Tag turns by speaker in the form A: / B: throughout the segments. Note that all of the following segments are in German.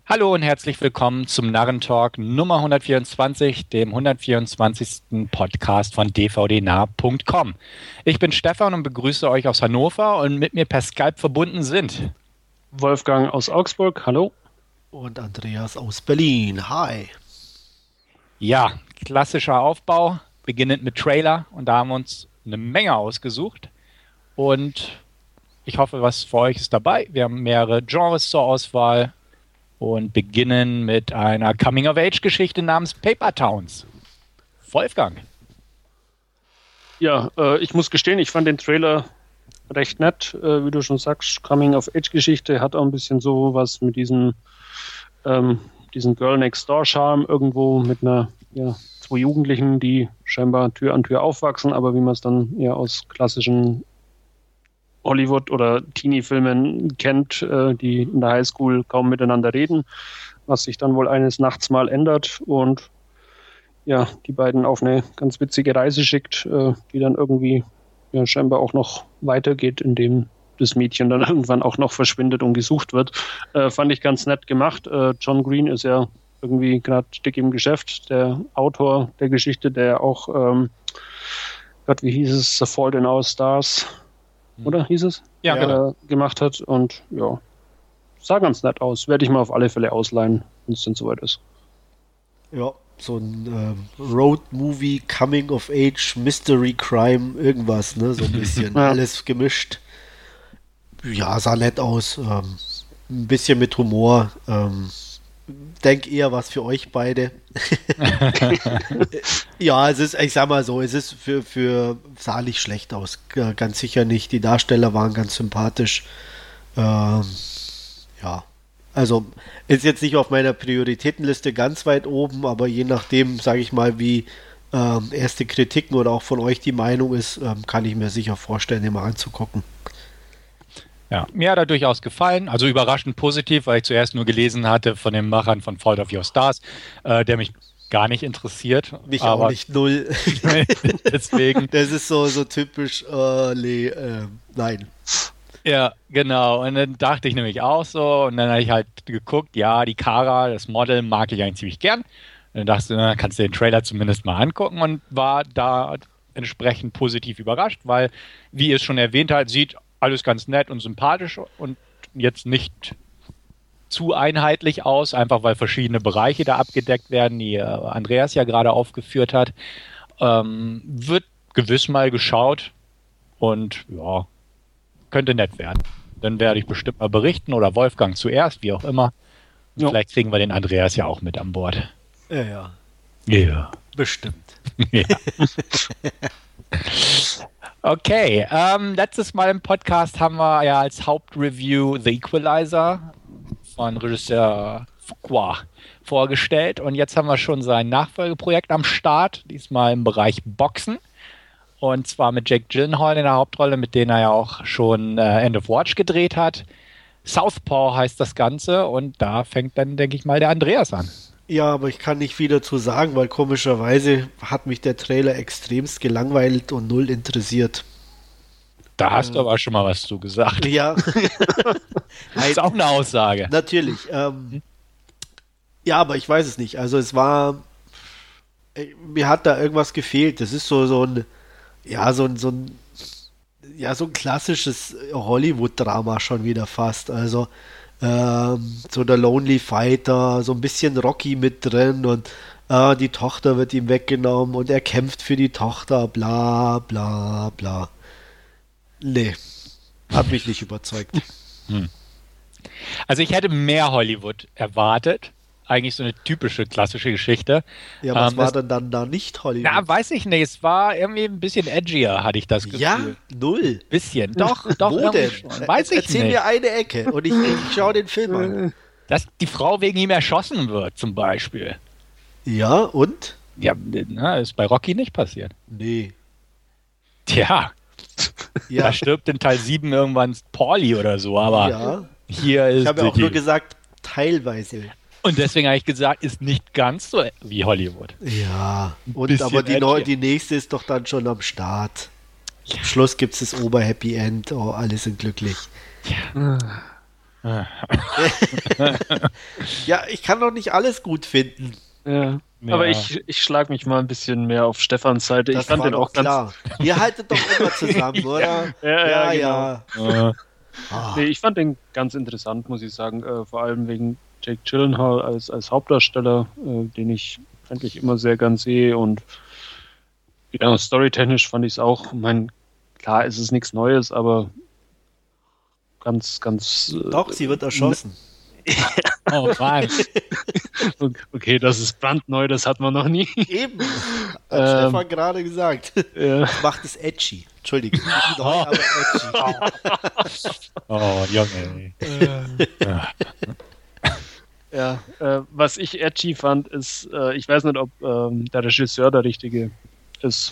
A: Hallo und herzlich willkommen zum Narrentalk Nummer 124, dem 124. Podcast von dvdnah.com. Ich bin Stefan und begrüße euch aus Hannover und mit mir per Skype verbunden sind
B: Wolfgang aus Augsburg, hallo.
C: Und Andreas aus Berlin, hi.
A: Ja, klassischer Aufbau, beginnend mit Trailer, und da haben wir uns eine Menge ausgesucht und ich hoffe, was für euch ist dabei. Wir haben mehrere Genres zur Auswahl und beginnen mit einer Coming-of-Age-Geschichte namens Paper Towns. Wolfgang.
B: Ja, ich muss gestehen, ich fand den Trailer recht nett. Wie du schon sagst, Coming-of-Age-Geschichte hat auch ein bisschen so was mit diesem Girl-Next-Door-Charme irgendwo mit zwei Jugendlichen, die scheinbar Tür an Tür aufwachsen, aber wie man es dann ja aus klassischen Hollywood- oder Teenie-Filmen kennt, die in der Highschool kaum miteinander reden, was sich dann wohl eines Nachts mal ändert und ja, die beiden auf eine ganz witzige Reise schickt, die dann irgendwie ja, scheinbar auch noch weitergeht, indem das Mädchen dann irgendwann auch noch verschwindet und gesucht wird. Fand ich ganz nett gemacht. John Green ist ja irgendwie gerade dick im Geschäft, der Autor der Geschichte, der auch, Gott, wie hieß es, The Fault in Our Stars, oder hieß es?
A: Ja, genau.
B: Gemacht hat und ja, sah ganz nett aus. Werde ich mal auf alle Fälle ausleihen, wenn es denn soweit ist.
C: Ja, so ein Road-Movie, Coming-of-Age, Mystery, Crime, irgendwas, ne? So ein bisschen alles gemischt. Ja, sah nett aus. Ein bisschen mit Humor. Denk eher was für euch beide. Ja, es ist, ich sag mal so, es ist sah nicht schlecht aus. Ganz sicher nicht. Die Darsteller waren ganz sympathisch. Ja. Also, ist jetzt nicht auf meiner Prioritätenliste ganz weit oben, aber je nachdem, sage ich mal, wie erste Kritiken oder auch von euch die Meinung ist, kann ich mir sicher vorstellen, den mal anzugucken.
A: Ja, mir hat er durchaus gefallen, also überraschend positiv, weil ich zuerst nur gelesen hatte von den Machern von Fault of Your Stars, der mich gar nicht interessiert.
C: Mich aber auch nicht, null.
A: Deswegen.
C: Das ist so typisch, nein.
A: Ja, genau. Und dann dachte ich nämlich auch so, und dann habe ich halt geguckt, ja, die Kara, das Model, mag ich eigentlich ziemlich gern. Und dann dachte ich, na, kannst du den Trailer zumindest mal angucken, und war da entsprechend positiv überrascht, weil, wie ihr es schon erwähnt habt, sieht alles ganz nett und sympathisch und jetzt nicht zu einheitlich aus, einfach weil verschiedene Bereiche da abgedeckt werden, die Andreas ja gerade aufgeführt hat. Wird gewiss mal geschaut und ja, könnte nett werden. Dann werde ich bestimmt mal berichten oder Wolfgang zuerst, wie auch immer. Ja. Vielleicht kriegen wir den Andreas ja auch mit an Bord.
C: Ja.
A: Ja.
C: Bestimmt.
A: Ja. Okay, letztes Mal im Podcast haben wir ja als Hauptreview The Equalizer von Regisseur Fuqua vorgestellt, und jetzt haben wir schon sein Nachfolgeprojekt am Start, diesmal im Bereich Boxen, und zwar mit Jake Gyllenhaal in der Hauptrolle, mit dem er ja auch schon End of Watch gedreht hat. Southpaw heißt das Ganze, und da fängt dann, denke ich mal, der Andreas an.
C: Ja, aber ich kann nicht viel dazu sagen, weil komischerweise hat mich der Trailer extremst gelangweilt und null interessiert.
A: Da hast du aber schon mal was zu gesagt.
C: Ja.
A: Das ist auch eine Aussage.
C: Natürlich. Ja, aber ich weiß es nicht. Also es war, mir hat da irgendwas gefehlt. Das ist so ein klassisches Hollywood-Drama schon wieder fast. Also so der Lonely Fighter, so ein bisschen Rocky mit drin, und die Tochter wird ihm weggenommen und er kämpft für die Tochter, bla bla bla. Nee, hat mich nicht überzeugt.
A: Also ich hätte mehr Hollywood erwartet. Eigentlich so eine typische klassische Geschichte.
C: Ja, was war denn dann da nicht Hollywood?
A: Na, weiß ich nicht. Es war irgendwie ein bisschen edgier, hatte ich das Gefühl.
C: Ja, null.
A: Bisschen. Doch.
C: Wo denn?
A: Weiß ich
C: Erzähl
A: nicht.
C: mir eine Ecke und ich schaue den Film an.
A: Dass die Frau wegen ihm erschossen wird, zum Beispiel.
C: Ja, und?
A: Ja, ist bei Rocky nicht passiert.
C: Nee.
A: Tja.
C: Ja.
A: Da stirbt in Teil 7 irgendwann Paulie oder so, aber
C: ja.
A: Hier ist
C: ich habe ja auch nur gesagt, teilweise.
A: Und deswegen habe ich gesagt, ist nicht ganz so wie Hollywood.
C: Ja, und aber die nächste ist doch dann schon am Start. Ja. Zum Schluss gibt es das Ober-Happy End, oh, alle sind glücklich.
A: Ja.
C: Ja, ich kann doch nicht alles gut finden.
B: Ja.
A: Ja.
B: Aber ich schlage mich mal ein bisschen mehr auf Stefans Seite.
C: Das
B: Ich fand
C: war
B: den auch
C: doch klar. Ihr haltet doch immer zusammen, oder?
B: Ja, genau.
C: Ah,
B: Nee, ich fand den ganz interessant, muss ich sagen. Vor allem wegen Jake Gyllenhaal als Hauptdarsteller, den ich eigentlich immer sehr gern sehe. Und ja, storytechnisch fand ich es auch. Ich meine, klar, es ist nichts Neues, aber ganz.
C: Doch, sie wird erschossen.
A: Oh Mann.
B: Okay, das ist brandneu, das hat man noch nie.
C: Eben. Hat Stefan gerade gesagt. Das macht es edgy. Entschuldigung. Nicht neu, aber edgy.
A: Oh, Junge.
B: Ja, was ich edgy fand, ist, ich weiß nicht, ob der Regisseur der richtige ist.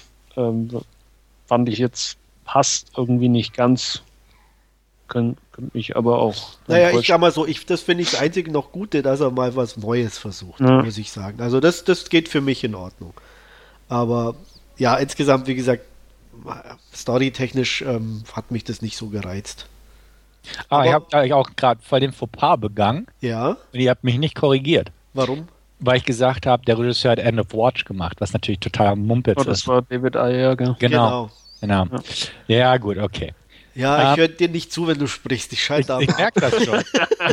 B: Fand ich jetzt passt irgendwie nicht ganz. Könnte mich aber auch.
C: Naja, ich sag mal so, das finde ich das einzige noch Gute, dass er mal was Neues versucht, muss ich sagen. Also das geht für mich in Ordnung. Aber ja, insgesamt, wie gesagt, storytechnisch hat mich das nicht so gereizt.
A: Aber ich habe auch gerade vor dem Fauxpas begangen
C: Ja,
A: und ihr habt mich nicht korrigiert.
C: warum?
A: Weil ich gesagt habe, der Regisseur hat End of Watch gemacht, was natürlich total Mumpitz
B: Oh, das
A: ist.
B: war David Ayer, gell?
A: Genau. Ja, gut, okay.
C: Ja, ich höre dir nicht zu, wenn du sprichst. Ich schalte ab.
A: Ich merke das schon.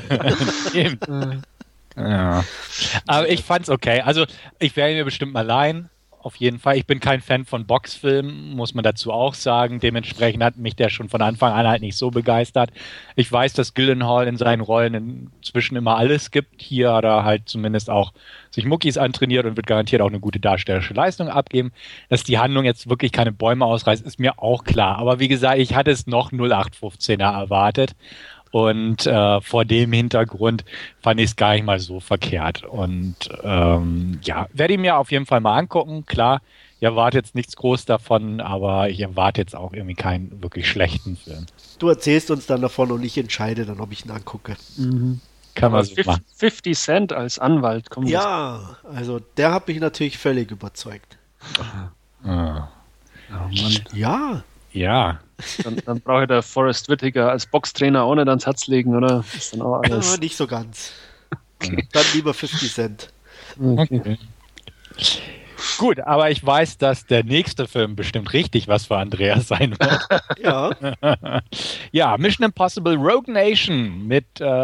A: Eben. Ja. Aber ich fand's okay. Also ich werde mir bestimmt mal leihen. Auf jeden Fall. Ich bin kein Fan von Boxfilmen, muss man dazu auch sagen. Dementsprechend hat mich der schon von Anfang an halt nicht so begeistert. Ich weiß, dass Gyllenhaal in seinen Rollen inzwischen immer alles gibt. Hier hat er halt zumindest auch sich Muckis antrainiert und wird garantiert auch eine gute darstellerische Leistung abgeben. Dass die Handlung jetzt wirklich keine Bäume ausreißt, ist mir auch klar. Aber wie gesagt, ich hatte es noch 0815er erwartet. Und vor dem Hintergrund fand ich es gar nicht mal so verkehrt. Und ja, werde ich mir auf jeden Fall mal angucken. Klar, ich erwarte jetzt nichts groß davon, aber ich erwarte jetzt auch irgendwie keinen wirklich schlechten Film.
C: Du erzählst uns dann davon und ich entscheide dann, ob ich ihn angucke.
A: Kann man so machen.
B: 50 Cent als Anwalt. Komm,
C: Ja, also der hat mich natürlich völlig überzeugt.
A: Ah.
C: Ja,
A: Ja.
B: Dann brauche ich der Forrest Whitaker als Boxtrainer auch nicht ans Herz legen, oder? Ist dann auch
C: aber
B: alles.
C: nicht so ganz. Dann lieber 50 Cent.
A: Okay. Gut, aber ich weiß, dass der nächste Film bestimmt richtig was für Andreas sein wird.
C: Ja,
A: Ja, Mission Impossible Rogue Nation mit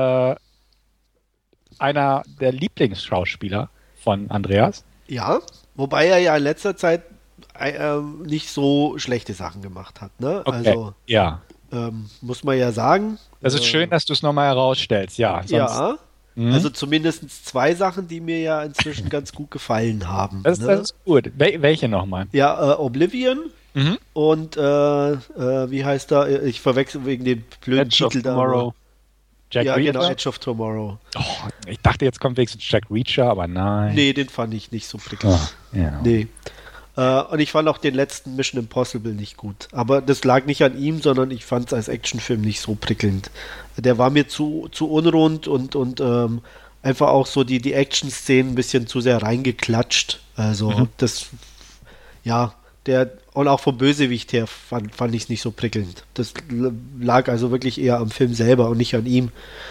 A: einer der Lieblingsschauspieler von Andreas.
C: ja. Wobei er ja in letzter Zeit nicht so schlechte Sachen gemacht hat. Ne?
A: Okay.
C: Also
A: Ja,
C: muss man ja sagen.
A: das ist schön, dass du es nochmal herausstellst. Ja, sonst,
C: Ja,
A: Mhm.
C: also zumindest 2 Sachen, die mir ja inzwischen ganz gut gefallen haben.
A: das
C: ne?
A: ist gut. Welche nochmal?
C: Ja, Oblivion
A: Mhm.
C: und wie heißt er? Ich verwechsel wegen dem blöden
B: Edge of
C: Titel da.
B: Tomorrow.
A: Jack
C: Ja,
A: Reacher?
C: genau, Edge of Tomorrow.
A: Oh, ich dachte, jetzt kommt wenigstens Jack Reacher, aber nein.
C: Nee, den fand ich nicht so prickelnd.
A: Oh, ja.
C: Nee. Und ich fand auch den letzten Mission Impossible nicht gut. Aber das lag nicht an ihm, sondern ich fand es als Actionfilm nicht so prickelnd. Der war mir zu unrund und einfach auch so die Action-Szenen ein bisschen zu sehr reingeklatscht. Also das, ja, und auch vom Bösewicht her fand ich es nicht so prickelnd. Das lag also wirklich eher am Film selber und nicht an ihm.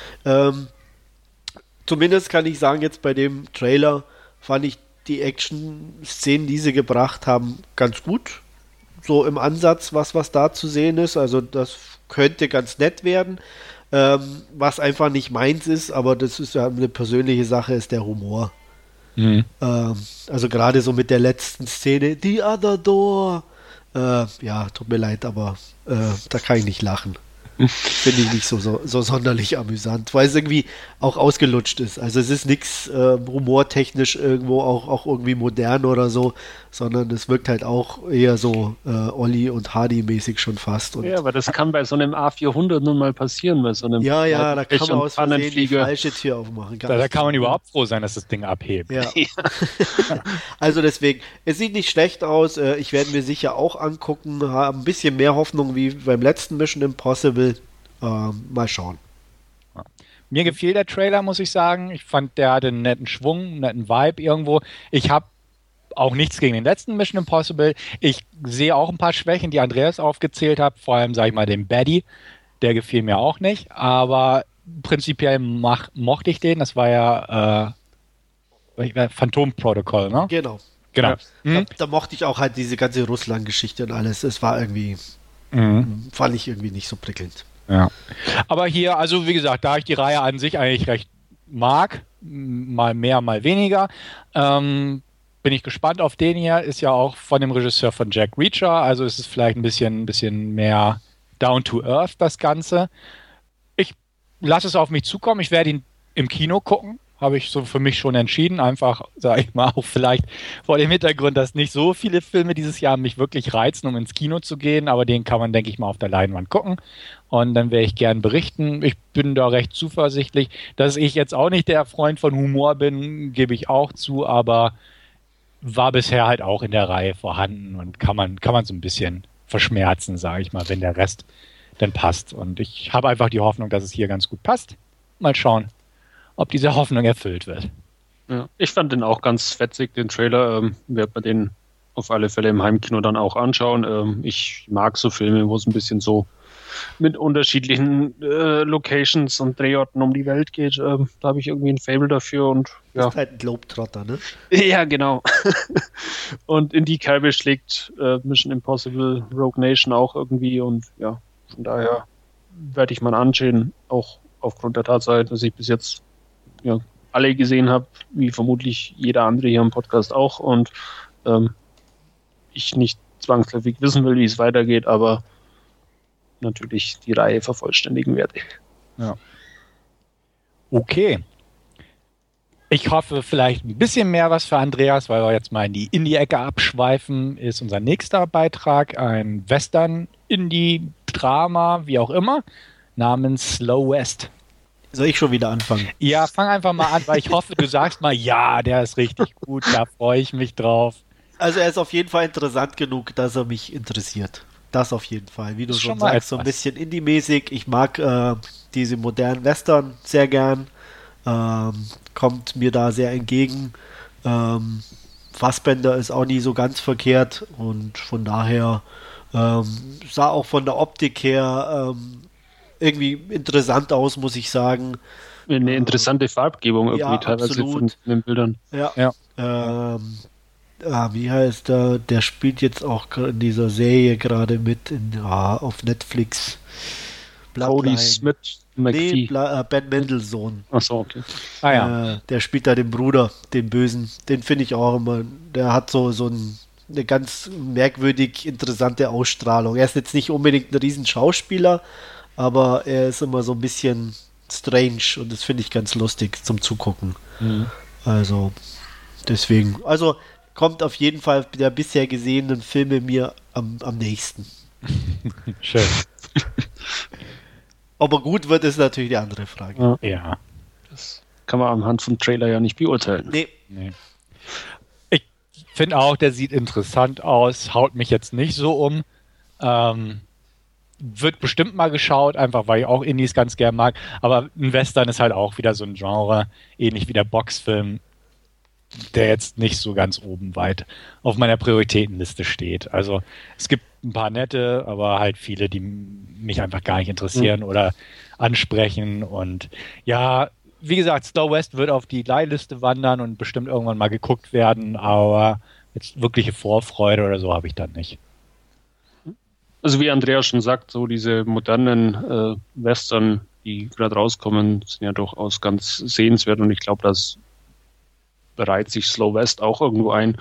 C: Zumindest kann ich sagen, jetzt bei dem Trailer fand ich die Action-Szenen, die sie gebracht haben, ganz gut. So im Ansatz, was da zu sehen ist. Also das könnte ganz nett werden. Was einfach nicht meins ist, aber das ist ja eine persönliche Sache, ist der Humor.
A: Mhm.
C: Also gerade so mit der letzten Szene, The Other Door. Ja, tut mir leid, aber da kann ich nicht lachen. Finde ich nicht so sonderlich amüsant, weil es irgendwie auch ausgelutscht ist. Also es ist nichts humortechnisch irgendwo auch irgendwie modern oder so, sondern es wirkt halt auch eher so Olli und Hardy mäßig schon fast. Und
B: Ja, aber das kann bei so einem A400 nun mal passieren, bei so einem
C: ja, da kann man aus Versehen die
B: Pannenflieger.
C: falsche Tür aufmachen.
A: Da kann man überhaupt froh sein, dass das Ding abhebt.
C: Ja. Also deswegen, es sieht nicht schlecht aus. Ich werde mir sicher auch angucken. Habe ein bisschen mehr Hoffnung wie beim letzten Mission Impossible. Mal schauen.
A: Mir gefiel der Trailer, muss ich sagen. Ich fand, der hatte einen netten Schwung, einen netten Vibe irgendwo. Ich habe auch nichts gegen den letzten Mission Impossible. Ich sehe auch ein paar Schwächen, die Andreas aufgezählt hat. Vor allem, sage ich mal, den Baddie. Der gefiel mir auch nicht. Aber prinzipiell mochte ich den. Das war ja Phantom Protocol, ne?
C: Genau.
A: Genau.
C: Ja. Da mochte ich auch halt diese ganze Russland-Geschichte und alles. Es war irgendwie, fand ich irgendwie nicht so prickelnd.
A: Ja. Aber hier, also wie gesagt, da ich die Reihe an sich eigentlich recht mag, mal mehr, mal weniger, bin ich gespannt auf den hier. Ist ja auch von dem Regisseur von Jack Reacher, also ist es vielleicht ein bisschen mehr down to earth, das Ganze. Ich lasse es auf mich zukommen. Ich werde ihn im Kino gucken. Habe ich so für mich schon entschieden. Einfach, sage ich mal, auch vielleicht vor dem Hintergrund, dass nicht so viele Filme dieses Jahr mich wirklich reizen, um ins Kino zu gehen. Aber den kann man, denke ich mal, auf der Leinwand gucken. Und dann werde ich gern berichten. Ich bin da recht zuversichtlich. Dass ich jetzt auch nicht der Freund von Humor bin, gebe ich auch zu. Aber war bisher halt auch in der Reihe vorhanden und kann man so ein bisschen verschmerzen, sage ich mal, wenn der Rest dann passt. Und ich habe einfach die Hoffnung, dass es hier ganz gut passt. Mal schauen, ob diese Hoffnung erfüllt wird.
B: Ja, ich fand den auch ganz fetzig, den Trailer. Werde mir den auf alle Fälle im Heimkino dann auch anschauen. Ich mag so Filme, wo es ein bisschen so mit unterschiedlichen Locations und Drehorten um die Welt geht. Da habe ich irgendwie ein Faible dafür. Und ja.
C: Ist halt ein Globetrotter, ne?
B: Ja, genau. Und in die Kerbe schlägt Mission Impossible Rogue Nation auch irgendwie. Und ja, von daher werde ich mal anschauen, auch aufgrund der Tatsache, dass ich bis jetzt alle gesehen habe, wie vermutlich jeder andere hier im Podcast auch, und ich nicht zwangsläufig wissen will, wie es weitergeht, aber natürlich die Reihe vervollständigen werde.
A: Ja. Okay. Ich hoffe vielleicht ein bisschen mehr was für Andreas, weil wir jetzt mal in die Indie-Ecke abschweifen, ist unser nächster Beitrag ein Western-Indie-Drama, wie auch immer, namens Slow West.
C: Soll ich schon wieder anfangen?
A: Ja, fang einfach mal an, weil ich hoffe, du sagst mal, ja, der ist richtig gut, da freue ich mich drauf.
C: Also er ist auf jeden Fall interessant genug, dass er mich interessiert. Das auf jeden Fall. Wie du schon sagst, so ein bisschen Indie-mäßig. Ich mag diese modernen Western sehr gern. Kommt mir da sehr entgegen. Fassbender ist auch nie so ganz verkehrt und von daher sah auch von der Optik her irgendwie interessant aus, muss ich sagen.
B: Eine interessante Farbgebung irgendwie
C: ja,
B: teilweise
C: absolut.
B: von den Bildern.
C: Ja. Wie heißt der? Der spielt jetzt auch in dieser Serie gerade mit auf Netflix.
B: Cody Smith McPhee.
C: Nee, Ben Mendelssohn.
B: Achso, okay.
C: Der spielt da den Bruder, den Bösen. Den finde ich auch immer. Der hat so eine ganz merkwürdig interessante Ausstrahlung. Er ist jetzt nicht unbedingt ein riesen Schauspieler, aber er ist immer so ein bisschen strange und das finde ich ganz lustig zum Zugucken.
A: Mhm.
C: Also deswegen, kommt auf jeden Fall der bisher gesehenen Filme mir am nächsten.
A: Schön.
C: Ob er gut wird, ist natürlich die andere Frage.
A: Ja.
B: Das kann man anhand vom Trailer ja nicht beurteilen.
C: Nee.
A: Ich finde auch, der sieht interessant aus, haut mich jetzt nicht so um. Wird bestimmt mal geschaut, einfach weil ich auch Indies ganz gern mag. Aber ein Western ist halt auch wieder so ein Genre, ähnlich wie der Boxfilm, der jetzt nicht so ganz oben weit auf meiner Prioritätenliste steht. Also es gibt ein paar nette, aber halt viele, die mich einfach gar nicht interessieren oder ansprechen. Und ja, wie gesagt, Slow West wird auf die Leihliste wandern und bestimmt irgendwann mal geguckt werden, aber jetzt wirkliche Vorfreude oder so habe ich dann nicht.
B: Also wie Andreas schon sagt, so diese modernen Western, die gerade rauskommen, sind ja durchaus ganz sehenswert und ich glaube, das bereitet sich Slow West auch irgendwo ein.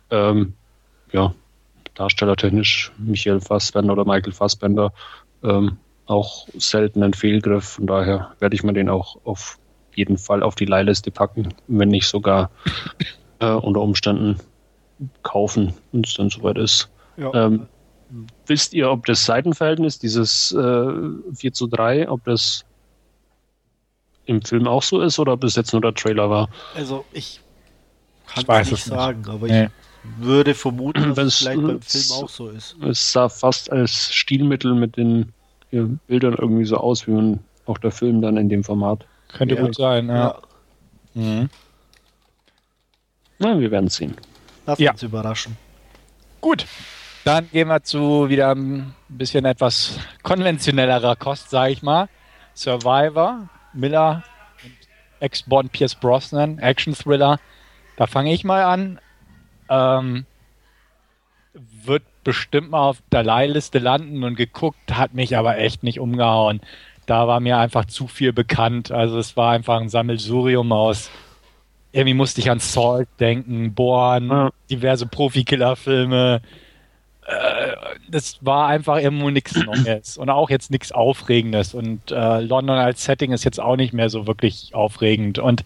B: Darstellertechnisch Michael Fassbender oder Michael Fassbender auch selten ein Fehlgriff. Von daher werde ich mir den auch auf jeden Fall auf die Leihliste packen, wenn nicht sogar unter Umständen kaufen, wenn es dann soweit ist.
C: Ja.
B: Wisst ihr, ob das Seitenverhältnis, dieses 4:3, ob das im Film auch so ist oder ob das jetzt nur der Trailer war?
C: Also ich kann
A: weiß
C: es nicht
A: es nicht.
C: sagen, aber ich würde vermuten, dass es vielleicht beim Film auch so ist.
B: Es sah fast als Stilmittel mit den Bildern irgendwie so aus, wie man auch der Film dann in dem Format.
A: Könnte gut sein, ja. Mhm.
B: Na, wir werden sehen.
C: Lass uns überraschen.
A: Gut, dann gehen wir zu wieder ein bisschen etwas konventionellerer Kost, sage ich mal. Survivor, Miller und Ex-Bond Pierce Brosnan, Action-Thriller. Da fange ich mal an. Wird bestimmt mal auf der Leihliste landen und geguckt, hat mich aber echt nicht umgehauen. Da war mir einfach zu viel bekannt. Also es war einfach ein Sammelsurium aus. Irgendwie musste ich an Salt denken, Bourne, diverse Profikiller-Filme. Das war einfach irgendwo nichts Neues und auch jetzt nichts Aufregendes. Und London als Setting ist jetzt auch nicht mehr so wirklich aufregend. Und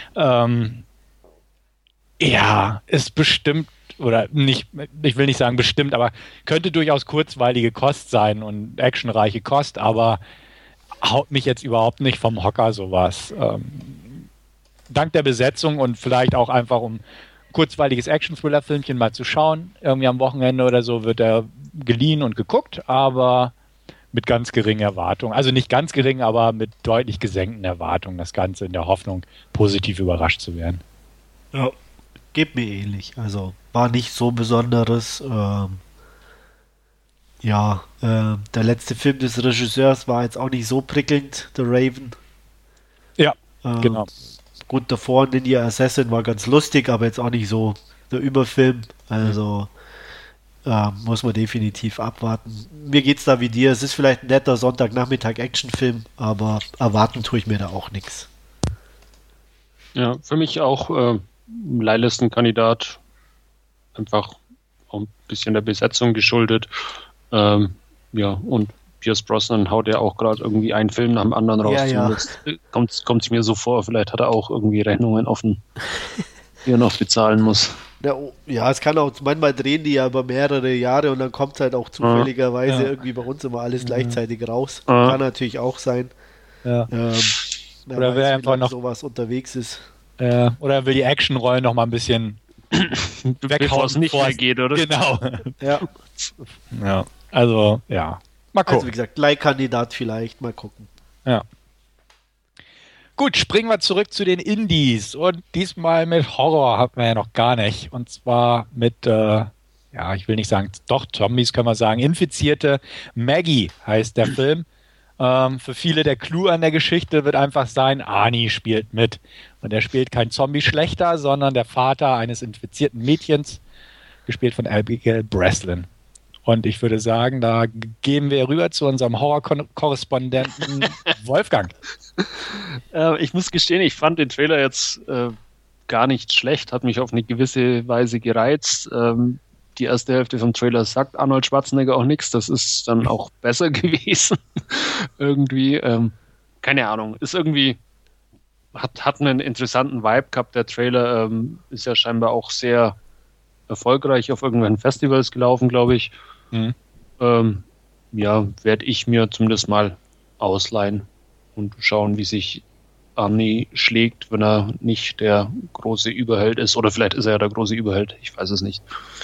A: ist bestimmt, oder nicht, ich will nicht sagen bestimmt, aber könnte durchaus kurzweilige Kost sein und actionreiche Kost, aber haut mich jetzt überhaupt nicht vom Hocker sowas. Dank der Besetzung und vielleicht auch einfach um kurzweiliges Action-Thriller-Filmchen mal zu schauen, irgendwie am Wochenende oder so wird er geliehen und geguckt, aber mit ganz geringen Erwartungen. Also nicht ganz gering, aber mit deutlich gesenkten Erwartungen. Das Ganze in der Hoffnung, positiv überrascht zu werden.
C: Ja, geht mir ähnlich. Also war nicht so Besonderes. Der letzte Film des Regisseurs war jetzt auch nicht so prickelnd, The Raven.
A: Ja, genau.
C: Gut, davor Ninja Assassin war ganz lustig, aber jetzt auch nicht so der Überfilm. Also muss man definitiv abwarten. Mir geht's da wie dir. Es ist vielleicht ein netter Sonntagnachmittag-Actionfilm, aber erwarten tue ich mir da auch nichts.
B: Ja, für mich auch Leihlistenkandidat. Einfach auch ein bisschen der Besetzung geschuldet. Und Pierce Brosnan haut ja auch gerade irgendwie einen Film nach dem anderen raus.
C: Ja.
B: Kommt es mir so vor, vielleicht hat er auch irgendwie Rechnungen offen, die er noch bezahlen muss.
C: Ja, es kann auch, manchmal drehen die ja über mehrere Jahre und dann kommt halt auch zufälligerweise irgendwie bei uns immer alles gleichzeitig raus. Kann natürlich auch sein.
A: Ja.
C: Oder wer einfach noch sowas unterwegs ist.
A: Oder er will die Actionrollen noch mal ein bisschen
B: bevor es nicht mehr geht, oder?
A: Genau. Ja. Also, ja. Mal gucken.
C: Also wie gesagt, Leihkandidat vielleicht, mal gucken.
A: Ja. Gut, springen wir zurück zu den Indies. Und diesmal mit Horror hatten wir ja noch gar nicht. Und zwar mit, ich will nicht sagen, doch, Zombies können wir sagen. Infizierte Maggie heißt der Film. Für viele der Clou an der Geschichte wird einfach sein, Arnie spielt mit. Und er spielt kein Zombie schlechter, sondern der Vater eines infizierten Mädchens, gespielt von Abigail Breslin. Und ich würde sagen, da gehen wir rüber zu unserem Horror-Korrespondenten Wolfgang.
B: Ich muss gestehen, ich fand den Trailer jetzt gar nicht schlecht, hat mich auf eine gewisse Weise gereizt. Die erste Hälfte vom Trailer sagt Arnold Schwarzenegger auch nichts, das ist dann auch besser gewesen. Irgendwie, keine Ahnung, ist irgendwie, hat einen interessanten Vibe gehabt. Der Trailer ist ja scheinbar auch sehr erfolgreich auf irgendwelchen Festivals gelaufen, glaube ich. Werde ich mir zumindest mal ausleihen und schauen, wie sich Arnie schlägt, wenn er nicht der große Überheld ist. Oder vielleicht ist er ja der große Überheld, ich weiß es nicht.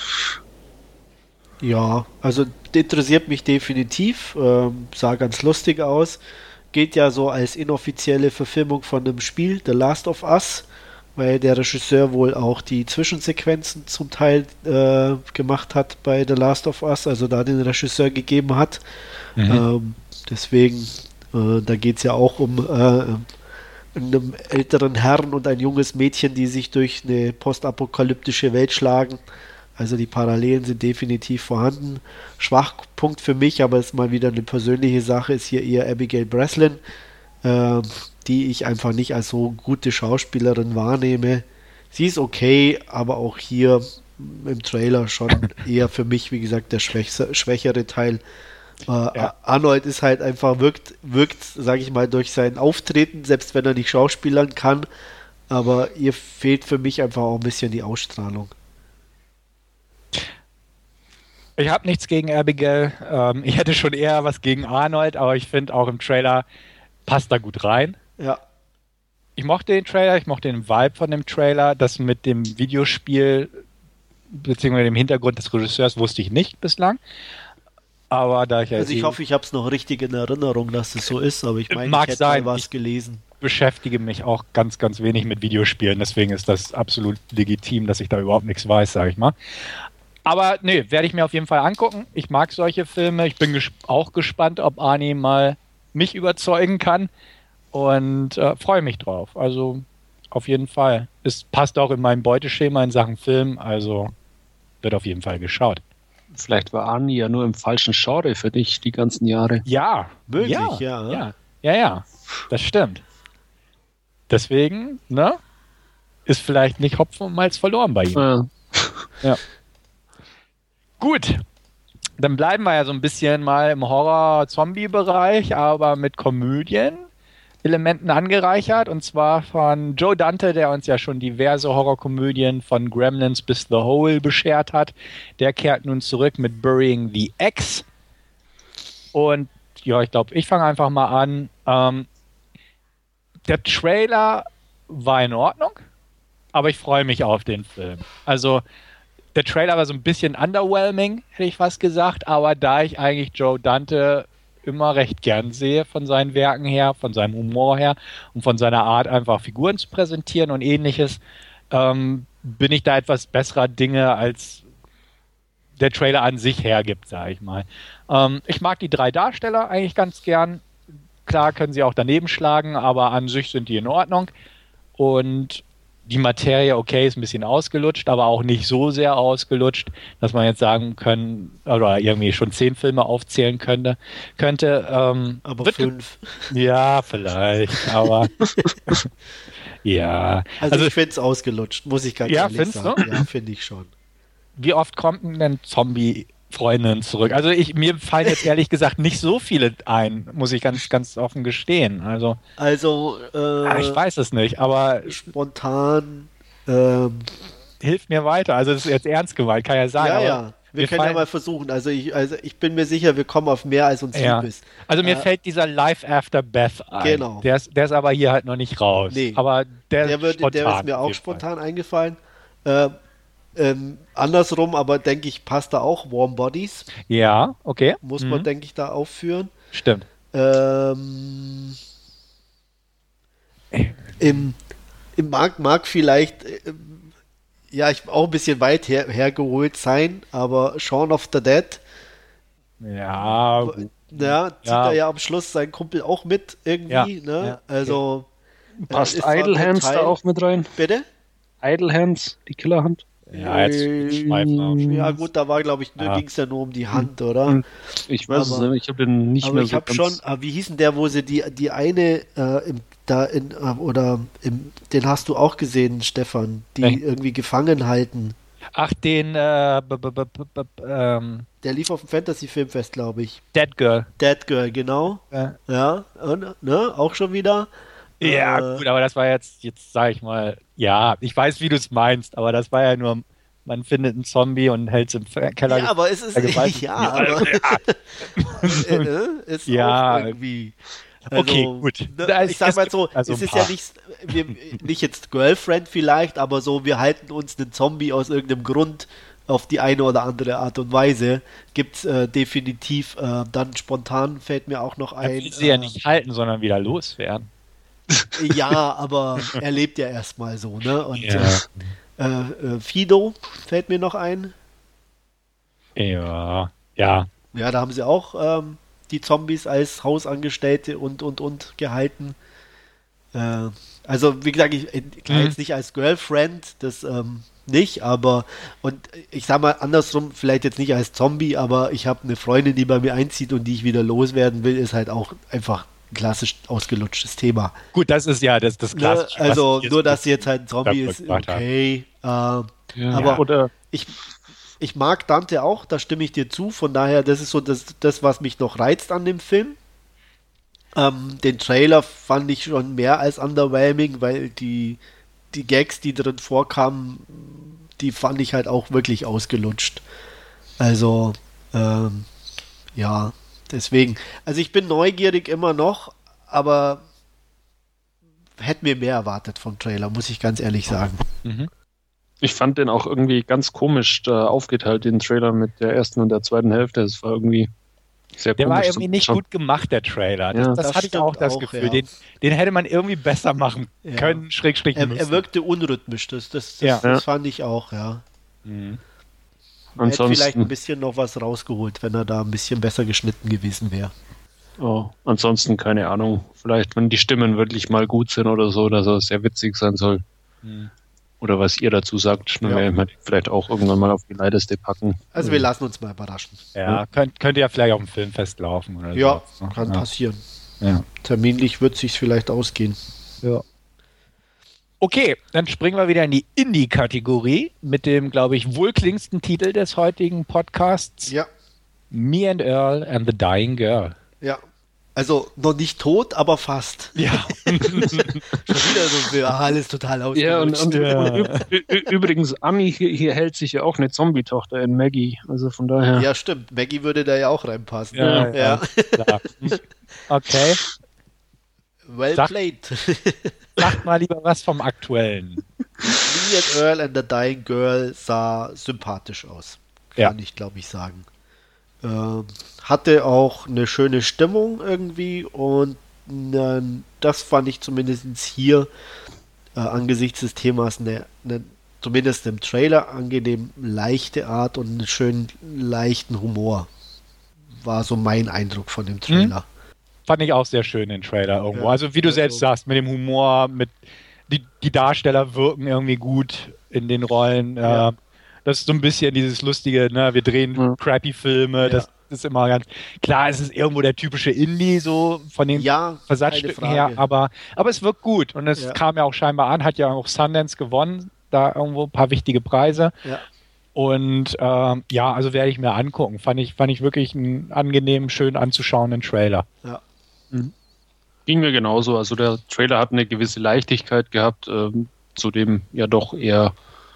C: Ja, also interessiert mich definitiv, sah ganz lustig aus. Geht ja so als inoffizielle Verfilmung von einem Spiel, The Last of Us, weil der Regisseur wohl auch die Zwischensequenzen zum Teil gemacht hat bei The Last of Us, also da den Regisseur gegeben hat. Deswegen, da geht es ja auch um einen älteren Herrn und ein junges Mädchen, die sich durch eine postapokalyptische Welt schlagen. Also die Parallelen sind definitiv vorhanden. Schwachpunkt für mich, aber es ist mal wieder eine persönliche Sache, ist hier eher Abigail Breslin, die ich einfach nicht als so gute Schauspielerin wahrnehme. Sie ist okay, aber auch hier im Trailer schon eher für mich, wie gesagt, der schwächere Teil. Arnold ist halt einfach, wirkt, sage ich mal, durch sein Auftreten, selbst wenn er nicht schauspielern kann, aber ihr fehlt für mich einfach auch ein bisschen die Ausstrahlung.
A: Ich habe nichts gegen Abigail. Ich hätte schon eher was gegen Arnold, aber ich finde auch im Trailer passt da gut rein.
C: Ja.
A: Ich mochte den Trailer, ich mochte den Vibe von dem Trailer. Das mit dem Videospiel beziehungsweise dem Hintergrund des Regisseurs wusste ich nicht bislang. Aber da ich
C: ich hoffe, ich habe es noch richtig in Erinnerung, dass es so ist, aber ich meine, ich hätte mal was gelesen.
A: Ich beschäftige mich auch ganz, ganz wenig mit Videospielen, deswegen ist das absolut legitim, dass ich da überhaupt nichts weiß, sage ich mal. Aber nee, werde ich mir auf jeden Fall angucken. Ich mag solche Filme. Ich bin auch gespannt, ob Arnie mal mich überzeugen kann. und freue mich drauf. Also auf jeden Fall. Es passt auch in mein Beuteschema in Sachen Film, also wird auf jeden Fall geschaut.
B: Vielleicht war Arnie ja nur im falschen Genre für dich die ganzen Jahre.
A: Ja,
C: Möglich,
A: ja, das stimmt. Deswegen, ne, ist vielleicht nicht Hopfen und Malz verloren bei ihm. Ja. Gut, dann bleiben wir ja so ein bisschen mal im Horror-Zombie-Bereich, aber mit Komödien-Elementen angereichert, und zwar von Joe Dante, der uns ja schon diverse Horrorkomödien von Gremlins bis The Hole beschert hat. Der kehrt nun zurück mit Burying the Ex. Und ja, ich glaube, ich fange einfach mal an. Der Trailer war in Ordnung, aber ich freue mich auf den Film. Also der Trailer war so ein bisschen underwhelming, hätte ich fast gesagt, aber da ich eigentlich Joe Dante immer recht gern sehe von seinen Werken her, von seinem Humor her und von seiner Art, einfach Figuren zu präsentieren und ähnliches, bin ich da etwas besserer Dinge, als der Trailer an sich hergibt, sage ich mal. Ich mag die 3 Darsteller eigentlich ganz gern. Klar können sie auch daneben schlagen, aber an sich sind die in Ordnung. Und die Materie, okay, ist ein bisschen ausgelutscht, aber auch nicht so sehr ausgelutscht, dass man jetzt sagen können, oder irgendwie schon 10 Filme aufzählen könnte.
C: Aber 5.
A: Ja, vielleicht, aber ja.
C: Also ich finde es ausgelutscht, muss ich ganz ehrlich sagen.
A: Du?
C: Ja, finde ich schon.
A: Wie oft kommt denn Zombie-Freundin zurück? Also mir fallen jetzt ehrlich gesagt nicht so viele ein, muss ich ganz, ganz offen gestehen. Also ich weiß es nicht, aber
C: spontan
A: hilft mir weiter. Also das ist jetzt ernst gemeint, kann ja sein.
C: Ja. Wir können ja mal versuchen. Also ich bin mir sicher, wir kommen auf mehr, als uns lieb ist.
A: Also mir fällt dieser Life After Beth ein.
C: Genau.
A: Der ist aber hier halt noch nicht raus.
C: Nee.
A: Aber der
C: ist mir auch spontan eingefallen. Andersrum, aber denke ich, passt da auch Warm Bodies.
A: Ja, okay.
C: Muss man, denke ich, da aufführen.
A: Stimmt.
C: Im mag vielleicht ich auch ein bisschen weit hergeholt sein, aber Shaun of the Dead.
A: Ja.
C: Zieht er ja am Schluss seinen Kumpel auch mit irgendwie. Ne?
A: Ja,
C: also
B: passt Idle Hands da auch mit rein?
C: Bitte?
B: Idle Hands, die Killerhand.
A: Ja, jetzt
C: ja gut, da war, glaube ich, ging es ja nur um die Hand, oder?
B: Ich weiß es nicht, ich habe den nicht mehr so
C: ich habe schon, wie hieß denn der, wo sie die eine den hast du auch gesehen, Stefan, die irgendwie gefangen halten.
A: Ach, den
C: der lief auf dem Fantasy-Filmfest, glaube ich.
A: Dead Girl,
C: genau. Ja, und, ne, auch schon wieder.
A: Ja, gut, aber das war jetzt sag ich mal, ja, ich weiß, wie du es meinst, aber das war ja nur, man findet einen Zombie und hält es im Keller.
C: Ja, aber es ist, ist auch irgendwie... Also,
A: okay, gut.
C: Ich sag mal so, es ist ja nicht jetzt Girlfriend vielleicht, aber so, wir halten uns einen Zombie aus irgendeinem Grund auf die eine oder andere Art und Weise. Gibt's definitiv, dann spontan fällt mir auch noch ein.
A: Ich will sie ja nicht halten, sondern wieder loswerden.
C: Ja, aber er lebt ja erstmal so, ne? Und Fido fällt mir noch ein.
A: Ja.
C: Ja, da haben sie auch die Zombies als Hausangestellte und gehalten. Also, wie gesagt, klar jetzt nicht als Girlfriend, das nicht, aber und ich sag mal andersrum, vielleicht jetzt nicht als Zombie, aber ich habe eine Freundin, die bei mir einzieht und die ich wieder loswerden will, ist halt auch einfach ein klassisch ausgelutschtes Thema.
A: Gut, das ist ja das Klassische.
C: Also nur, dass jetzt halt ein Zombie ist, okay. Aber ich mag Dante auch, da stimme ich dir zu, von daher, das ist so das, was mich noch reizt an dem Film. Den Trailer fand ich schon mehr als underwhelming, weil die Gags, die drin vorkamen, die fand ich halt auch wirklich ausgelutscht. Also, deswegen. Also ich bin neugierig immer noch, aber hätte mir mehr erwartet vom Trailer, muss ich ganz ehrlich sagen.
A: Mhm.
B: Ich fand den auch irgendwie ganz komisch aufgeteilt, den Trailer mit der ersten und der zweiten Hälfte. Das war irgendwie sehr komisch.
A: Der war irgendwie nicht gut gemacht, der Trailer. Das hatte ich auch das Gefühl. Ja. Den hätte man irgendwie besser machen können, Schrägstrich müssen.
C: Er wirkte unrhythmisch, das fand ich auch, ja.
A: Mhm.
C: Hätte vielleicht ein bisschen noch was rausgeholt, wenn er da ein bisschen besser geschnitten gewesen wäre.
B: Oh, ansonsten keine Ahnung. Vielleicht, wenn die Stimmen wirklich mal gut sind oder so, dass er sehr witzig sein soll. Oder was ihr dazu sagt, dann werden wir vielleicht auch irgendwann mal auf die Leitliste packen.
C: Also wir lassen uns mal überraschen.
A: Ja, könnte ja vielleicht auf dem Filmfest laufen. Oder
C: Ja,
A: so.
C: kann passieren.
A: Ja.
C: Terminlich wird es sich vielleicht ausgehen.
A: Ja. Okay, dann springen wir wieder in die Indie-Kategorie mit dem, glaube ich, wohlklingendsten Titel des heutigen Podcasts.
C: Ja.
A: Me and Earl and the Dying Girl.
C: Ja. Also noch nicht tot, aber fast.
A: Ja.
C: Schon wieder so alles total ausgelutscht.
B: Übrigens, Ami hier hält sich ja auch eine Zombie-Tochter in Maggie. Also von daher.
C: Ja, stimmt. Maggie würde da ja auch reinpassen.
A: Ja. Okay.
C: Well played.
A: Sag mal lieber was vom Aktuellen.
C: Me and Earl and the Dying Girl sah sympathisch aus. Kann ich, glaube ich, sagen. Hatte auch eine schöne Stimmung irgendwie und das fand ich zumindest hier angesichts des Themas zumindest im Trailer angenehm leichte Art und einen schönen leichten Humor. War so mein Eindruck von dem Trailer.
A: Fand ich auch sehr schön, den Trailer irgendwo.
C: Ja,
A: also wie du selbst sagst, mit dem Humor, mit die Darsteller wirken irgendwie gut in den Rollen. Das ist so ein bisschen dieses lustige, ne, wir drehen crappy Filme, das ist immer ganz klar, es ist irgendwo der typische Indie, so von den Versatzstücken her, aber es wirkt gut und es kam ja auch scheinbar an, hat ja auch Sundance gewonnen, da irgendwo ein paar wichtige Preise. Ja. Und also werde ich mir angucken. Fand ich wirklich einen angenehmen, schön anzuschauenden Trailer. Ja.
B: Ging mir genauso. Also der Trailer hat eine gewisse Leichtigkeit gehabt, zu dem ja doch eher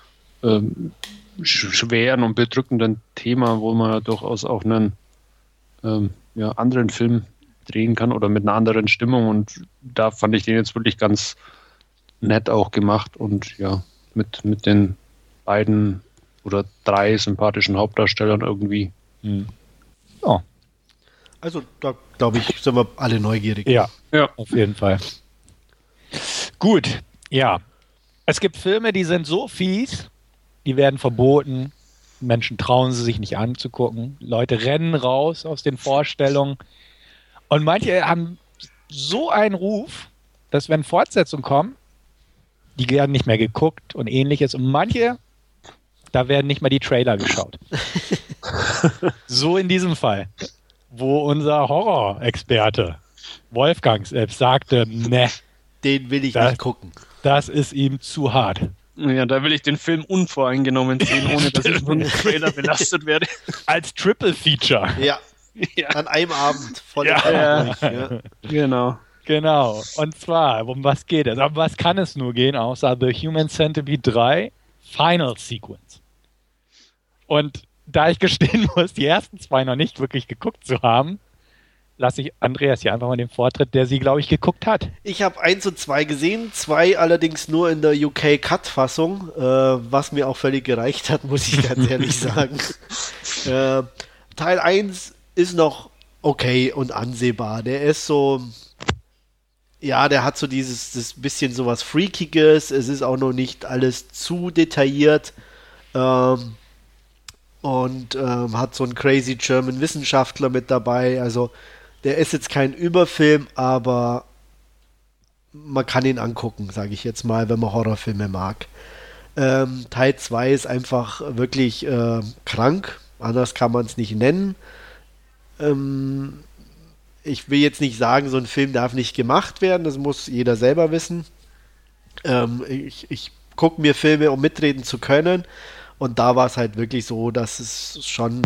B: schweren und bedrückenden Thema, wo man durchaus auch einen anderen Film drehen kann oder mit einer anderen Stimmung. Und da fand ich den jetzt wirklich ganz nett auch gemacht und ja, mit den beiden oder 3 sympathischen Hauptdarstellern irgendwie.
A: Ja.
C: Also da glaube ich, sind wir alle neugierig.
A: Ja, auf jeden Fall. Gut, ja. Es gibt Filme, die sind so fies, die werden verboten. Menschen trauen sie sich nicht anzugucken. Leute rennen raus aus den Vorstellungen. Und manche haben so einen Ruf, dass wenn Fortsetzungen kommen, die werden nicht mehr geguckt und ähnliches. Und manche, da werden nicht mal die Trailer geschaut. So in diesem Fall, wo unser Horror-Experte Wolfgang selbst sagte, ne,
C: den will ich nicht gucken.
A: Das ist ihm zu hart.
B: Ja, da will ich den Film unvoreingenommen sehen, ohne dass ich von dem Trailer belastet werde.
A: Als Triple Feature.
C: Ja. An einem Abend.
A: Genau. Und zwar, um was geht es? Aber was kann es nur gehen, außer The Human Centipede 3 Final Sequence? Und da ich gestehen muss, die ersten 2 noch nicht wirklich geguckt zu haben, lasse ich Andreas hier einfach mal den Vortritt, der sie, glaube ich, geguckt hat.
C: Ich habe 1 und 2 gesehen, 2 allerdings nur in der UK-Cut-Fassung, was mir auch völlig gereicht hat, muss ich ganz ehrlich sagen. Teil 1 ist noch okay und ansehbar. Der ist so, ja, der hat so das bisschen sowas Freakiges, es ist auch noch nicht alles zu detailliert, und hat so einen crazy German Wissenschaftler mit dabei, also der ist jetzt kein Überfilm, aber man kann ihn angucken, sage ich jetzt mal, wenn man Horrorfilme mag. Teil 2 ist einfach wirklich krank, anders kann man es nicht nennen. Ich will jetzt nicht sagen, so ein Film darf nicht gemacht werden, das muss jeder selber wissen. Ich gucke mir Filme, um mitreden zu können, und da war es halt wirklich so, dass es schon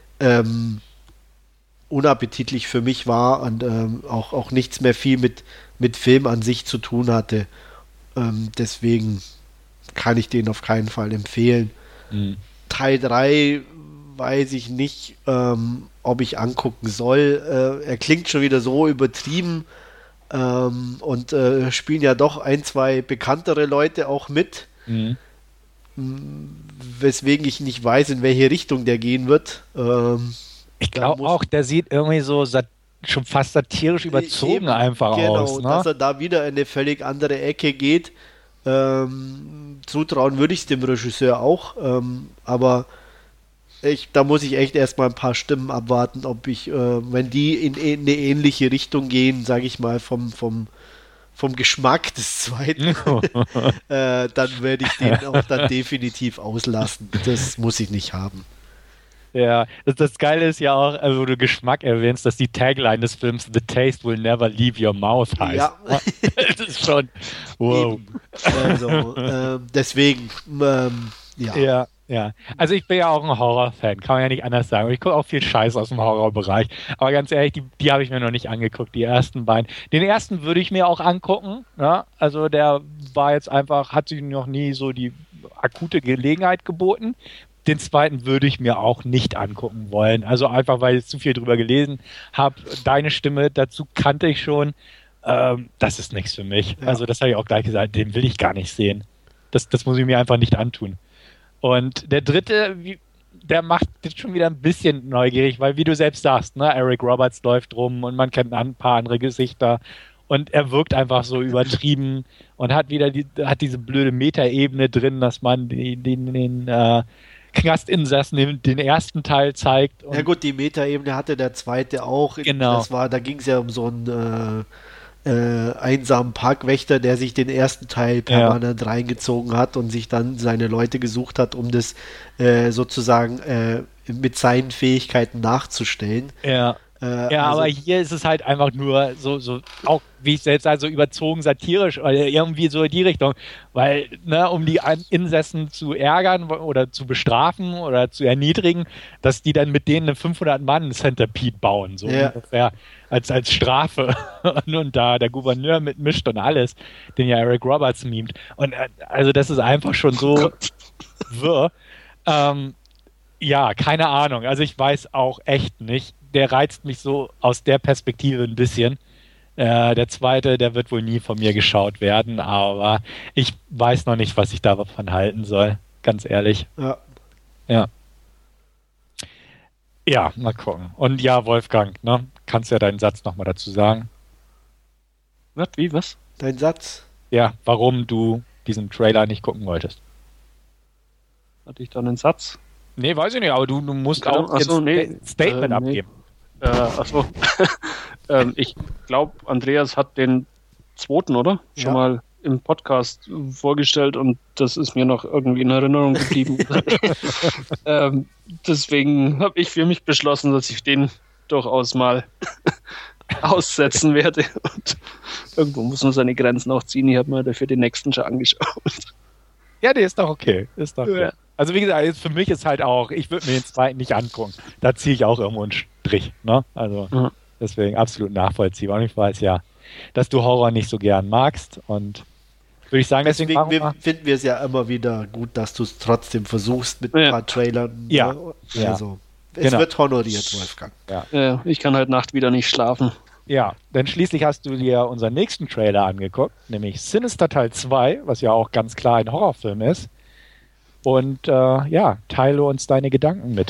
C: unappetitlich für mich war und auch nichts mehr viel mit Film an sich zu tun hatte. Deswegen kann ich den auf keinen Fall empfehlen. Teil 3 weiß ich nicht, ob ich angucken soll. Er klingt schon wieder so übertrieben, und spielen ja doch 1, 2 bekanntere Leute auch mit. Weswegen ich nicht weiß, in welche Richtung der gehen wird.
A: Ich glaube auch, der sieht irgendwie so schon fast satirisch überzogen einfach aus.
C: Genau, dass er da wieder in eine völlig andere Ecke geht. Zutrauen würde ich es dem Regisseur auch, aber Da muss ich echt erstmal ein paar Stimmen abwarten, ob ich, wenn die in eine ähnliche Richtung gehen, sage ich mal, vom Geschmack des zweiten, dann werde ich den auch dann definitiv auslassen. Das muss ich nicht haben.
A: Ja, das Geile ist ja auch, wo du Geschmack erwähnst, dass die Tagline des Films The Taste Will Never Leave Your Mouth heißt.
C: Ja.
A: Das ist schon, wow.
C: Also, deswegen, ja.
A: Ja. Also ich bin ja auch ein Horrorfan, kann man ja nicht anders sagen. Und ich gucke auch viel Scheiß aus dem Horrorbereich. Aber ganz ehrlich, die habe ich mir noch nicht angeguckt, die ersten beiden. Den ersten würde ich mir auch angucken. Ja? Also der war jetzt einfach, hat sich noch nie so die akute Gelegenheit geboten. Den zweiten würde ich mir auch nicht angucken wollen. Also einfach, weil ich zu viel drüber gelesen habe. Deine Stimme dazu kannte ich schon. Das ist nichts für mich. Ja. Also das habe ich auch gleich gesagt, den will ich gar nicht sehen. Das muss ich mir einfach nicht antun. Und der dritte, der macht jetzt schon wieder ein bisschen neugierig, weil wie du selbst sagst, ne, Eric Roberts läuft rum und man kennt ein paar andere Gesichter und er wirkt einfach so übertrieben und hat wieder diese blöde Metaebene drin, dass man den Knastinsassen den ersten Teil zeigt.
C: Ja gut, die Metaebene hatte der zweite auch.
A: Genau.
C: Da ging es ja um so einen einsamen Parkwächter, der sich den ersten Teil permanent reingezogen hat und sich dann seine Leute gesucht hat, um das sozusagen mit seinen Fähigkeiten nachzustellen.
A: Ja. Aber hier ist es halt einfach nur so auch wie ich selbst sage, so überzogen satirisch oder irgendwie so in die Richtung, weil, ne, um die Insassen zu ärgern oder zu bestrafen oder zu erniedrigen, dass die dann mit denen eine 500-Mann-Centipede bauen, so ungefähr als Strafe. Und da der Gouverneur mitmischt und alles, den ja Eric Roberts mimt. Und also das ist einfach schon so wirr. Ja, keine Ahnung. Also ich weiß auch echt nicht. Der reizt mich so aus der Perspektive ein bisschen. Der zweite, der wird wohl nie von mir geschaut werden, aber ich weiß noch nicht, was ich davon halten soll. Ganz ehrlich. Ja. Ja, mal gucken. Und ja, Wolfgang, ne? Kannst ja deinen Satz nochmal dazu sagen.
B: Was?
C: Dein Satz?
A: Ja, warum du diesen Trailer nicht gucken wolltest.
B: Hatte ich da einen Satz?
A: Nee, weiß ich nicht, aber du musst auch ein Statement abgeben.
B: Achso. Ich glaube, Andreas hat den zweiten, oder? Schon mal im Podcast vorgestellt und das ist mir noch irgendwie in Erinnerung geblieben. Deswegen habe ich für mich beschlossen, dass ich den durchaus mal aussetzen werde. Und irgendwo muss man seine Grenzen auch ziehen. Ich habe mir dafür den nächsten schon angeschaut.
A: Ja, der ist doch okay. Ja. Also wie gesagt, für mich ist halt auch, ich würde mir den zweiten nicht angucken. Da ziehe ich auch irgendwo einen Strich. Ne? Also deswegen absolut nachvollziehbar. Und ich weiß ja, dass du Horror nicht so gern magst. Und würde ich sagen, deswegen
C: finden wir es ja immer wieder gut, dass du es trotzdem versuchst mit ein paar Trailern.
A: Ja.
C: Also, es wird honoriert, Wolfgang.
B: Ja, ich kann heute Nacht wieder nicht schlafen.
A: Ja, denn schließlich hast du dir unseren nächsten Trailer angeguckt, nämlich Sinister Teil 2, was ja auch ganz klar ein Horrorfilm ist. Und teile uns deine Gedanken mit.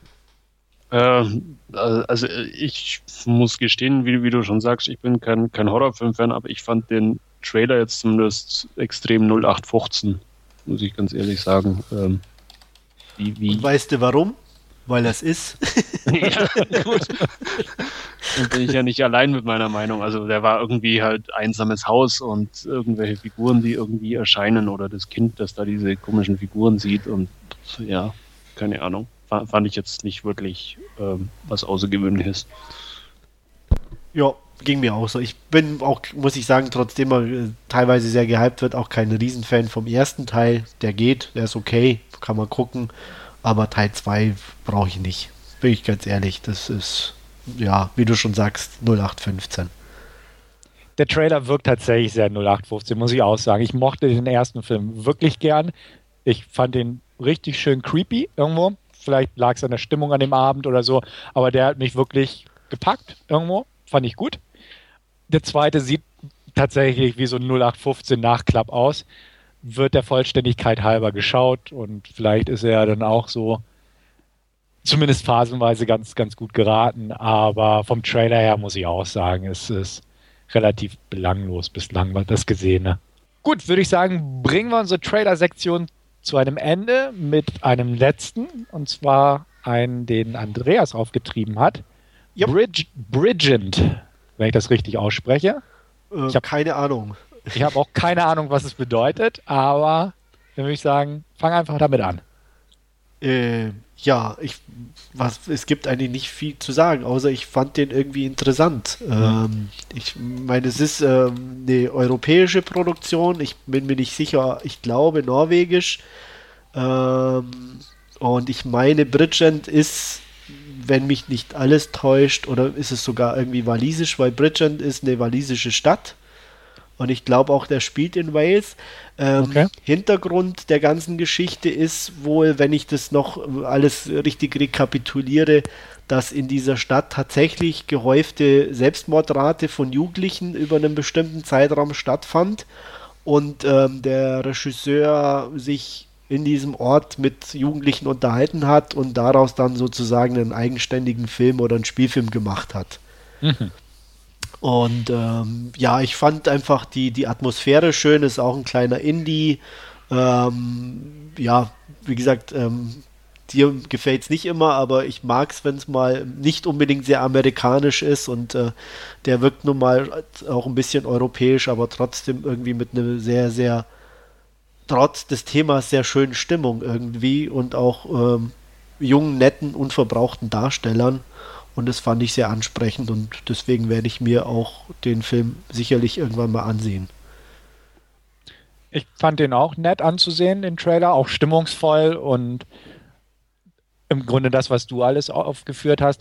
B: Also ich muss gestehen, wie du schon sagst, ich bin kein Horrorfilm-Fan, aber ich fand den Trailer jetzt zumindest extrem 0815, muss ich ganz ehrlich sagen.
C: Und weißt du warum? Weil das ist.
B: Ja, gut. Dann bin ich ja nicht allein mit meiner Meinung. Also der war irgendwie halt einsames Haus und irgendwelche Figuren, die irgendwie erscheinen oder das Kind, das da diese komischen Figuren sieht und ja, keine Ahnung. Fand ich jetzt nicht wirklich was Außergewöhnliches.
C: Ja, ging mir auch so. Ich bin auch, muss ich sagen, trotzdem er teilweise sehr gehypt wird, auch kein Riesenfan vom ersten Teil. Der ist okay, kann man gucken. Aber Teil 2 brauche ich nicht. Bin ich ganz ehrlich. Das ist, ja, wie du schon sagst, 0815.
A: Der Trailer wirkt tatsächlich sehr 0815, muss ich auch sagen. Ich mochte den ersten Film wirklich gern. Ich fand den richtig schön creepy irgendwo. Vielleicht lag es an der Stimmung an dem Abend oder so. Aber der hat mich wirklich gepackt irgendwo. Fand ich gut. Der zweite sieht tatsächlich wie so ein 0815 Nachklapp aus. Wird der Vollständigkeit halber geschaut und vielleicht ist er dann auch so zumindest phasenweise ganz, ganz gut geraten, aber vom Trailer her muss ich auch sagen, es ist relativ belanglos bislang, was das Gesehene. Gut, würde ich sagen, bringen wir unsere Trailer-Sektion zu einem Ende mit einem letzten, und zwar einen, den Andreas aufgetrieben hat.
C: Yep.
A: Bridgend, wenn ich das richtig ausspreche.
C: Ich habe keine Ahnung.
A: Ich habe auch keine Ahnung, was es bedeutet, aber dann würde ich sagen, fang einfach damit an.
C: Ja, es gibt eigentlich nicht viel zu sagen, außer ich fand den irgendwie interessant. Ich meine, es ist eine europäische Produktion, ich bin mir nicht sicher, ich glaube norwegisch. Und ich meine, Bridgend ist, wenn mich nicht alles täuscht, oder ist es sogar irgendwie walisisch, weil Bridgend ist eine walisische Stadt. Und ich glaube auch, der spielt in Wales.
A: Okay.
C: Hintergrund der ganzen Geschichte ist wohl, wenn ich das noch alles richtig rekapituliere, dass in dieser Stadt tatsächlich gehäufte Selbstmordrate von Jugendlichen über einen bestimmten Zeitraum stattfand und der Regisseur sich in diesem Ort mit Jugendlichen unterhalten hat und daraus dann sozusagen einen eigenständigen Film oder einen Spielfilm gemacht hat.
A: Mhm.
C: Und ja, ich fand einfach die Atmosphäre schön, ist auch ein kleiner Indie. Ja, wie gesagt, dir gefällt es nicht immer, aber ich mag es, wenn es mal nicht unbedingt sehr amerikanisch ist und der wirkt nun mal auch ein bisschen europäisch, aber trotzdem irgendwie mit einer sehr, sehr, trotz des Themas sehr schönen Stimmung irgendwie und auch jungen, netten, unverbrauchten Darstellern. Und das fand ich sehr ansprechend und deswegen werde ich mir auch den Film sicherlich irgendwann mal ansehen.
A: Ich fand den auch nett anzusehen, den Trailer, auch stimmungsvoll und im Grunde das, was du alles aufgeführt hast.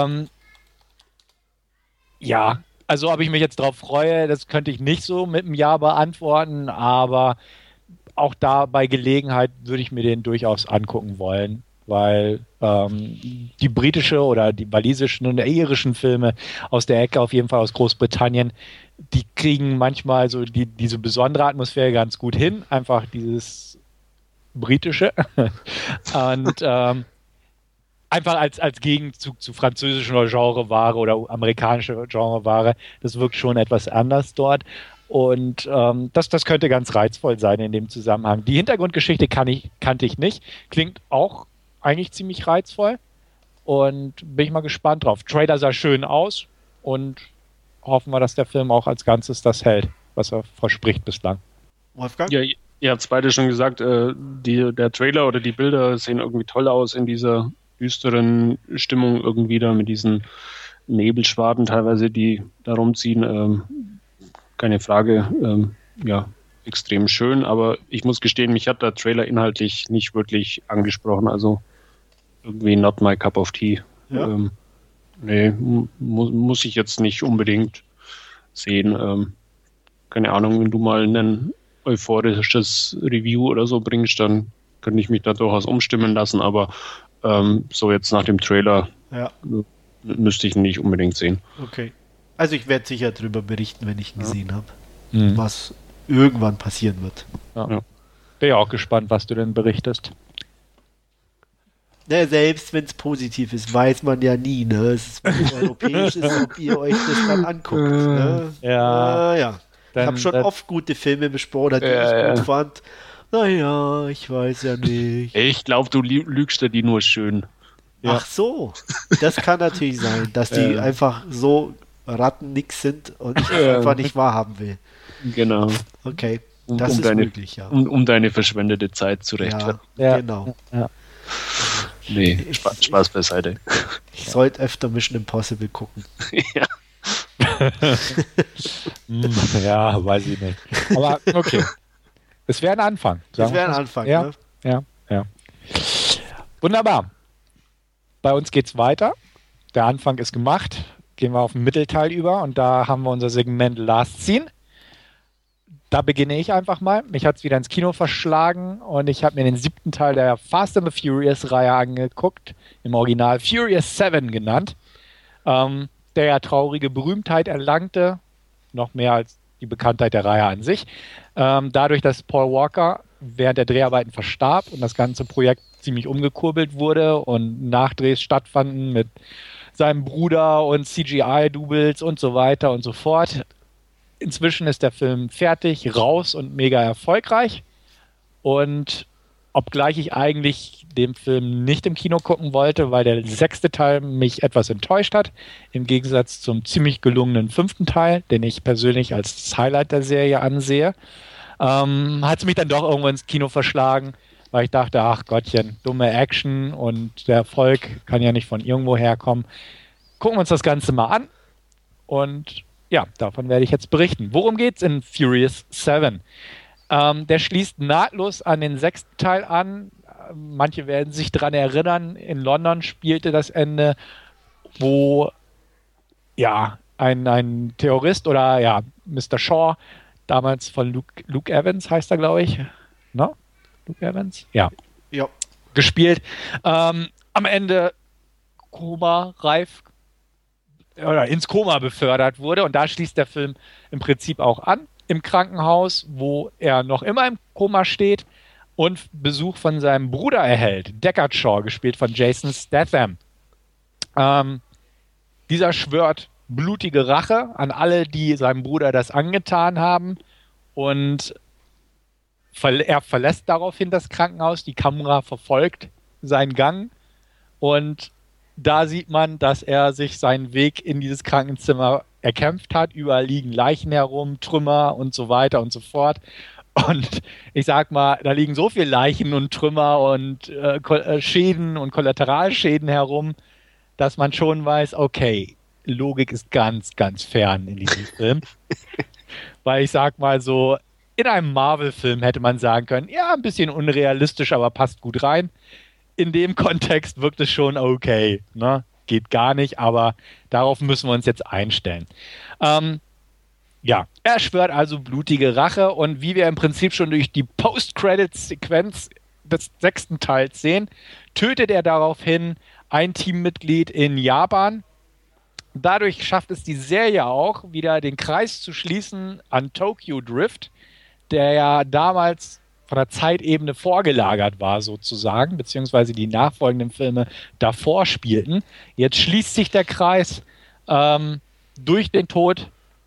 A: Ja, also ob ich mich jetzt drauf freue, das könnte ich nicht so mit einem Ja beantworten, aber auch da bei Gelegenheit würde ich mir den durchaus angucken wollen, weil die britische oder die walisischen und irischen Filme aus der Ecke, auf jeden Fall aus Großbritannien, die kriegen manchmal so diese besondere Atmosphäre ganz gut hin, einfach dieses britische und einfach als Gegenzug zu französischer Genreware oder amerikanischer Genreware, das wirkt schon etwas anders dort. Und das könnte ganz reizvoll sein in dem Zusammenhang. Die Hintergrundgeschichte kannte ich nicht. Klingt auch eigentlich ziemlich reizvoll. Und bin ich mal gespannt drauf. Trailer sah schön aus und hoffen wir, dass der Film auch als Ganzes das hält, was er verspricht bislang.
C: Wolfgang?
B: Ja, ihr habt es beide schon gesagt, der Trailer oder die Bilder sehen irgendwie toll aus in dieser düsteren Stimmung irgendwie da mit diesen Nebelschwaden teilweise, die da rumziehen. Keine Frage, ja, extrem schön, aber ich muss gestehen, mich hat der Trailer inhaltlich nicht wirklich angesprochen, also irgendwie not my cup of tea.
C: Ja.
B: Nee, muss ich jetzt nicht unbedingt sehen. Keine Ahnung, wenn du mal ein euphorisches Review oder so bringst, dann könnte ich mich da durchaus umstimmen lassen, aber so jetzt nach dem Trailer
C: Ja.
B: müsste ich ihn nicht unbedingt sehen.
C: Okay. Also ich werde sicher darüber berichten, wenn ich ihn gesehen habe,
A: Mhm.
C: was irgendwann passieren wird.
A: Ja. Bin ja auch gespannt, was du denn berichtest.
C: Ne, selbst wenn es positiv ist, weiß man ja nie, ne? Es ist, wenn es europäisch ist, ob ihr euch das dann anguckt, ne?
A: Ja.
C: Ja. Ich habe schon oft gute Filme besprochen, die ich gut fand. Naja, ich weiß ja nicht.
B: Ich glaube, du lügst dir die nur schön.
A: Ja.
C: Ach so, das kann natürlich sein, dass die einfach so Ratten nix sind und ich das einfach nicht wahrhaben will.
B: Genau.
C: Okay, das ist möglich, ja.
B: Um deine verschwendete Zeit zu rechtfertigen.
C: Ja, genau.
A: Ja.
B: Nee, Spaß beiseite.
C: Ich sollte öfter Mission Impossible gucken.
B: Ja.
A: Ja, weiß ich nicht. Aber okay. Es wäre ein Anfang.
C: Das wäre ein Anfang,
A: ja,
C: ne?
A: Ja. Wunderbar. Bei uns geht's weiter. Der Anfang ist gemacht. Gehen wir auf den Mittelteil über und da haben wir unser Segment Last Scene. Da beginne ich einfach mal. Mich hat es wieder ins Kino verschlagen und ich habe mir den 7. Teil der Fast and the Furious-Reihe angeguckt. Im Original Furious 7 genannt. Der ja traurige Berühmtheit erlangte. Noch mehr als die Bekanntheit der Reihe an sich. Dadurch, dass Paul Walker während der Dreharbeiten verstarb und das ganze Projekt ziemlich umgekurbelt wurde und Nachdrehs stattfanden mit seinem Bruder und CGI-Doubles und so weiter und so fort. Inzwischen ist der Film fertig, raus und mega erfolgreich. Und obgleich ich eigentlich den Film nicht im Kino gucken wollte, weil der 6. Teil mich etwas enttäuscht hat, im Gegensatz zum ziemlich gelungenen 5. Teil, den ich persönlich als das Highlight der Serie ansehe, hat es mich dann doch irgendwo ins Kino verschlagen, weil ich dachte, ach Gottchen, dumme Action und der Erfolg kann ja nicht von irgendwo herkommen. Gucken wir uns das Ganze mal an und ja, davon werde ich jetzt berichten. Worum geht's in Furious 7? Der schließt nahtlos an den 6. Teil an. Manche werden sich daran erinnern, in London spielte das Ende, wo ja ein Terrorist oder ja Mr. Shaw, damals von Luke Evans heißt er, glaube ich. Ne? Luke Evans? Ja. Gespielt. Am Ende Koma-reif oder ins Koma befördert wurde. Und da schließt der Film im Prinzip auch an. Im Krankenhaus, wo er noch immer im Koma steht und Besuch von seinem Bruder erhält. Deckard Shaw, gespielt von Jason Statham. Dieser schwört blutige Rache an alle, die seinem Bruder das angetan haben. Und er verlässt daraufhin das Krankenhaus. Die Kamera verfolgt seinen Gang. Und da sieht man, dass er sich seinen Weg in dieses Krankenzimmer erkämpft hat. Überall liegen Leichen herum, Trümmer und so weiter und so fort. Und ich sag mal, da liegen so viele Leichen und Trümmer und Schäden und Kollateralschäden herum, dass man schon weiß, okay, Logik ist ganz, ganz fern in diesem Film. Weil ich sag mal so, in einem Marvel-Film hätte man sagen können, ja, ein bisschen unrealistisch, aber passt gut rein. In dem Kontext wirkt es schon okay, ne? Geht gar nicht, aber darauf müssen wir uns jetzt einstellen. Ja, er schwört also blutige Rache und wie wir im Prinzip schon durch die Post-Credits-Sequenz des 6. Teils sehen, tötet er daraufhin ein Teammitglied in Japan. Dadurch schafft es die Serie auch, wieder den Kreis zu schließen an Tokyo Drift, der ja damals von der Zeitebene vorgelagert war sozusagen, beziehungsweise die nachfolgenden Filme davor spielten. Jetzt schließt sich der Kreis durch den Tod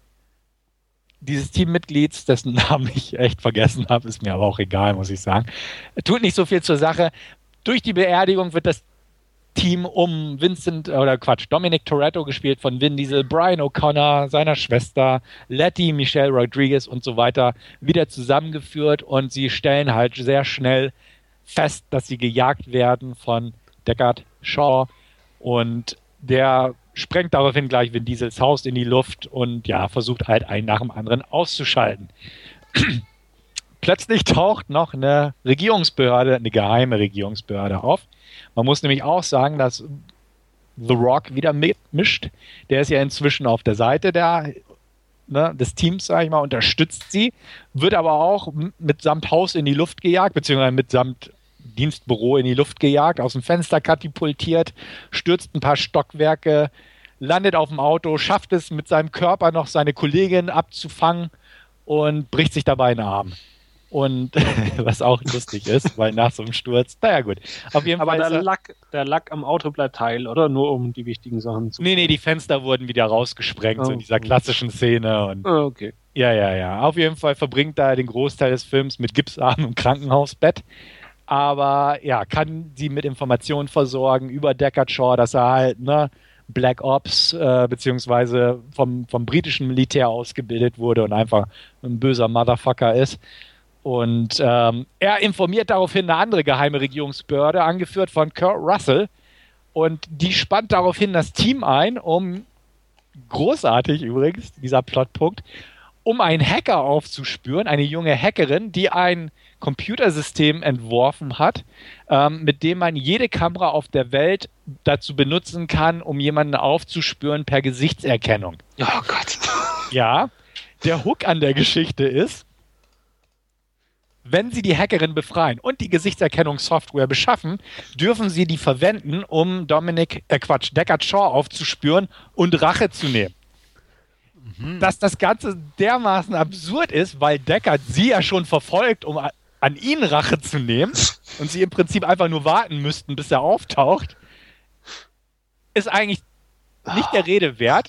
A: dieses Teammitglieds, dessen Namen ich echt vergessen habe, ist mir aber auch egal, muss ich sagen. Tut nicht so viel zur Sache. Durch die Beerdigung wird das Team um Dominic Toretto, gespielt von Vin Diesel, Brian O'Connor, seiner Schwester, Letty, Michelle Rodriguez und so weiter, wieder zusammengeführt und sie stellen halt sehr schnell fest, dass sie gejagt werden von Deckard Shaw und der sprengt daraufhin gleich Vin Diesels Haus in die Luft und ja, versucht halt einen nach dem anderen auszuschalten. Plötzlich taucht noch eine Regierungsbehörde, eine geheime Regierungsbehörde auf. Man muss nämlich auch sagen, dass The Rock wieder mitmischt. Der ist ja inzwischen auf der Seite des Teams, sag ich mal, unterstützt sie, wird aber auch mitsamt Haus in die Luft gejagt, beziehungsweise mitsamt Dienstbüro in die Luft gejagt, aus dem Fenster katapultiert, stürzt ein paar Stockwerke, landet auf dem Auto, schafft es mit seinem Körper noch seine Kollegin abzufangen und bricht sich dabei einen Arm. Und was auch lustig ist, weil nach so einem Sturz, naja gut. Auf jeden
B: Aber
A: Fall
B: der Lack am Auto bleibt heil, oder? Nur um die wichtigen Sachen zu...
A: Nee, die Fenster wurden wieder rausgesprengt, so in dieser klassischen Szene. Und
B: okay.
A: Ja. Auf jeden Fall verbringt er den Großteil des Films mit Gipsarm im Krankenhausbett. Aber ja, kann sie mit Informationen versorgen über Deckard Shaw, dass er halt, Black Ops, beziehungsweise vom britischen Militär ausgebildet wurde und einfach ein böser Motherfucker ist. Und er informiert daraufhin eine andere geheime Regierungsbehörde, angeführt von Kurt Russell. Und die spannt daraufhin das Team ein, großartig übrigens, dieser Plotpunkt, um einen Hacker aufzuspüren, eine junge Hackerin, die ein Computersystem entworfen hat, mit dem man jede Kamera auf der Welt dazu benutzen kann, um jemanden aufzuspüren per Gesichtserkennung.
B: Oh Gott.
A: Ja, der Hook an der Geschichte ist, wenn sie die Hackerin befreien und die Gesichtserkennungssoftware beschaffen, dürfen sie die verwenden, um Deckard Shaw aufzuspüren und Rache zu nehmen. Dass das Ganze dermaßen absurd ist, weil Deckard sie ja schon verfolgt, um an ihn Rache zu nehmen und sie im Prinzip einfach nur warten müssten, bis er auftaucht, ist eigentlich nicht der Rede wert.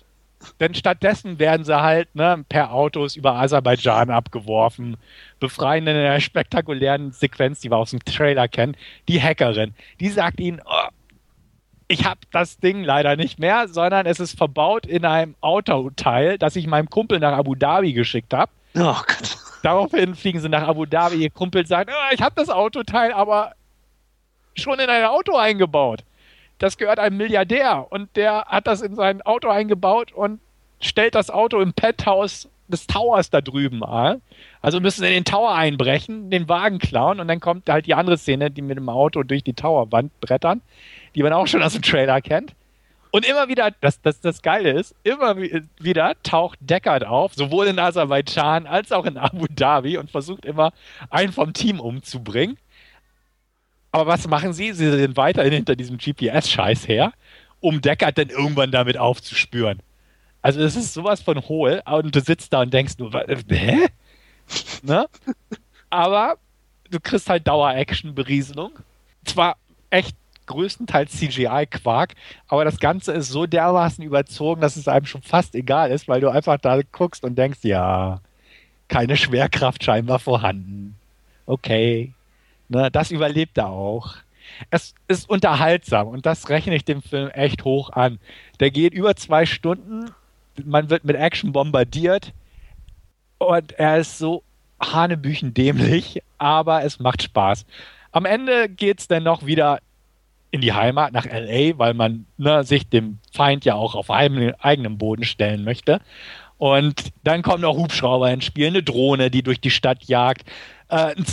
A: Denn stattdessen werden sie halt per Autos über Aserbaidschan abgeworfen, befreien in einer spektakulären Sequenz, die wir aus dem Trailer kennen, die Hackerin. Die sagt ihnen, oh, ich habe das Ding leider nicht mehr, sondern es ist verbaut in einem Autoteil, das ich meinem Kumpel nach Abu Dhabi geschickt habe.
B: Oh Gott.
A: Daraufhin fliegen sie nach Abu Dhabi. Ihr Kumpel sagt, oh, ich habe das Autoteil aber schon in ein Auto eingebaut. Das gehört einem Milliardär und der hat das in sein Auto eingebaut und stellt das Auto im Penthouse des Towers da drüben an. Also müssen sie in den Tower einbrechen, den Wagen klauen und dann kommt halt die andere Szene, die mit dem Auto durch die Towerwand brettern, die man auch schon aus dem Trailer kennt. Und immer wieder, das Geile ist, immer wieder taucht Deckard auf, sowohl in Aserbaidschan als auch in Abu Dhabi und versucht immer, einen vom Team umzubringen. Aber was machen sie? Sie sind weiterhin hinter diesem GPS-Scheiß her, um Deckard dann irgendwann damit aufzuspüren. Also es ist sowas von hohl und du sitzt da und denkst nur, hä? Ne? Aber du kriegst halt Dauer-Action-Berieselung. Zwar echt größtenteils CGI-Quark, aber das Ganze ist so dermaßen überzogen, dass es einem schon fast egal ist, weil du einfach da guckst und denkst, ja, keine Schwerkraft scheinbar vorhanden. Okay, ne, das überlebt er auch. Es ist unterhaltsam und das rechne ich dem Film echt hoch an. Der geht über 2 Stunden, man wird mit Action bombardiert und er ist so hanebüchendämlich, aber es macht Spaß. Am Ende geht es dann noch wieder in die Heimat, nach L.A., weil man sich dem Feind ja auch auf eigenem Boden stellen möchte. Und dann kommen noch Hubschrauber ins Spiel, eine Drohne, die durch die Stadt jagt. Ein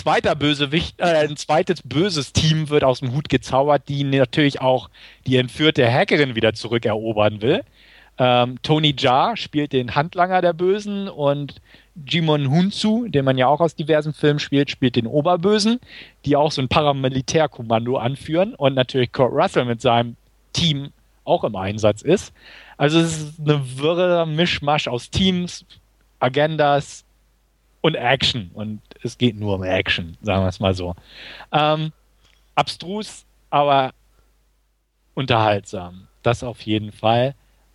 A: zweites böses Team wird aus dem Hut gezaubert, die natürlich auch die entführte Hackerin wieder zurückerobern will. Tony Jaa spielt den Handlanger der Bösen und Jimon Hunsu, den man ja auch aus diversen Filmen spielt den Oberbösen, die auch so ein Paramilitärkommando anführen und natürlich Kurt Russell mit seinem Team auch im Einsatz ist. Also es ist eine wirre Mischmasch aus Teams, Agendas und Action und es geht nur um Action, sagen wir es mal so. Abstrus, aber unterhaltsam. Das auf jeden Fall.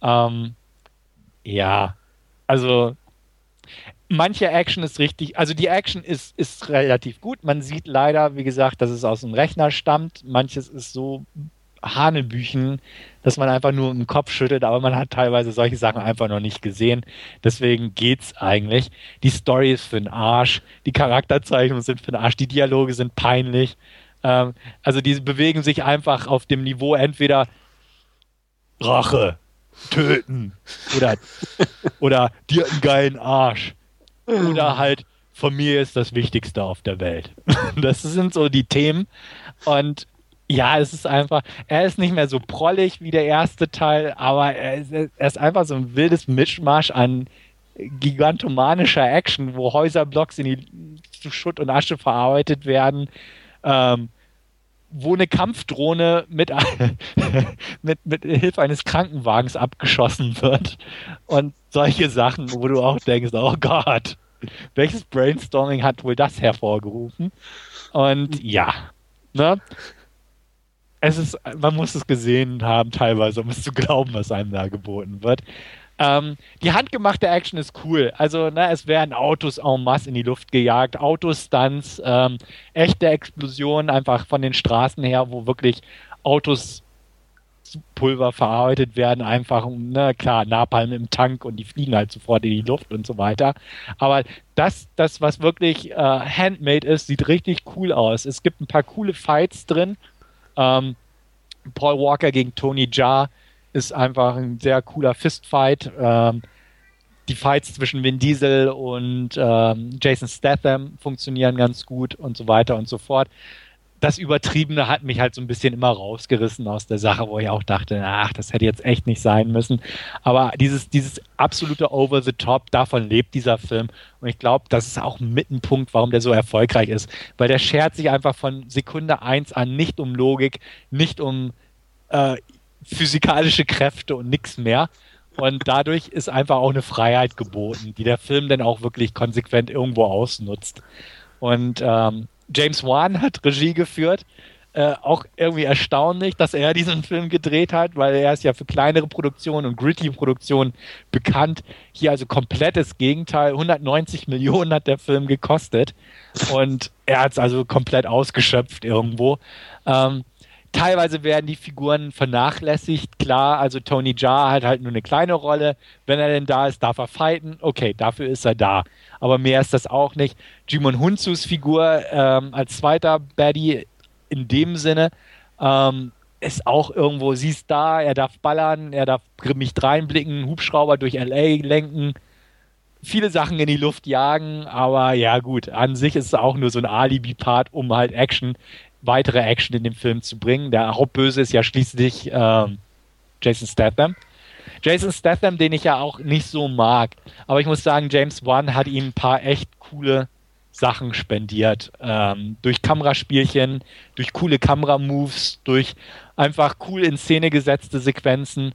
A: Ja, also manche Action ist richtig, also die Action ist relativ gut. Man sieht leider, wie gesagt, dass es aus dem Rechner stammt. Manches ist so Hanebüchen, dass man einfach nur im Kopf schüttelt, aber man hat teilweise solche Sachen einfach noch nicht gesehen. Deswegen geht's eigentlich. Die Story ist für den Arsch, die Charakterzeichnungen sind für den Arsch, die Dialoge sind peinlich. Also die bewegen sich einfach auf dem Niveau entweder Rache, töten oder dir einen geilen Arsch oder halt Familie ist das Wichtigste auf der Welt. Das sind so die Themen und ja, es ist einfach, er ist nicht mehr so prollig wie der erste Teil, aber er ist einfach so ein wildes Mischmasch an gigantomanischer Action, wo Häuserblocks zu Schutt und Asche verarbeitet werden, wo eine Kampfdrohne mit Hilfe eines Krankenwagens abgeschossen wird und solche Sachen, wo du auch denkst, oh Gott, welches Brainstorming hat wohl das hervorgerufen? Und ja, ne? Man muss es gesehen haben teilweise, um es zu glauben, was einem da geboten wird. Die handgemachte Action ist cool. Also, es werden Autos en masse in die Luft gejagt, Autostunts, echte Explosionen einfach von den Straßen her, wo wirklich Autos zu Pulver verarbeitet werden, einfach, klar, Napalm im Tank und die fliegen halt sofort in die Luft und so weiter. Aber das was wirklich handmade ist, sieht richtig cool aus. Es gibt ein paar coole Fights drin. Paul Walker gegen Tony Jaa ist einfach ein sehr cooler Fistfight. Die Fights zwischen Vin Diesel und Jason Statham funktionieren ganz gut und so weiter und so fort. Das Übertriebene hat mich halt so ein bisschen immer rausgerissen aus der Sache, wo ich auch dachte, ach, das hätte jetzt echt nicht sein müssen. Aber dieses absolute Over-the-Top, davon lebt dieser Film. Und ich glaube, das ist auch mit ein Punkt, warum der so erfolgreich ist. Weil der schert sich einfach von Sekunde 1 an nicht um Logik, nicht um physikalische Kräfte und nichts mehr. Und dadurch ist einfach auch eine Freiheit geboten, die der Film dann auch wirklich konsequent irgendwo ausnutzt. Und James Wan hat Regie geführt. auch irgendwie erstaunlich, dass er diesen Film gedreht hat, weil er ist ja für kleinere Produktionen und gritty Produktionen bekannt. Hier also komplettes Gegenteil. 190 Millionen hat der Film gekostet und er hat es also komplett ausgeschöpft irgendwo. Teilweise werden die Figuren vernachlässigt. Klar, also Tony Jaa hat halt nur eine kleine Rolle. Wenn er denn da ist, darf er fighten. Okay, dafür ist er da. Aber mehr ist das auch nicht. Jimon Hunsus Figur als zweiter Baddie in dem Sinne ist auch irgendwo, sie ist da, er darf ballern, er darf grimmig reinblicken, Hubschrauber durch L.A. lenken, viele Sachen in die Luft jagen, aber ja gut, an sich ist es auch nur so ein Alibi-Part, um halt weitere Action in den Film zu bringen. Der Hauptböse ist ja schließlich Jason Statham. Jason Statham, den ich ja auch nicht so mag, aber ich muss sagen, James Wan hat ihm ein paar echt coole Sachen spendiert. Durch Kameraspielchen, durch coole Kameramoves, durch einfach cool in Szene gesetzte Sequenzen.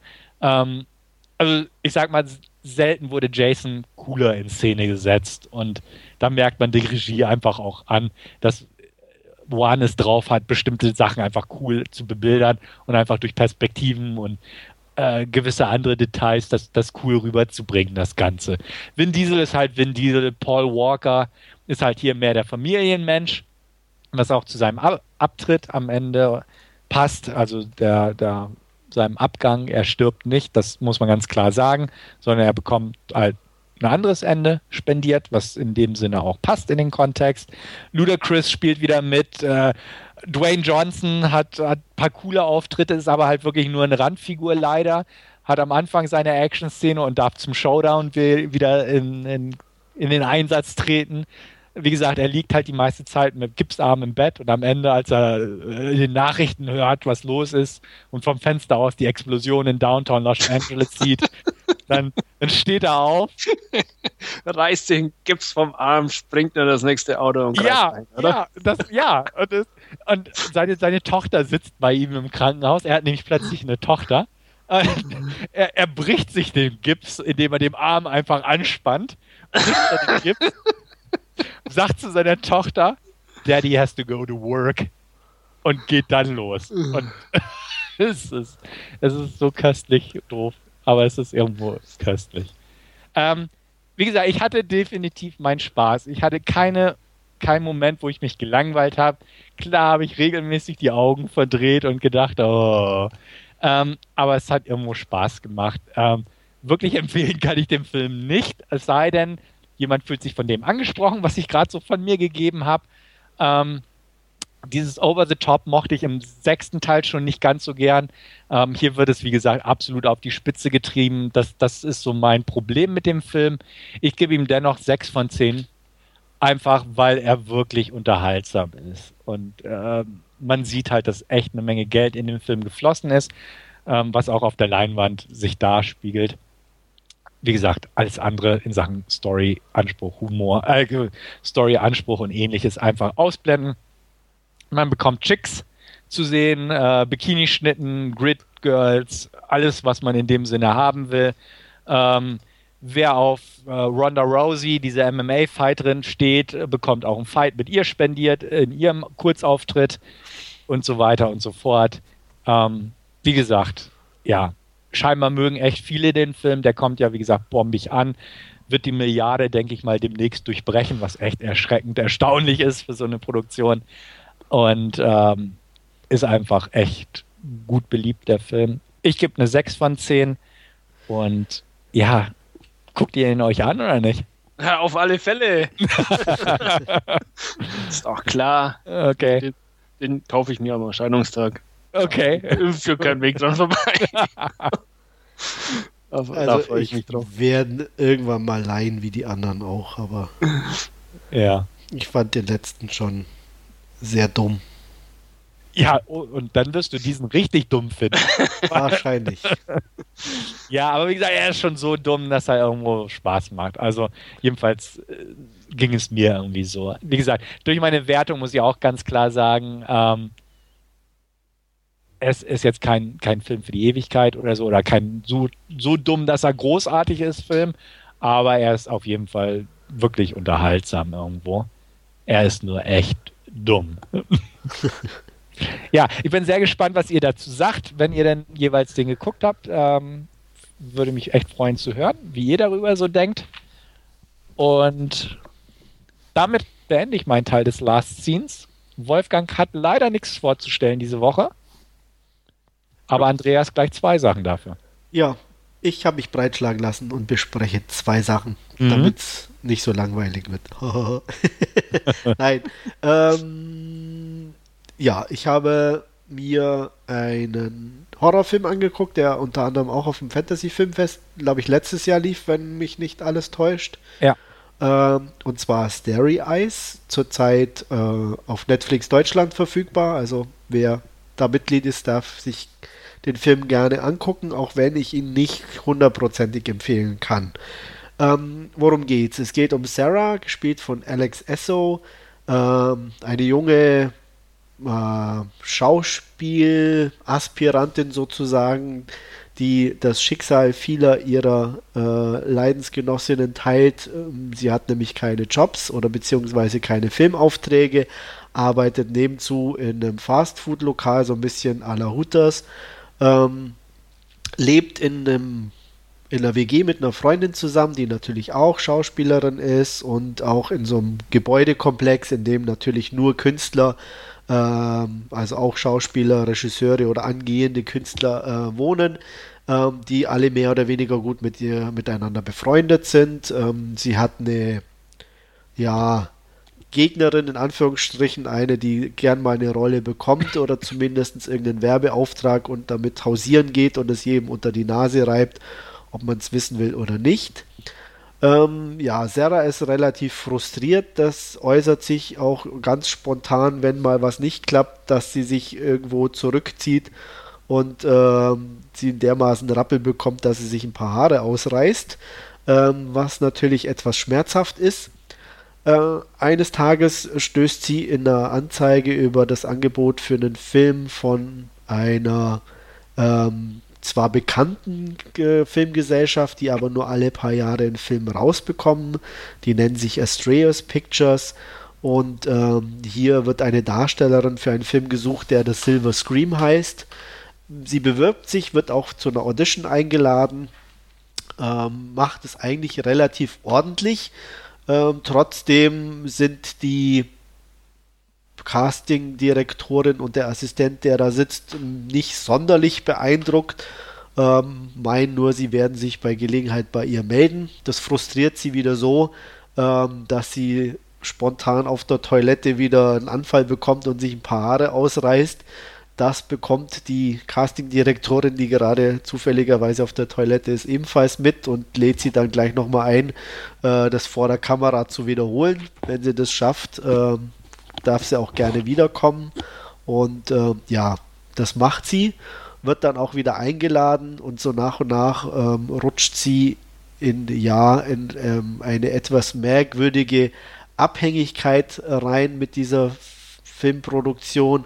A: Also ich sag mal, selten wurde Jason cooler in Szene gesetzt und da merkt man die Regie einfach auch an, dass Wan es drauf hat, bestimmte Sachen einfach cool zu bebildern und einfach durch Perspektiven und gewisse andere Details das cool rüberzubringen, das Ganze. Vin Diesel ist halt Vin Diesel, Paul Walker ist halt hier mehr der Familienmensch, was auch zu seinem Abtritt am Ende passt, also seinem Abgang, er stirbt nicht, das muss man ganz klar sagen, sondern er bekommt halt ein anderes Ende spendiert, was in dem Sinne auch passt in den Kontext. Ludacris spielt wieder mit, Dwayne Johnson hat ein paar coole Auftritte, ist aber halt wirklich nur eine Randfigur leider, hat am Anfang seine Action-Szene und darf zum Showdown wieder in den Einsatz treten. Wie gesagt, er liegt halt die meiste Zeit mit Gipsarm im Bett und am Ende, als er in den Nachrichten hört, was los ist und vom Fenster aus die Explosion in Downtown Los Angeles sieht, dann steht er auf.
B: Reißt den Gips vom Arm, springt in das nächste Auto und greift ein, oder?
A: Und seine Tochter sitzt bei ihm im Krankenhaus. Er hat nämlich plötzlich eine Tochter. Er bricht sich den Gips, indem er den Arm einfach anspannt. Bricht den Gips, sagt zu seiner Tochter, Daddy has to go to work und geht dann los. Und es ist so köstlich doof, aber es ist irgendwo köstlich. Wie gesagt, ich hatte definitiv meinen Spaß. Ich hatte keinen Moment, wo ich mich gelangweilt habe. Klar habe ich regelmäßig die Augen verdreht und gedacht, oh. Aber es hat irgendwo Spaß gemacht. Wirklich empfehlen kann ich den Film nicht, es sei denn, jemand fühlt sich von dem angesprochen, was ich gerade so von mir gegeben habe. Dieses Over the Top mochte ich im 6. Teil schon nicht ganz so gern. Hier wird es, wie gesagt, absolut auf die Spitze getrieben. Das ist so mein Problem mit dem Film. Ich gebe ihm dennoch 6 von 10. Einfach, weil er wirklich unterhaltsam ist. Und man sieht halt, dass echt eine Menge Geld in den Film geflossen ist, was auch auf der Leinwand sich darspiegelt. Wie gesagt, alles andere in Sachen Story, Anspruch, Humor, Story, Anspruch und ähnliches einfach ausblenden. Man bekommt Chicks zu sehen, Bikini-Schnitten, Grid-Girls, alles, was man in dem Sinne haben will. Wer auf Ronda Rousey, diese MMA-Fighterin, steht, bekommt auch einen Fight mit ihr spendiert, in ihrem Kurzauftritt und so weiter und so fort. Wie gesagt, ja, scheinbar mögen echt viele den Film, der kommt ja, wie gesagt, bombig an, wird die Milliarde, denke ich mal, demnächst durchbrechen, was echt erschreckend erstaunlich ist für so eine Produktion und ist einfach echt gut beliebt, der Film. Ich gebe eine 6 von 10 und ja, guckt ihr ihn euch an oder nicht?
B: Ja, auf alle Fälle. Ist auch klar.
A: Okay.
B: Den kaufe ich mir am Erscheinungstag.
A: Okay.
B: Führt kein Weg dran vorbei. Da freue ich mich drauf.
C: Werden irgendwann mal leihen wie die anderen auch, aber
A: ja.
C: Ich fand den letzten schon sehr dumm.
A: Ja, und dann wirst du diesen richtig dumm finden.
C: Wahrscheinlich.
A: Ja, aber wie gesagt, er ist schon so dumm, dass er irgendwo Spaß macht. Also jedenfalls ging es mir irgendwie so. Wie gesagt, durch meine Wertung muss ich auch ganz klar sagen, es ist jetzt kein Film für die Ewigkeit oder so, oder kein so dumm, dass er großartig ist, Film, aber er ist auf jeden Fall wirklich unterhaltsam irgendwo. Er ist nur echt dumm. Ja, ich bin sehr gespannt, was ihr dazu sagt, wenn ihr denn jeweils den geguckt habt. Würde mich echt freuen zu hören, wie ihr darüber so denkt. Und damit beende ich meinen Teil des Last Scenes. Wolfgang hat leider nichts vorzustellen diese Woche. Aber Andreas gleich 2 Sachen dafür.
C: Ja, ich habe mich breitschlagen lassen und bespreche 2 Sachen, damit es nicht so langweilig wird. Nein. Ja, ich habe mir einen Horrorfilm angeguckt, der unter anderem auch auf dem Fantasy-Filmfest, glaube ich, letztes Jahr lief, wenn mich nicht alles täuscht.
A: Ja.
C: Und zwar Starry Eyes, zurzeit auf Netflix Deutschland verfügbar. Also wer da Mitglied ist, darf sich den Film gerne angucken, auch wenn ich ihn nicht hundertprozentig empfehlen kann. Worum geht's? Es geht um Sarah, gespielt von Alex Esso, eine junge Schauspielaspirantin sozusagen, die das Schicksal vieler ihrer Leidensgenossinnen teilt. Sie hat nämlich keine Jobs oder beziehungsweise keine Filmaufträge, arbeitet nebenzu in einem Fastfood-Lokal, so ein bisschen à la Hooters, lebt in einer WG mit einer Freundin zusammen, die natürlich auch Schauspielerin ist und auch in so einem Gebäudekomplex, in dem natürlich nur Künstler, also auch Schauspieler, Regisseure oder angehende Künstler wohnen, die alle mehr oder weniger gut miteinander befreundet sind. Sie hat eine, ja, Gegnerin, in Anführungsstrichen, eine, die gern mal eine Rolle bekommt oder zumindest irgendeinen Werbeauftrag und damit hausieren geht und es jedem unter die Nase reibt, ob man es wissen will oder nicht. Ja, Sarah ist relativ frustriert. Das äußert sich auch ganz spontan, wenn mal was nicht klappt, dass sie sich irgendwo zurückzieht und sie dermaßen Rappel bekommt, dass sie sich ein paar Haare ausreißt, was natürlich etwas schmerzhaft ist. Eines Tages stößt sie in einer Anzeige über das Angebot für einen Film von einer zwar bekannten Filmgesellschaft, die aber nur alle paar Jahre einen Film rausbekommen. Die nennen sich Astraeus Pictures und hier wird eine Darstellerin für einen Film gesucht, der The Silver Scream heißt. Sie bewirbt sich, wird auch zu einer Audition eingeladen, macht es eigentlich relativ ordentlich. Trotzdem sind die Casting-Direktorin und der Assistent, der da sitzt, nicht sonderlich beeindruckt. Meinen nur, sie werden sich bei Gelegenheit bei ihr melden. Das frustriert sie wieder so, dass sie spontan auf der Toilette wieder einen Anfall bekommt und sich ein paar Haare ausreißt. Das bekommt die Casting-Direktorin, die gerade zufälligerweise auf der Toilette ist, ebenfalls mit und lädt sie dann gleich nochmal ein, das vor der Kamera zu wiederholen. Wenn sie das schafft, darf sie auch gerne wiederkommen. Und ja, das macht sie, wird dann auch wieder eingeladen und so nach und nach rutscht sie in eine etwas merkwürdige Abhängigkeit rein mit dieser Filmproduktion.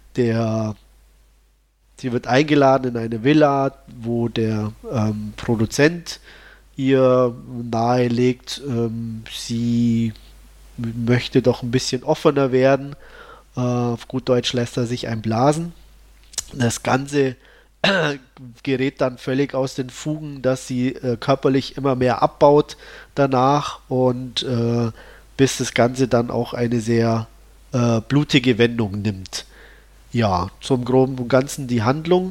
C: Sie wird eingeladen in eine Villa, wo der Produzent ihr nahelegt, sie möchte doch ein bisschen offener werden. Auf gut Deutsch lässt er sich einblasen. Das Ganze gerät dann völlig aus den Fugen, dass sie körperlich immer mehr abbaut danach und bis das Ganze dann auch eine sehr blutige Wendung nimmt. Ja, zum Groben und Ganzen die Handlung.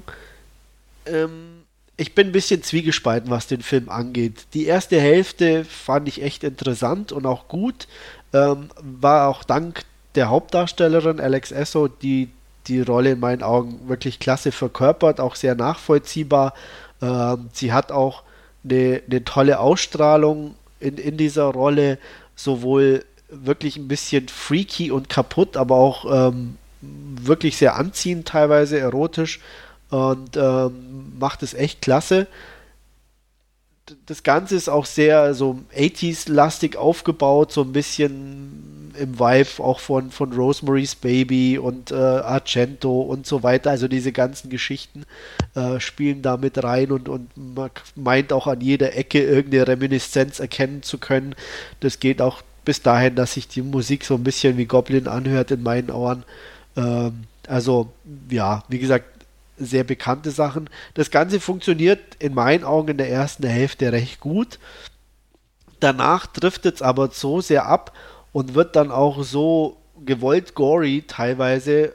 C: Ich bin ein bisschen zwiegespalten, was den Film angeht. Die erste Hälfte fand ich echt interessant und auch gut. War auch dank der Hauptdarstellerin Alex Esso, die Rolle in meinen Augen wirklich klasse verkörpert, auch sehr nachvollziehbar. Sie hat auch eine tolle Ausstrahlung in dieser Rolle, sowohl wirklich ein bisschen freaky und kaputt, aber auch wirklich sehr anziehend, teilweise erotisch und macht es echt klasse. Das Ganze ist auch sehr so 80s-lastig aufgebaut, so ein bisschen im Vibe auch von Rosemary's Baby und Argento und so weiter. Also diese ganzen Geschichten spielen da mit rein und man meint auch an jeder Ecke irgendeine Reminiszenz erkennen zu können. Das geht auch bis dahin, dass sich die Musik so ein bisschen wie Goblin anhört in meinen Ohren. Also, ja, wie gesagt, sehr bekannte Sachen. Das Ganze funktioniert in meinen Augen in der ersten Hälfte recht gut. Danach driftet es aber so sehr ab und wird dann auch so gewollt gory teilweise,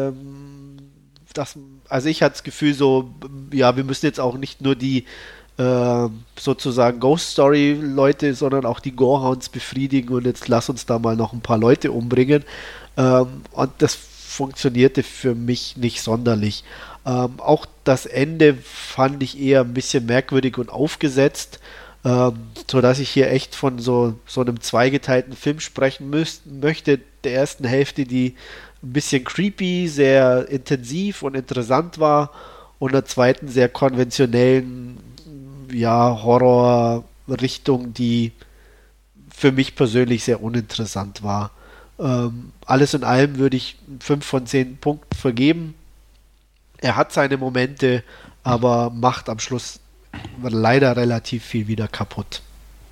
C: also ich hatte das Gefühl so, ja, wir müssen jetzt auch nicht nur die sozusagen Ghost Story Leute, sondern auch die Gorehounds befriedigen und jetzt lass uns da mal noch ein paar Leute umbringen. Und das funktionierte für mich nicht sonderlich. Auch das Ende fand ich eher ein bisschen merkwürdig und aufgesetzt, so dass ich hier echt von so einem zweigeteilten Film sprechen möchte. Der ersten Hälfte, die ein bisschen creepy, sehr intensiv und interessant war, und der zweiten sehr konventionellen, ja, Horror-Richtung, die für mich persönlich sehr uninteressant war. Alles in allem würde ich 5 von 10 Punkten vergeben. Er hat seine Momente, aber macht am Schluss leider relativ viel wieder kaputt.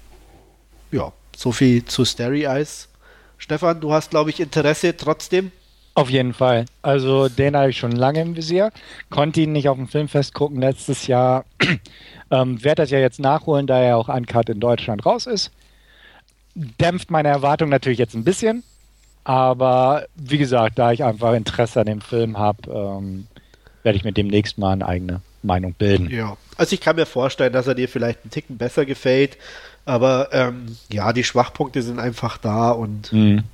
C: Ja, so viel zu Starry Eyes. Stefan, du hast, glaube ich, Interesse trotzdem?
A: Auf jeden Fall. Also den habe ich schon lange im Visier. Konnte ihn nicht auf dem Filmfest gucken letztes Jahr. Werde das ja jetzt nachholen, da er auch uncut in Deutschland raus ist. Dämpft meine Erwartung natürlich jetzt ein bisschen. Aber wie gesagt, da ich einfach Interesse an dem Film habe, werde ich mir demnächst mal eine eigene Meinung bilden.
C: Ja, also ich kann mir vorstellen, dass er dir vielleicht einen Ticken besser gefällt. Aber ja, die Schwachpunkte sind einfach da und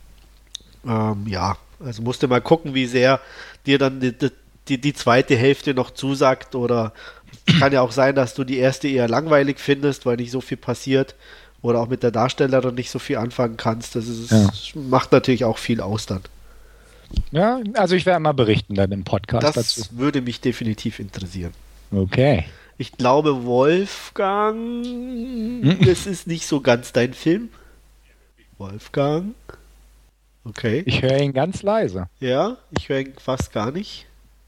C: ja, also musst du mal gucken, wie sehr dir dann die zweite Hälfte noch zusagt, oder kann ja auch sein, dass du die erste eher langweilig findest, weil nicht so viel passiert, oder auch mit der Darstellerin nicht so viel anfangen kannst. Macht natürlich auch viel aus dann.
A: Ja, also ich werde mal berichten dann im Podcast
C: das
A: dazu.
C: Würde mich definitiv interessieren.
A: Okay.
C: Ich glaube, Wolfgang, das ist nicht so ganz dein Film. Wolfgang? Okay.
A: Ich höre ihn ganz leise.
C: Ja, ich höre ihn fast gar nicht.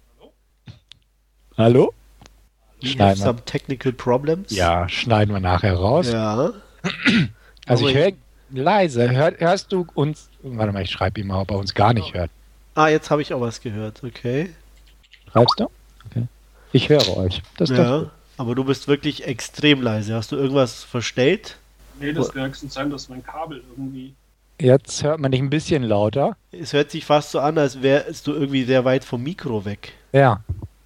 A: Hallo?
C: We have some technical problems.
A: Ja, schneiden wir nachher raus.
C: Ja.
A: Also ich höre leise. Hörst du uns? Warte mal, ich schreibe ihm mal, ob er uns gar nicht hört.
C: Ah, jetzt habe ich auch was gehört. Okay.
A: Schreibst du? Okay. Ich höre euch. Das ist
C: ja,
A: doch gut.
C: Aber du bist wirklich extrem leise. Hast du irgendwas verstellt?
B: Nee, das kann höchstens sein, dass mein Kabel irgendwie...
A: Jetzt hört man dich ein bisschen lauter.
C: Es hört sich fast so an, als wärst du irgendwie sehr weit vom Mikro weg.
A: Ja.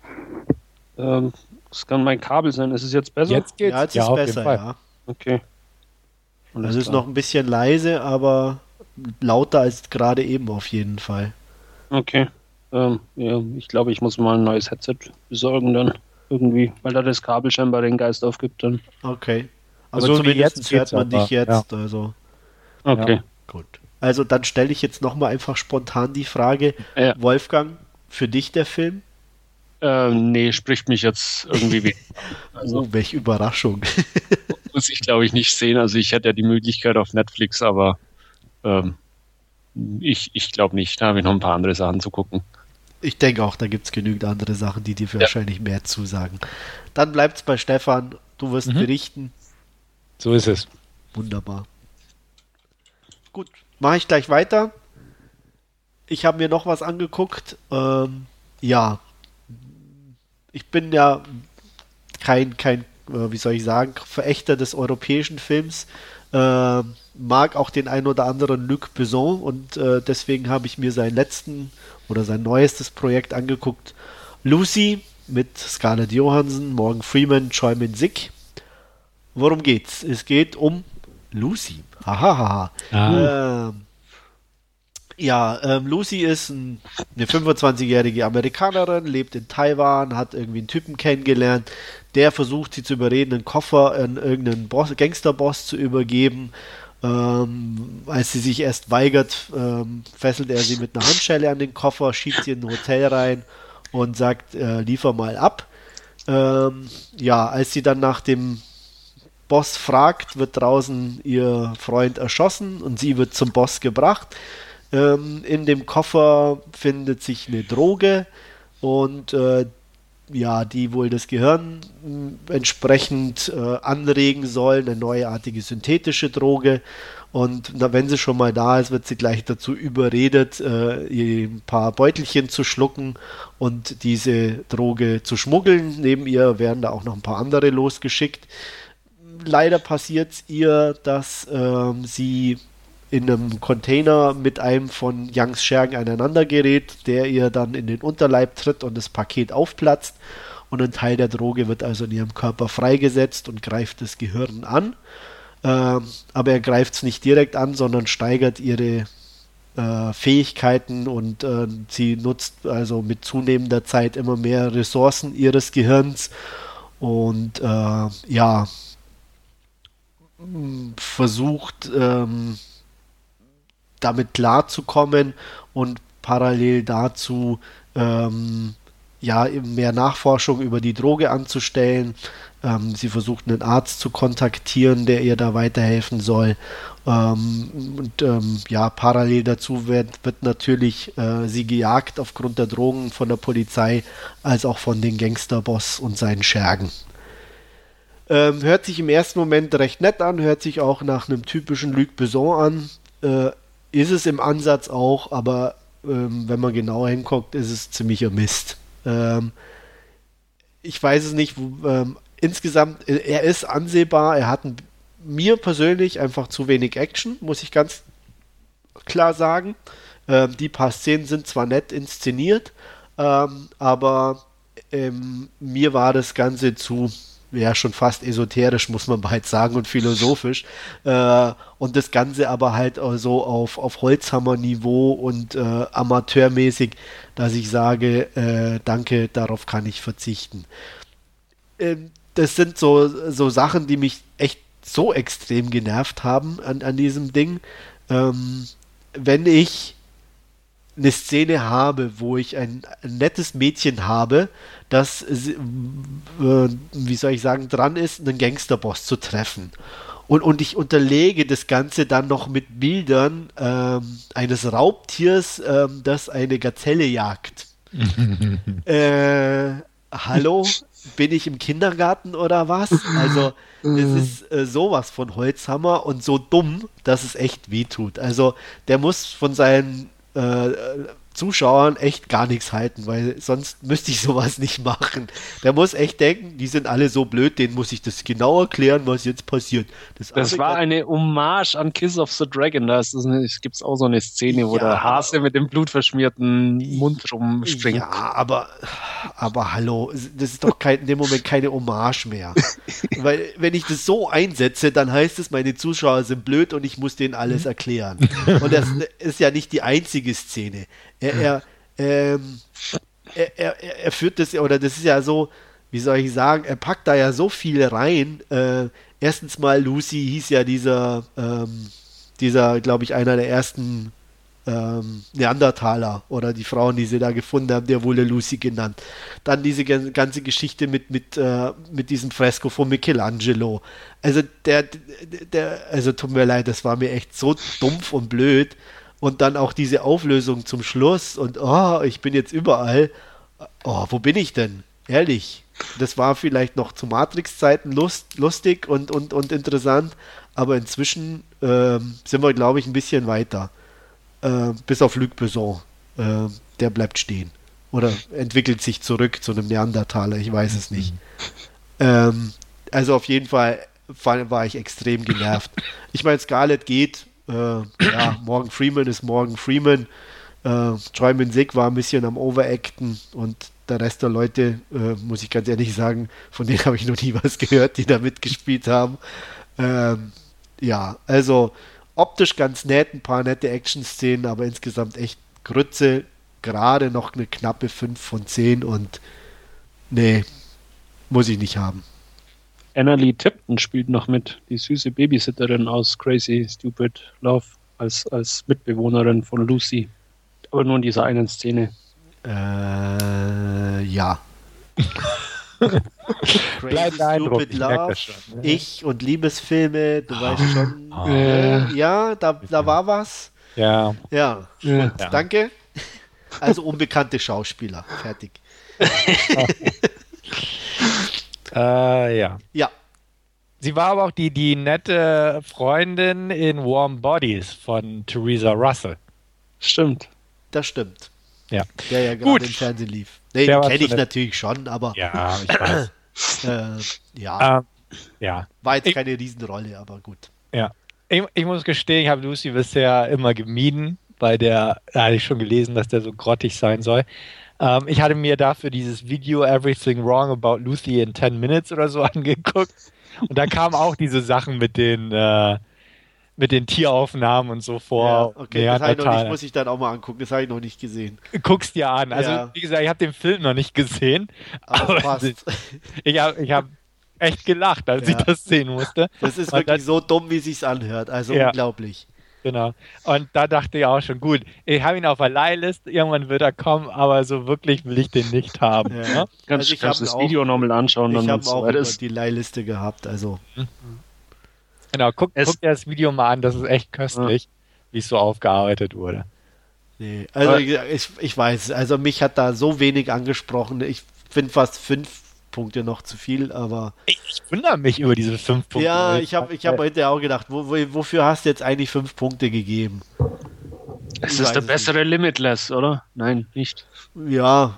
B: Das kann mein Kabel sein. Ist es jetzt besser?
A: Jetzt geht's.
C: Ja, jetzt ist besser, ja.
B: Okay.
C: Und es ist noch ein bisschen leise, aber lauter als gerade eben auf jeden Fall.
B: Okay. Ja, ich glaube, ich muss mal ein neues Headset besorgen dann. Irgendwie, weil da das Kabel scheinbar den Geist aufgibt dann.
C: Okay. Aber
A: so
C: zumindest hört man dich jetzt.
A: Ja.
C: Also.
B: Okay.
C: Ja, gut. Also dann stelle ich jetzt nochmal einfach spontan die Frage.
B: Ja.
C: Wolfgang, für dich der Film?
B: Nee, spricht mich jetzt irgendwie weh.
C: Also, welche Überraschung.
B: Muss ich, glaube ich, nicht sehen. Also ich hätte ja die Möglichkeit auf Netflix, aber ich glaube nicht. Da habe ich noch ein paar andere Sachen zu gucken.
C: Ich denke auch, da gibt es genügend andere Sachen, die dir wahrscheinlich mehr zusagen. Dann bleibt es bei Stefan. Du wirst berichten.
A: So ist es.
C: Wunderbar. Gut, mache ich gleich weiter. Ich habe mir noch was angeguckt. Ja, ich bin ja kein wie soll ich sagen, Verächter des europäischen Films. Mag auch den ein oder anderen Luc Besson und deswegen habe ich mir seinen letzten oder sein neuestes Projekt angeguckt. Lucy mit Scarlett Johansson, Morgan Freeman, Choi Min-sik. Worum geht's? Es geht um Lucy. Hahaha. Lucy ist eine 25-jährige Amerikanerin, lebt in Taiwan, hat irgendwie einen Typen kennengelernt, der versucht, sie zu überreden, einen Koffer an irgendeinen Gangsterboss zu übergeben. Als sie sich erst weigert, fesselt er sie mit einer Handschelle an den Koffer, schiebt sie in ein Hotel rein und sagt, liefer mal ab. Als sie dann nach dem Boss fragt, wird draußen ihr Freund erschossen und sie wird zum Boss gebracht. In dem Koffer findet sich eine Droge und die wohl das Gehirn entsprechend anregen soll, eine neuartige synthetische Droge. Und wenn sie schon mal da ist, wird sie gleich dazu überredet, ein paar Beutelchen zu schlucken und diese Droge zu schmuggeln. Neben ihr werden da auch noch ein paar andere losgeschickt. Leider passiert es ihr, dass sie in einem Container mit einem von Youngs Schergen aneinander gerät, der ihr dann in den Unterleib tritt und das Paket aufplatzt. Und ein Teil der Droge wird also in ihrem Körper freigesetzt und greift das Gehirn an. Aber er greift es nicht direkt an, sondern steigert ihre Fähigkeiten und sie nutzt also mit zunehmender Zeit immer mehr Ressourcen ihres Gehirns und versucht damit klarzukommen und parallel dazu mehr Nachforschung über die Droge anzustellen. Sie versucht einen Arzt zu kontaktieren, der ihr da weiterhelfen soll. Parallel dazu wird natürlich sie gejagt aufgrund der Drogen von der Polizei, als auch von den Gangsterboss und seinen Schergen. Hört sich im ersten Moment recht nett an, hört sich auch nach einem typischen Luc Besson an. Ist es im Ansatz auch, aber wenn man genauer hinguckt, ist es ziemlicher Mist. Ich weiß es nicht, insgesamt, er ist ansehbar, er hat mir persönlich einfach zu wenig Action, muss ich ganz klar sagen. Die paar Szenen sind zwar nett inszeniert, aber mir war das Ganze schon fast esoterisch, muss man bald sagen, und philosophisch. Und das Ganze aber halt so auf Holzhammer-Niveau und amateurmäßig, dass ich sage, danke, darauf kann ich verzichten. Das sind so Sachen, die mich echt so extrem genervt haben an diesem Ding. Wenn ich eine Szene habe, wo ich ein nettes Mädchen habe, das, wie soll ich sagen, dran ist, einen Gangsterboss zu treffen. Und ich unterlege das Ganze dann noch mit Bildern eines Raubtiers, das eine Gazelle jagt. Hallo? Bin ich im Kindergarten oder was? Also, es ist sowas von Holzhammer und so dumm, dass es echt wehtut. Also, der muss von seinen Zuschauern echt gar nichts halten, weil sonst müsste ich sowas nicht machen. Der muss echt denken, die sind alle so blöd, denen muss ich das genau erklären, was jetzt passiert.
B: Das war eine Hommage an Kiss of the Dragon. Da gibt es auch so eine Szene, wo der Hase mit dem blutverschmierten Mund rumspringt.
C: Ja, aber hallo, das ist doch in dem Moment keine Hommage mehr. Weil wenn ich das so einsetze, dann heißt es, meine Zuschauer sind blöd und ich muss denen alles erklären. Und das ist ja nicht die einzige Szene. Er führt das, oder das ist ja so, wie soll ich sagen, er packt da ja so viel rein. Erstens mal, Lucy hieß ja dieser, glaube ich, einer der ersten Neandertaler oder die Frauen, die sie da gefunden haben, der wurde Lucy genannt. Dann diese ganze Geschichte mit diesem Fresko von Michelangelo. Also also tut mir leid, das war mir echt so dumpf und blöd. Und dann auch diese Auflösung zum Schluss und ich bin jetzt überall. Wo bin ich denn? Ehrlich. Das war vielleicht noch zu Matrix-Zeiten lustig und interessant, aber inzwischen sind wir, glaube ich, ein bisschen weiter. Bis auf Luc Besson. Der bleibt stehen. Oder entwickelt sich zurück zu einem Neandertaler, ich weiß es nicht. Also auf jeden Fall war ich extrem genervt. Ich meine, Scarlett geht. Morgan Freeman ist Morgan Freeman. Troy Sick war ein bisschen am Overacten und der Rest der Leute, muss ich ganz ehrlich sagen, von denen habe ich noch nie was gehört, die da mitgespielt haben. Also optisch ganz nett, ein paar nette Action-Szenen, aber insgesamt echt Grütze, gerade noch eine knappe 5 von 10 und nee, muss ich nicht haben.
B: Annalie Tipton spielt noch mit, die süße Babysitterin aus Crazy Stupid Love als Mitbewohnerin von Lucy. Aber nur in dieser einen Szene.
C: Ja.
A: Crazy Stupid
C: Love, ich und Liebesfilme, du weißt schon. Da war was.
A: Ja.
C: Ja. Gut, danke. Also unbekannte Schauspieler. Fertig.
A: Ja.
C: Ja,
A: Sie war aber auch die nette Freundin in Warm Bodies von Theresa Russell.
B: Stimmt.
C: das stimmt.
A: Ja.
C: Der ja
A: Gut.
C: gerade im Fernsehen lief. Nee,
A: Der
C: den
A: war
C: kenne ich
A: schon
C: natürlich schon, aber
A: Ja, ich weiß.
C: ja,
A: Ja.
C: war jetzt
A: Ich-
C: keine Riesenrolle, aber gut.
A: Ja. Ich muss gestehen, ich habe Lucy bisher immer gemieden, weil da hatte ich schon gelesen, dass der so grottig sein soll. Ich hatte mir dafür dieses Video Everything Wrong About Lucy in 10 Minutes oder so angeguckt. Und da kamen auch diese Sachen mit den Tieraufnahmen und so vor.
C: Ja, okay, das habe ich noch nicht,
A: Neandertaler.
C: muss ich dann auch mal angucken, das habe ich noch nicht gesehen.
A: Guckst dir an. Also,
C: Ja.
A: wie gesagt, ich habe den Film noch nicht gesehen.
C: Aber es
A: Aber
C: passt.
A: ich hab echt gelacht, als ich
C: Ja.
A: das sehen musste.
C: Das ist
A: Und
C: wirklich so dumm, wie es sich anhört. Also
A: Ja.
C: unglaublich.
A: Genau. Und da dachte ich auch schon, gut, ich habe ihn auf der Leihliste, irgendwann wird er kommen, aber so wirklich will ich den nicht haben.
C: Ja.
A: Ne?
B: Kannst
C: ich
B: kannst
C: hab
B: das
C: ihn
B: Video nochmal anschauen,
C: Ich
B: dann
C: habe
B: wenn's
C: auch
B: soweit
C: über
B: ist.
C: die Leihliste gehabt. Also
A: Genau, guck
B: Es-
A: dir das Video mal an, das ist echt köstlich, wie es so aufgearbeitet wurde.
C: nee. Also
B: Aber-
C: ich weiß, also mich hat da so wenig angesprochen. Ich finde fast 5 Punkte noch zu viel, aber
A: Ich wundere mich über diese 5 Punkte.
C: ja, ich hab heute auch gedacht, wofür hast du jetzt eigentlich 5 Punkte gegeben?
B: Es
C: Ich
B: ist
C: weiß
B: der
C: es
B: bessere Limitless, oder? Nein, nicht.
C: Ja,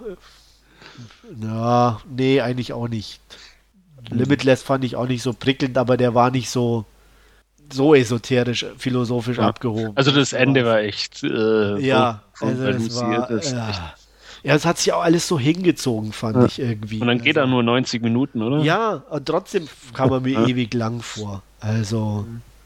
C: nee, eigentlich auch nicht. Limitless fand ich auch nicht so prickelnd, aber der war nicht so esoterisch, philosophisch
B: Ja.
C: abgehoben.
B: Also das Ende war echt.
C: Ja,
B: von
C: also
B: bei
C: das
B: Lucy,
C: war,
B: das ist echt-
C: ja, es hat sich auch alles so hingezogen, fand
B: Ja.
C: ich irgendwie.
B: Und dann geht er
C: also,
B: nur 90 Minuten, oder?
C: Ja, und trotzdem kam er mir
B: Ja.
C: ewig lang vor. Also,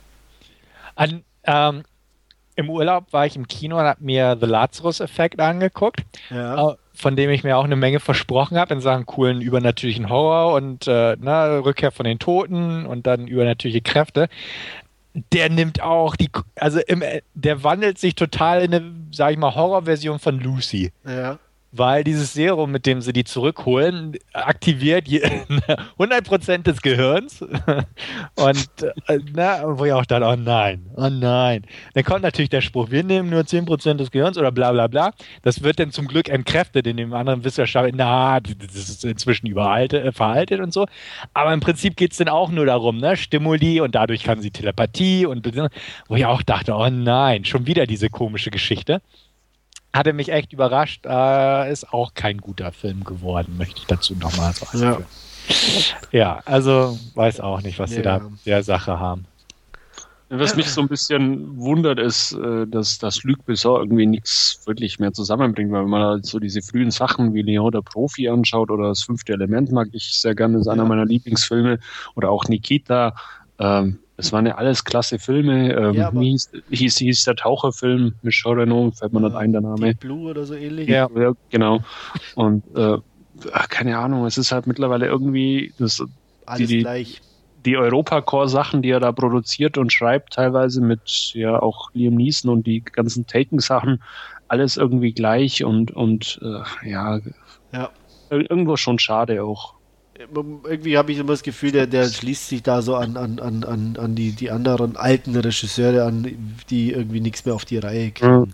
A: Im Urlaub war ich im Kino und habe mir The Lazarus-Effekt angeguckt,
C: ja.
A: von dem ich mir auch eine Menge versprochen habe in Sachen coolen übernatürlichen Horror und Rückkehr von den Toten und dann übernatürliche Kräfte. Der nimmt auch der wandelt sich total in eine, sag ich mal, Horrorversion von Lucy.
C: Ja.
A: Weil dieses Serum, mit dem sie die zurückholen, aktiviert 100% des Gehirns. Und wo ich auch dachte, oh nein. Dann kommt natürlich der Spruch, wir nehmen nur 10% des Gehirns oder bla bla bla. Das wird dann zum Glück entkräftet in dem anderen Wissenschaftler. Das ist inzwischen veraltet und so. Aber im Prinzip geht es dann auch nur darum, ne? Stimuli und dadurch kann sie Telepathie und wo ich auch dachte, oh nein, schon wieder diese komische Geschichte. Hatte mich echt überrascht. Ist auch kein guter Film geworden, möchte ich dazu nochmal so anfügen. Ja, also weiß auch nicht, was sie da mit der Sache haben.
B: Was mich so ein bisschen wundert, ist, dass Luc Besson irgendwie nichts wirklich mehr zusammenbringt, weil wenn man halt so diese frühen Sachen wie Leon der Profi anschaut oder das 5. Element mag ich sehr gerne, ist einer meiner Lieblingsfilme, oder auch Nikita, es waren ja alles klasse Filme.
C: Ja, aber-
B: hieß der Taucherfilm mit Jean Reno, fällt mir nicht ein, der Name.
C: Deep Blue oder so ähnlich.
A: Ja.
B: Ja, genau. Und keine Ahnung, es ist halt mittlerweile irgendwie
C: Alles
B: die-
C: gleich.
B: die Europacore-Sachen, die er da produziert und schreibt, teilweise mit ja auch Liam Neeson und die ganzen Taken-Sachen, alles irgendwie gleich und ja,
C: Ja.
B: irgendwo schon schade auch.
C: Irgendwie habe ich immer das Gefühl, der schließt sich da so an die anderen alten Regisseure an, die irgendwie nichts mehr auf die Reihe kriegen.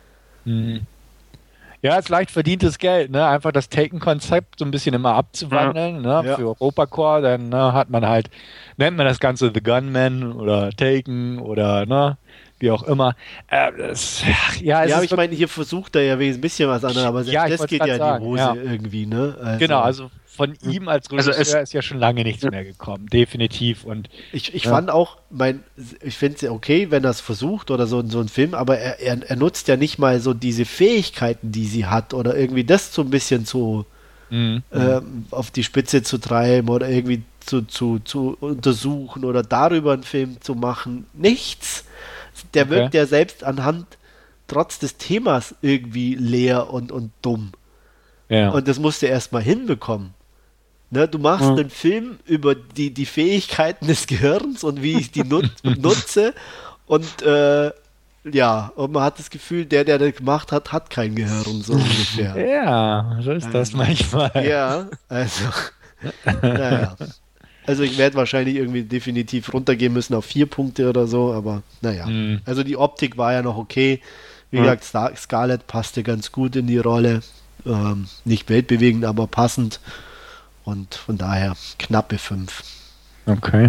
A: Ja, ist leicht verdientes Geld, ne? Einfach das Taken-Konzept so ein bisschen immer abzuwandeln, ne?
C: Ja.
A: Für Europacore, dann hat man halt, nennt man das Ganze The Gunman oder Taken oder ne, wie auch immer. Es
C: Ja, aber
A: ist
C: ich meine, hier versucht er ja ein bisschen was anderes, aber
A: Ja, ich
C: das
A: wollt's
C: geht ja
A: grad
C: in die
A: sagen,
C: Hose
A: ja.
C: irgendwie, ne?
A: genau, also von ihm als
B: Also
A: Regisseur
B: es-
A: ist ja schon lange nichts mehr gekommen, definitiv. Und
C: Ich
A: Ja.
C: fand auch, ich finde es ja okay, wenn er es versucht oder so ein Film, aber er nutzt ja nicht mal so diese Fähigkeiten, die sie hat oder irgendwie das so ein bisschen auf die Spitze zu treiben oder irgendwie zu untersuchen oder darüber einen Film zu machen. Nichts. Der
A: Okay.
C: wirkt ja selbst trotz des Themas irgendwie leer und dumm.
A: ja.
C: Und das musst du erstmal hinbekommen. Ne, du machst einen Film über die Fähigkeiten des Gehirns und wie ich die nutze und und man hat das Gefühl, der das gemacht hat, hat kein Gehirn, so ungefähr.
A: Ja, so ist das manchmal.
C: Ja, also naja. Also ich werde wahrscheinlich irgendwie definitiv runtergehen müssen auf 4 Punkte oder so, aber naja.
A: Mhm.
C: Also die Optik war ja noch okay. Wie gesagt, Scarlett passte ganz gut in die Rolle. Nicht weltbewegend, aber passend. Und von daher knappe 5.
A: Okay.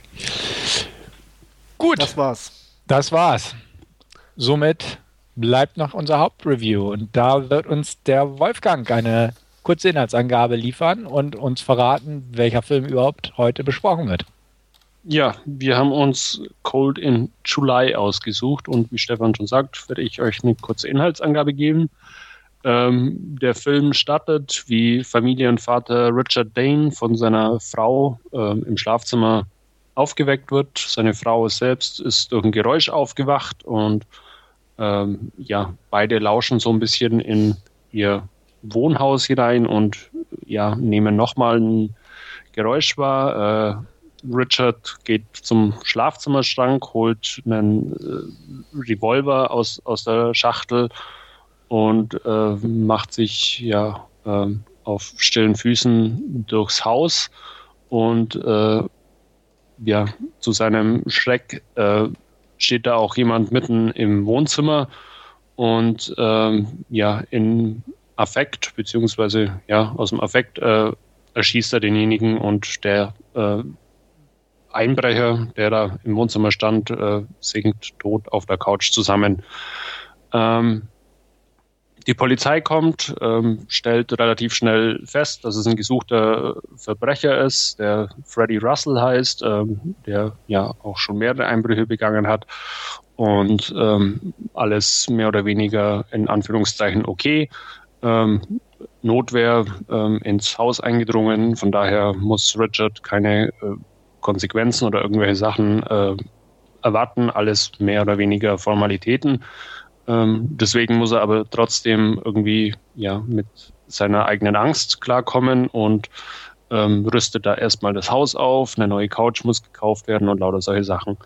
A: Gut. Das war's. Somit bleibt noch unser Hauptreview. Und da wird uns der Wolfgang eine kurze Inhaltsangabe liefern und uns verraten, welcher Film überhaupt heute besprochen wird.
B: Ja, wir haben uns Cold in July ausgesucht und wie Stefan schon sagt, werde ich euch eine kurze Inhaltsangabe geben. Der Film startet, wie Familienvater Richard Dane von seiner Frau im Schlafzimmer aufgeweckt wird. Seine Frau selbst ist durch ein Geräusch aufgewacht und beide lauschen so ein bisschen in ihr Wohnhaus hinein und nehmen nochmal ein Geräusch wahr. Richard geht zum Schlafzimmerschrank, holt einen Revolver aus der Schachtel und macht sich auf stillen Füßen durchs Haus und zu seinem Schreck steht da auch jemand mitten im Wohnzimmer und in Affekt, beziehungsweise aus dem Affekt erschießt er denjenigen und der Einbrecher, der da im Wohnzimmer stand, sinkt tot auf der Couch zusammen. Die Polizei kommt, stellt relativ schnell fest, dass es ein gesuchter Verbrecher ist, der Freddie Russell heißt, der auch schon mehrere Einbrüche begangen hat und alles mehr oder weniger in Anführungszeichen okay. Notwehr ins Haus eingedrungen, von daher muss Richard keine Konsequenzen oder irgendwelche Sachen erwarten, alles mehr oder weniger Formalitäten. Deswegen muss er aber trotzdem irgendwie mit seiner eigenen Angst klarkommen und rüstet da erstmal das Haus auf, eine neue Couch muss gekauft werden und lauter solche Sachen.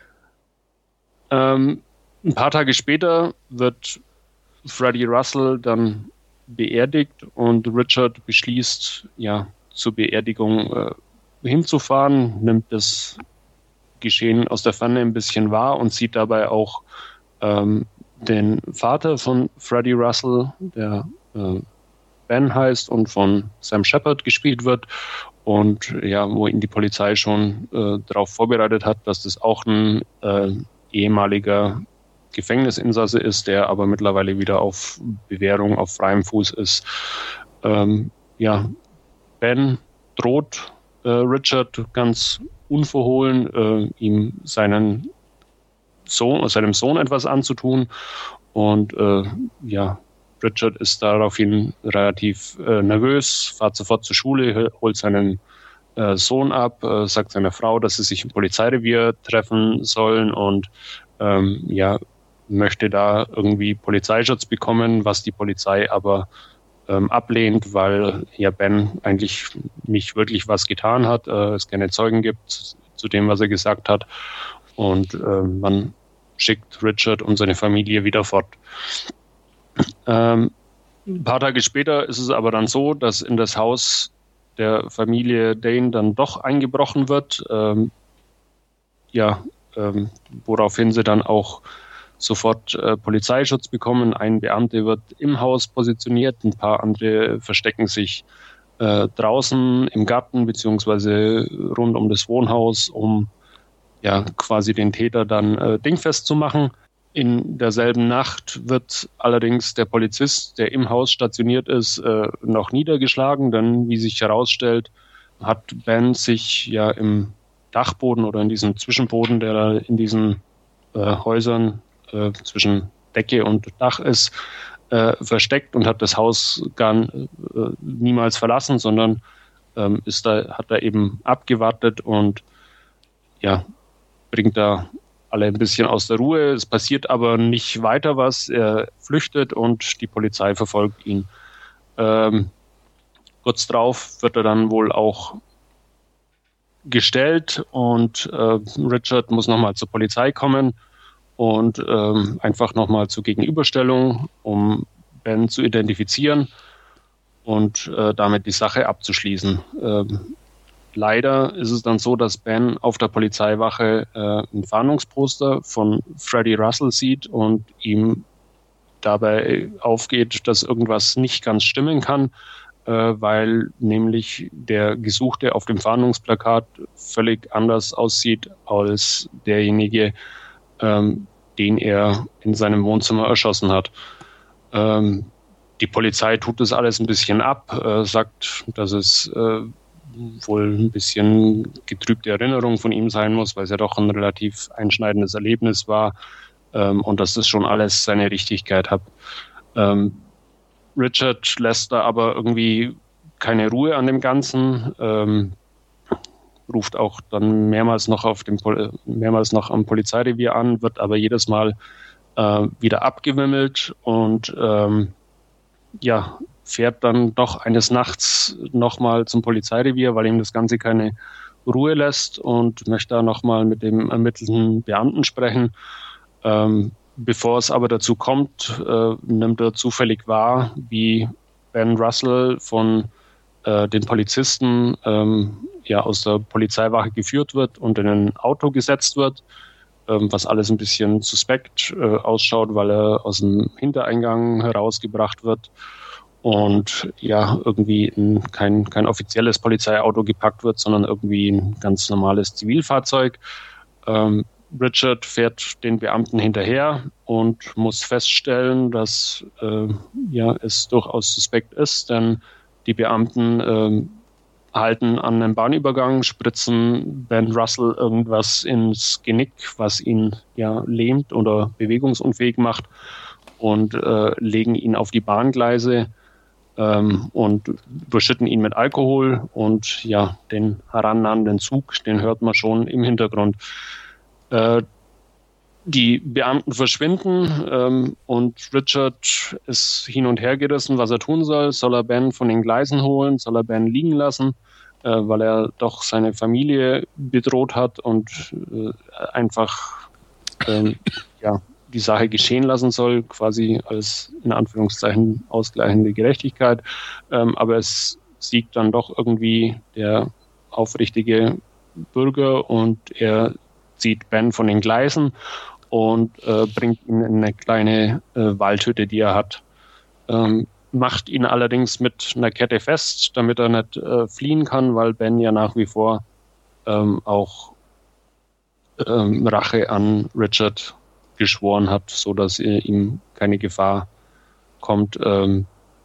B: Ein paar Tage später wird Freddie Russell dann beerdigt und Richard beschließt, zur Beerdigung hinzufahren, nimmt das Geschehen aus der Ferne ein bisschen wahr und sieht dabei auch den Vater von Freddie Russell, der Ben heißt und von Sam Shepard gespielt wird und wo ihn die Polizei schon darauf vorbereitet hat, dass das auch ein ehemaliger Gefängnisinsasse ist, der aber mittlerweile wieder auf Bewährung auf freiem Fuß ist. Ben droht Richard ganz unverhohlen, ihm seinem Sohn etwas anzutun und Richard ist daraufhin relativ nervös, fährt sofort zur Schule, holt seinen Sohn ab, sagt seiner Frau, dass sie sich im Polizeirevier treffen sollen und möchte da irgendwie Polizeischutz bekommen, was die Polizei aber ablehnt, weil Ben eigentlich nicht wirklich was getan hat, es keine Zeugen gibt zu dem, was er gesagt hat und man schickt Richard und seine Familie wieder fort. Ein paar Tage später ist es aber dann so, dass in das Haus der Familie Dane dann doch eingebrochen wird, woraufhin sie dann auch sofort Polizeischutz bekommen. Ein Beamter wird im Haus positioniert, ein paar andere verstecken sich draußen im Garten beziehungsweise rund um das Wohnhaus, um quasi den Täter dann dingfest zu machen. In derselben Nacht wird allerdings der Polizist, der im Haus stationiert ist, noch niedergeschlagen, denn wie sich herausstellt, hat Ben sich im Dachboden oder in diesem Zwischenboden, der da in diesen Häusern zwischen Decke und Dach ist, versteckt und hat das Haus niemals verlassen, sondern hat da eben abgewartet und bringt da alle ein bisschen aus der Ruhe. Es passiert aber nicht weiter was. Er flüchtet und die Polizei verfolgt ihn. Kurz darauf wird er dann wohl auch gestellt und Richard muss nochmal zur Polizei kommen und einfach nochmal zur Gegenüberstellung, um Ben zu identifizieren und damit die Sache abzuschließen. Leider ist es dann so, dass Ben auf der Polizeiwache ein Fahndungsposter von Freddie Russell sieht und ihm dabei aufgeht, dass irgendwas nicht ganz stimmen kann. weil nämlich der Gesuchte auf dem Fahndungsplakat völlig anders aussieht als derjenige, den er in seinem Wohnzimmer erschossen hat. Die Polizei tut das alles ein bisschen ab, sagt, dass es wohl ein bisschen getrübte Erinnerung von ihm sein muss, weil es ja doch ein relativ einschneidendes Erlebnis war, und dass das schon alles seine Richtigkeit hat. Richard lässt da aber irgendwie keine Ruhe an dem Ganzen, ruft auch dann mehrmals noch am Polizeirevier an, wird aber jedes Mal wieder abgewimmelt und fährt dann doch eines Nachts nochmal zum Polizeirevier, weil ihm das Ganze keine Ruhe lässt, und möchte da nochmal mit dem ermittelnden Beamten sprechen. Bevor es aber dazu kommt, nimmt er zufällig wahr, wie Ben Russell von den Polizisten aus der Polizeiwache geführt wird und in ein Auto gesetzt wird, was alles ein bisschen suspekt ausschaut, weil er aus dem Hintereingang herausgebracht wird und irgendwie in kein offizielles Polizeiauto gepackt wird, sondern irgendwie ein ganz normales Zivilfahrzeug. Richard fährt den Beamten hinterher und muss feststellen, dass es durchaus suspekt ist, denn die Beamten halten an einem Bahnübergang, spritzen Ben Russell irgendwas ins Genick, was ihn lähmt oder bewegungsunfähig macht, und legen ihn auf die Bahngleise und überschütten ihn mit Alkohol, und den herannahenden Zug, den hört man schon im Hintergrund. Die Beamten verschwinden und Richard ist hin und her gerissen, was er tun soll. Soll er Ben von den Gleisen holen? Soll er Ben liegen lassen, weil er doch seine Familie bedroht hat und einfach die Sache geschehen lassen soll, quasi als in Anführungszeichen ausgleichende Gerechtigkeit. Aber es siegt dann doch irgendwie der aufrichtige Bürger, und er zieht Ben von den Gleisen und bringt ihn in eine kleine Waldhütte, die er hat. Macht ihn allerdings mit einer Kette fest, damit er nicht fliehen kann, weil Ben ja nach wie vor auch Rache an Richard geschworen hat, sodass ihm keine Gefahr kommt. Ben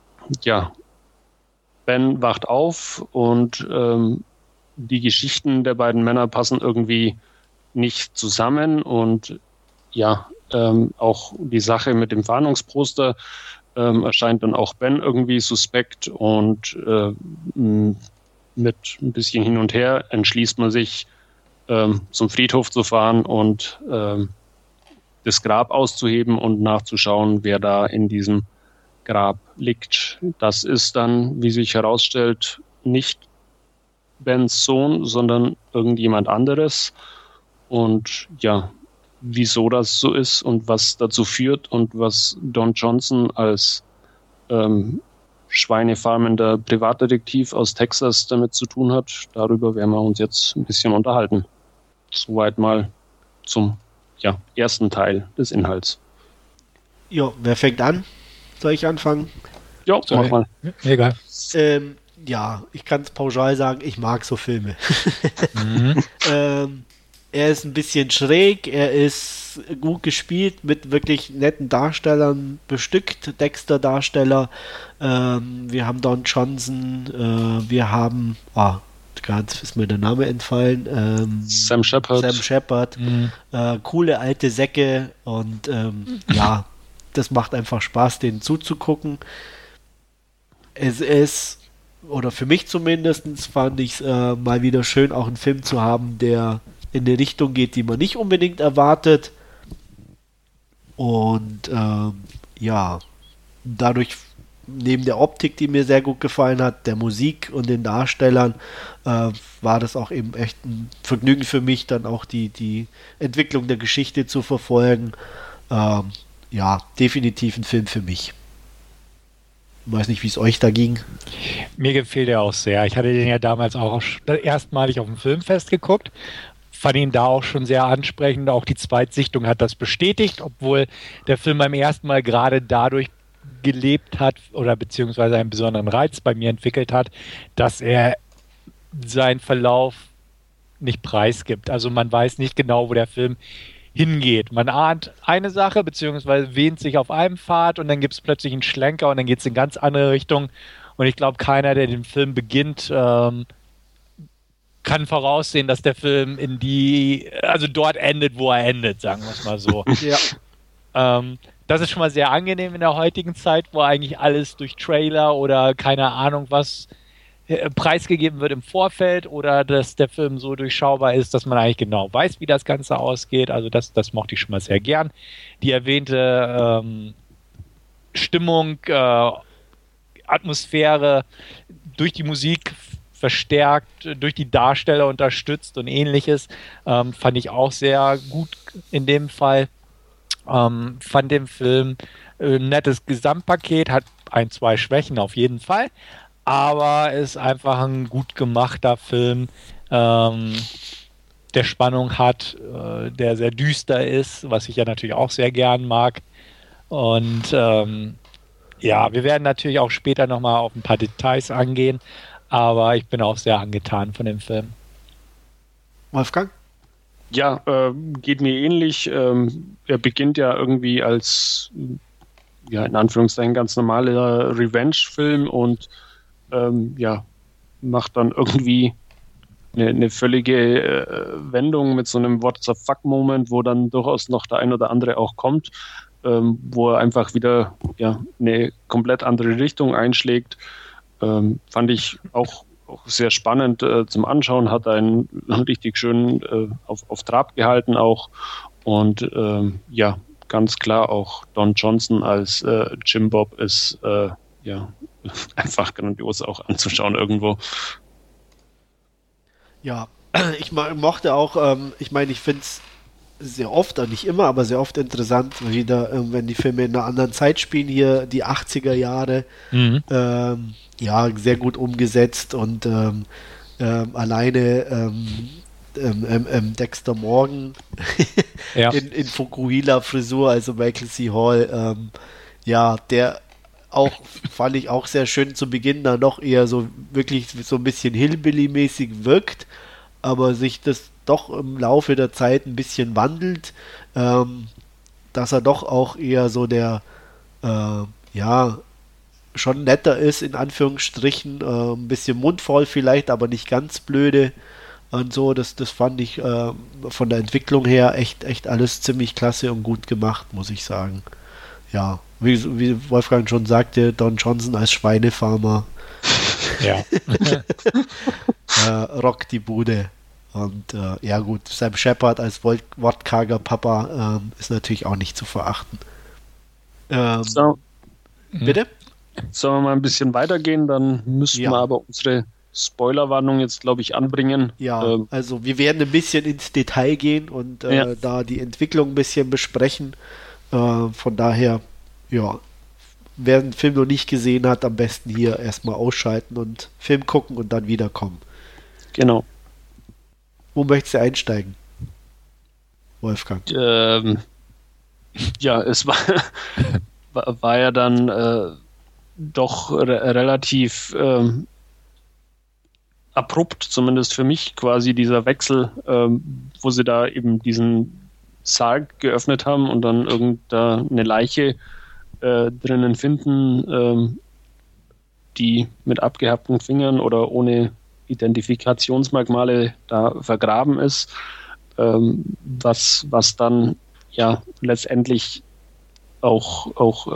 B: wacht auf, und die Geschichten der beiden Männer passen irgendwie nicht zusammen, und auch die Sache mit dem Fahndungsposter erscheint dann auch Ben irgendwie suspekt, und mit ein bisschen hin und her entschließt man sich, zum Friedhof zu fahren und das Grab auszuheben und nachzuschauen, wer da in diesem Grab liegt. Das ist dann, wie sich herausstellt, nicht Bens Sohn, sondern irgendjemand anderes. Und wieso das so ist und was dazu führt und was Don Johnson als schweinefarmender Privatdetektiv aus Texas damit zu tun hat, darüber werden wir uns jetzt ein bisschen unterhalten. Soweit mal zum ersten Teil des Inhalts.
C: Ja, wer fängt an? Soll ich anfangen?
B: Ja, mach mal.
A: Egal.
C: Ich kann es pauschal sagen, ich mag so Filme. Er ist ein bisschen schräg, er ist gut gespielt, mit wirklich netten Darstellern bestückt, Dexter-Darsteller. Wir haben Don Johnson, wir haben, gerade ist mir der Name entfallen,
B: Sam Shepard.
C: Coole alte Säcke, und das macht einfach Spaß, denen zuzugucken. Es ist, oder für mich zumindest, fand ich es mal wieder schön, auch einen Film zu haben, der in eine Richtung geht, die man nicht unbedingt erwartet. Und dadurch, neben der Optik, die mir sehr gut gefallen hat, der Musik und den Darstellern, war das auch eben echt ein Vergnügen für mich, dann auch die Entwicklung der Geschichte zu verfolgen. Definitiv ein Film für mich. Ich weiß nicht, wie es euch da ging.
A: Mir gefällt er auch sehr. Ich hatte den ja damals auch erstmalig auf dem Filmfest geguckt. Fand ihn da auch schon sehr ansprechend. Auch die Zweitsichtung hat das bestätigt, obwohl der Film beim ersten Mal gerade dadurch gelebt hat oder beziehungsweise einen besonderen Reiz bei mir entwickelt hat, dass er seinen Verlauf nicht preisgibt. Also man weiß nicht genau, wo der Film hingeht. Man ahnt eine Sache, beziehungsweise wähnt sich auf einem Pfad und dann gibt es plötzlich einen Schlenker und dann geht es in ganz andere Richtung. Und ich glaube, keiner, der den Film beginnt, kann voraussehen, dass der Film also dort endet, wo er endet, sagen wir es mal so.
C: Ja.
A: Das ist schon mal sehr angenehm in der heutigen Zeit, wo eigentlich alles durch Trailer oder keine Ahnung was preisgegeben wird im Vorfeld oder dass der Film so durchschaubar ist, dass man eigentlich genau weiß, wie das Ganze ausgeht. Also das mochte ich schon mal sehr gern. Die erwähnte Stimmung, Atmosphäre durch die Musik verstärkt, durch die Darsteller unterstützt und ähnliches, fand ich auch sehr gut in dem Fall. Fand den Film ein nettes Gesamtpaket, hat 1, 2 Schwächen auf jeden Fall, aber ist einfach ein gut gemachter Film, der Spannung hat, der sehr düster ist, was ich ja natürlich auch sehr gern mag. Und ja, wir werden natürlich auch später nochmal auf ein paar Details angehen, aber ich bin auch sehr angetan von dem Film.
C: Wolfgang?
B: Ja, geht mir ähnlich. Er beginnt ja irgendwie als, ja, in Anführungszeichen ganz normaler Revenge-Film und ja, macht dann irgendwie eine völlige Wendung mit so einem What the fuck-Moment, wo dann durchaus noch der ein oder andere auch kommt, wo er einfach wieder ja, eine komplett andere Richtung einschlägt. Fand ich auch sehr spannend zum Anschauen, hat einen richtig schön auf Trab gehalten auch und ja, ganz klar auch Don Johnson als Jim Bob ist ja einfach grandios auch anzuschauen irgendwo.
C: Ja, ich mochte auch, ich meine, ich finde es sehr oft, nicht immer, aber sehr oft interessant, wieder, wenn die Filme in einer anderen Zeit spielen, hier die 80er Jahre, ja, sehr gut umgesetzt und alleine Dexter Morgan
A: Ja.
C: in Fukuhila-Frisur, also Michael C. Hall, ja, der auch, fand ich auch sehr schön zu Beginn da noch eher so wirklich so ein bisschen Hillbilly-mäßig wirkt, aber sich das doch im Laufe der Zeit ein bisschen wandelt, dass er doch auch eher so der, ja, schon netter ist, in Anführungsstrichen, ein bisschen mundvoll vielleicht, aber nicht ganz blöde und so, das fand ich von der Entwicklung her echt alles ziemlich klasse und gut gemacht, muss ich sagen. Ja, wie Wolfgang schon sagte, Don Johnson als Schweinefarmer
A: Ja.
C: rockt die Bude. Und ja gut, Sam Shepard als wortkarger Papa ist natürlich auch nicht zu verachten.
B: So,
C: Bitte?
B: sollen wir mal ein bisschen weitergehen, dann müssten
C: Ja.
B: wir aber unsere Spoilerwarnung jetzt, glaube ich, anbringen.
C: Ja, also wir werden ein bisschen ins Detail gehen und
B: Ja.
C: da die Entwicklung ein bisschen besprechen. Von daher, ja, wer den Film noch nicht gesehen hat, am besten hier erstmal ausschalten und Film gucken und dann wiederkommen.
B: Genau.
C: Wo möchtest du einsteigen? Wolfgang.
B: Ja, es war ja dann doch relativ abrupt, zumindest für mich quasi dieser Wechsel, wo sie da eben diesen Sarg geöffnet haben und dann eine Leiche drinnen finden, die mit abgehackten Fingern oder ohne Identifikationsmerkmale da vergraben ist, was dann ja letztendlich auch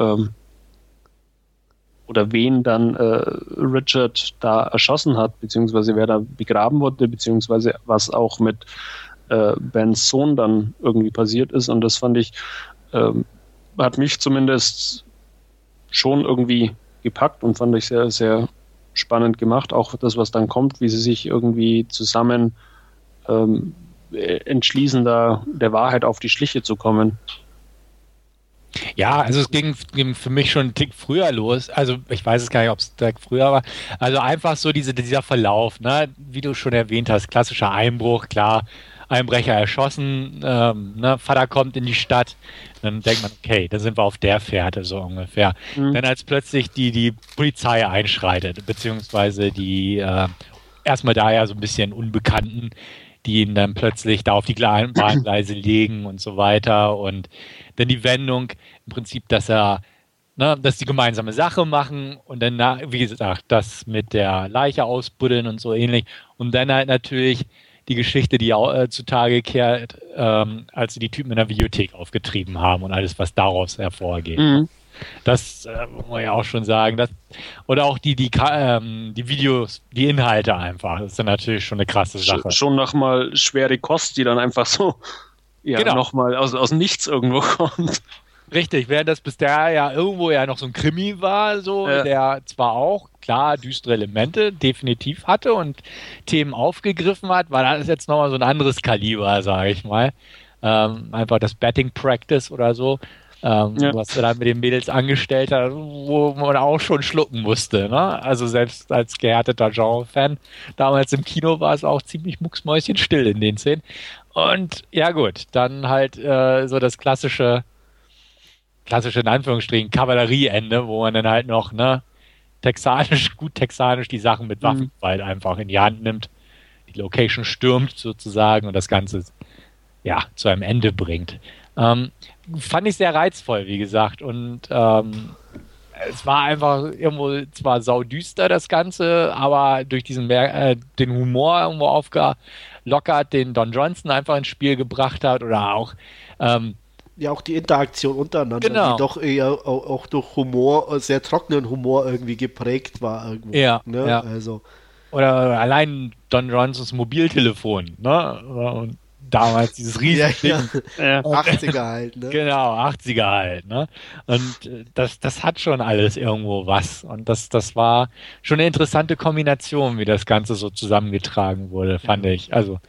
B: oder wen dann Richard da erschossen hat, beziehungsweise wer da begraben wurde, beziehungsweise was auch mit Bens Sohn dann irgendwie passiert ist. Und das fand ich, hat mich zumindest schon irgendwie gepackt und fand ich sehr, sehr spannend gemacht. Auch das, was dann kommt, wie sie sich irgendwie zusammen entschließen, da der Wahrheit auf die Schliche zu kommen.
A: Ja, also es ging für mich schon einen Tick früher los. Also ich weiß es gar nicht, ob es direkt früher war. Also einfach so dieser Verlauf, ne? Wie du schon erwähnt hast, klassischer Einbruch, klar. Einbrecher erschossen, Vater kommt in die Stadt, dann denkt man, okay, da sind wir auf der Fährte so ungefähr. Dann als plötzlich die Polizei einschreitet, beziehungsweise die erstmal daher so ein bisschen Unbekannten, die ihn dann plötzlich da auf die Bahngleise legen und so weiter und dann die Wendung im Prinzip, dass die gemeinsame Sache machen und dann, wie gesagt, das mit der Leiche ausbuddeln und so ähnlich und dann halt natürlich die Geschichte, die zutage kehrt, als sie die Typen in der Videothek aufgetrieben haben und alles, was daraus hervorgeht. Das muss man ja auch schon sagen. Oder auch die Videos, die Inhalte einfach. Das ist dann natürlich schon eine krasse Sache.
B: Schon nochmal schwere Kost, die dann einfach so nochmal aus nichts irgendwo kommt.
A: Richtig, während das bis dahin ja irgendwo ja noch so ein Krimi war, der zwar auch, klar, düstere Elemente definitiv hatte und Themen aufgegriffen hat, war das jetzt nochmal so ein anderes Kaliber, sage ich mal. Einfach das Betting Practice oder so. Was er da mit den Mädels angestellt hat, wo man auch schon schlucken musste. Ne? Also selbst als gehärteter Genre-Fan, damals im Kino war es auch ziemlich mucksmäuschenstill in den Szenen. Und ja gut, dann halt so das klassische in Anführungsstrichen Kavallerieende, wo man dann halt noch texanisch die Sachen mit Waffengewalt einfach in die Hand nimmt, die Location stürmt sozusagen und das Ganze zu einem Ende bringt. Fand ich sehr reizvoll, wie gesagt. Und es war einfach irgendwo zwar saudüster, das Ganze, aber durch diesen den Humor irgendwo aufgelockert, den Don Johnson einfach ins Spiel gebracht hat oder auch
C: auch die Interaktion untereinander, die doch eher auch durch Humor, sehr trockenen Humor irgendwie geprägt war. Irgendwo,
A: ja.
C: Also.
A: Oder allein Don Johnsons Mobiltelefon, ne? Und damals dieses Riesending.
C: 80er halt, ne?
A: Genau, 80er halt, ne? Und das hat schon alles irgendwo was. Und das war schon eine interessante Kombination, wie das Ganze so zusammengetragen wurde, fand ich. Also,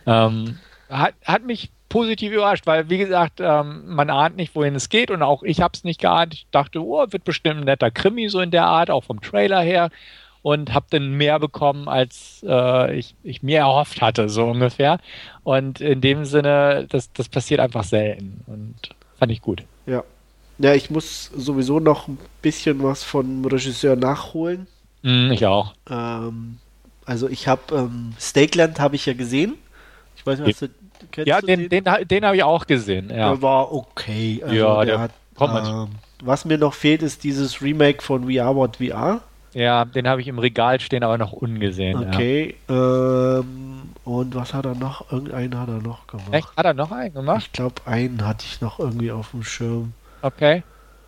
A: hat mich positiv überrascht, weil, wie gesagt, man ahnt nicht, wohin es geht und auch ich habe es nicht geahnt. Ich dachte, wird bestimmt ein netter Krimi so in der Art, auch vom Trailer her. Und habe dann mehr bekommen, als ich mir erhofft hatte, so ungefähr. Und in dem Sinne, das passiert einfach selten und fand ich gut.
C: Ja, ich muss sowieso noch ein bisschen was vom Regisseur nachholen.
A: Ich auch.
C: Also ich habe Stakeland habe ich ja gesehen. Ich weiß nicht,
A: kennst du den habe ich auch gesehen. Ja.
C: Der war okay. Also was mir noch fehlt, ist dieses Remake von We Are What We Are.
A: Ja, den habe ich im Regal stehen, aber noch ungesehen.
C: Okay. Ja. Und was hat er noch? Irgendeinen hat er noch gemacht.
A: Echt? Hat er noch einen gemacht?
C: Ich glaube, einen hatte ich noch irgendwie auf dem Schirm.
A: Okay.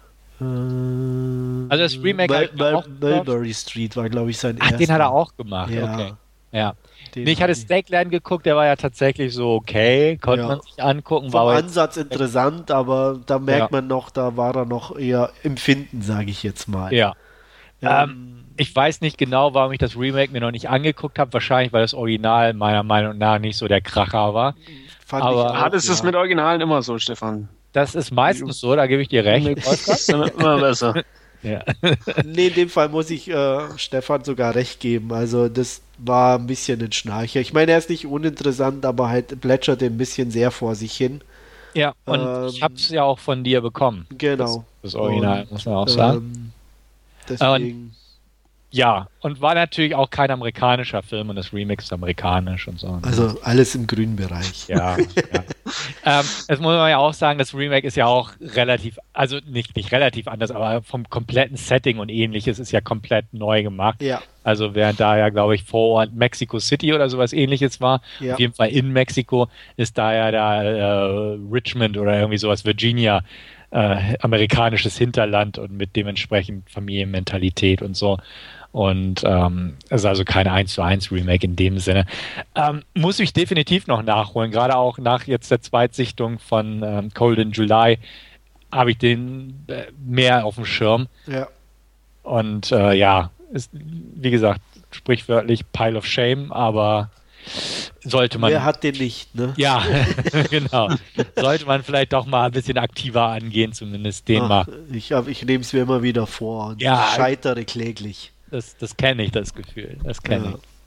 A: Also das Remake
C: Mulberry Street war, glaube ich, sein erster.
A: Den hat er auch gemacht.
C: Ja.
A: Okay. Ja. Ich hatte Stakeland geguckt, der war ja tatsächlich so okay, konnte man sich angucken.
C: Vom Ansatz interessant, aber da merkt man noch, da war er noch eher empfinden, sage ich jetzt mal.
A: Ja. Ich weiß nicht genau, warum ich das Remake mir noch nicht angeguckt habe. Wahrscheinlich, weil das Original meiner Meinung nach nicht so der Kracher war.
B: Das ist mit Originalen immer so, Stefan.
A: Das ist meistens so, da gebe ich dir recht.
B: Immer besser.
A: Ja.
C: Nee, in dem Fall muss ich Stefan sogar recht geben. Also das war ein bisschen ein Schnarcher. Ich meine, er ist nicht uninteressant, aber halt plätschert ein bisschen sehr vor sich hin.
A: Ja, und ich habe es ja auch von dir bekommen.
C: Genau.
A: Das Original, muss man auch sagen.
C: Deswegen...
A: Und war natürlich auch kein amerikanischer Film und das Remake ist amerikanisch und so.
C: Also alles im grünen Bereich.
A: Ja. Das muss man ja auch sagen, das Remake ist ja auch relativ, also nicht relativ anders, aber vom kompletten Setting und ähnliches ist ja komplett neu gemacht.
C: Ja.
A: Also während da ja, glaube ich, vor Ort Mexico City oder sowas ähnliches war, auf jeden Fall in Mexiko, ist da ja da Richmond oder irgendwie sowas, Virginia, amerikanisches Hinterland und mit dementsprechend Familienmentalität und so. Und es ist also kein 1:1 Remake in dem Sinne. Muss ich definitiv noch nachholen. Gerade auch nach jetzt der Zweitsichtung von Cold in July habe ich den mehr auf dem Schirm.
C: Ja.
A: Und ist, wie gesagt, sprichwörtlich Pile of Shame, aber sollte man...
C: Wer hat den nicht, ne?
A: Ja, genau. Sollte man vielleicht doch mal ein bisschen aktiver angehen, zumindest den mal.
C: Ich nehme es mir immer wieder vor und scheitere kläglich.
A: Das kenne ich, das Gefühl. Das kenne ich.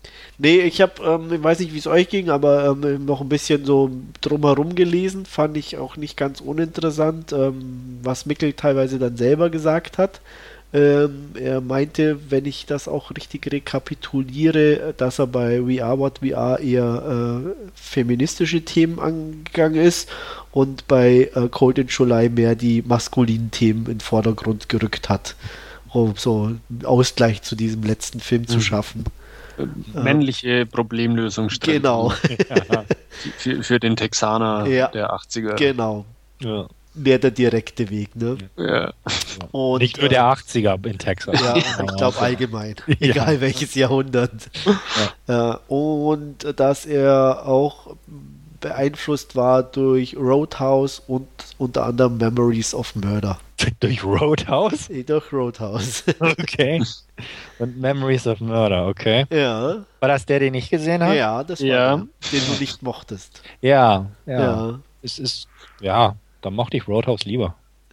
C: Nee, ich weiß nicht, wie es euch ging, aber noch ein bisschen so drumherum gelesen, fand ich auch nicht ganz uninteressant, was Mikkel teilweise dann selber gesagt hat. Er meinte, wenn ich das auch richtig rekapituliere, dass er bei We Are What We Are eher feministische Themen angegangen ist und bei Cold in July mehr die maskulinen Themen in den Vordergrund gerückt hat, um so einen Ausgleich zu diesem letzten Film zu schaffen.
B: Männliche Problemlösungsstrategie.
C: Genau.
B: Für den Texaner der 80er.
C: Genau.
A: Ja.
C: Mehr der direkte Weg, ne?
B: Ja.
C: Und,
A: Nicht nur der 80er in Texas.
C: Ja, ich glaube allgemein. Egal welches Jahrhundert. Und dass er auch beeinflusst war durch Roadhouse und unter anderem Memories of Murder.
A: Durch Roadhouse?
C: Durch Roadhouse.
A: Okay. Und Memories of Murder, okay.
C: Ja.
A: War das der, den ich gesehen habe?
C: Ja, das war der, den du nicht mochtest.
A: Ja.
C: Es
A: ist, da mochte ich Roadhouse lieber.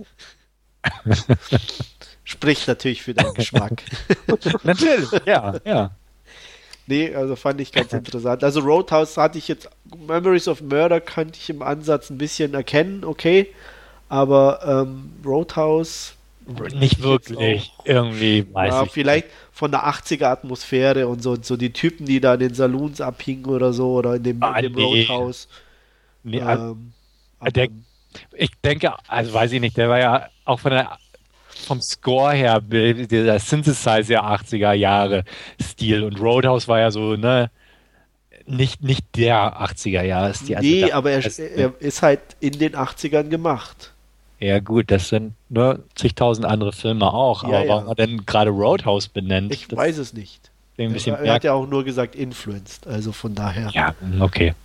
C: Spricht natürlich für deinen Geschmack.
A: Natürlich, ja.
C: Nee, also fand ich ganz interessant. Also Roadhouse hatte ich jetzt, Memories of Murder kannte ich im Ansatz ein bisschen erkennen, okay. Aber Roadhouse
A: nicht wirklich. Irgendwie weiß ich.
C: Vielleicht von der 80er-Atmosphäre und so die Typen, die da in den Saloons abhingen oder so, oder in dem Roadhouse.
A: Nee, ich denke, also weiß ich nicht, der war ja auch vom Score her, dieser Synthesizer 80er Jahre Stil, und Roadhouse war ja so, ne, nicht der 80er Jahre Stil.
C: Nee, aber er ist halt in den 80ern gemacht.
A: Ja gut, das sind nur zigtausend andere Filme auch, aber warum er denn gerade Roadhouse benennt?
C: Ich weiß es nicht. Er hat ja auch nur gesagt influenced, also von daher.
A: Ja, okay.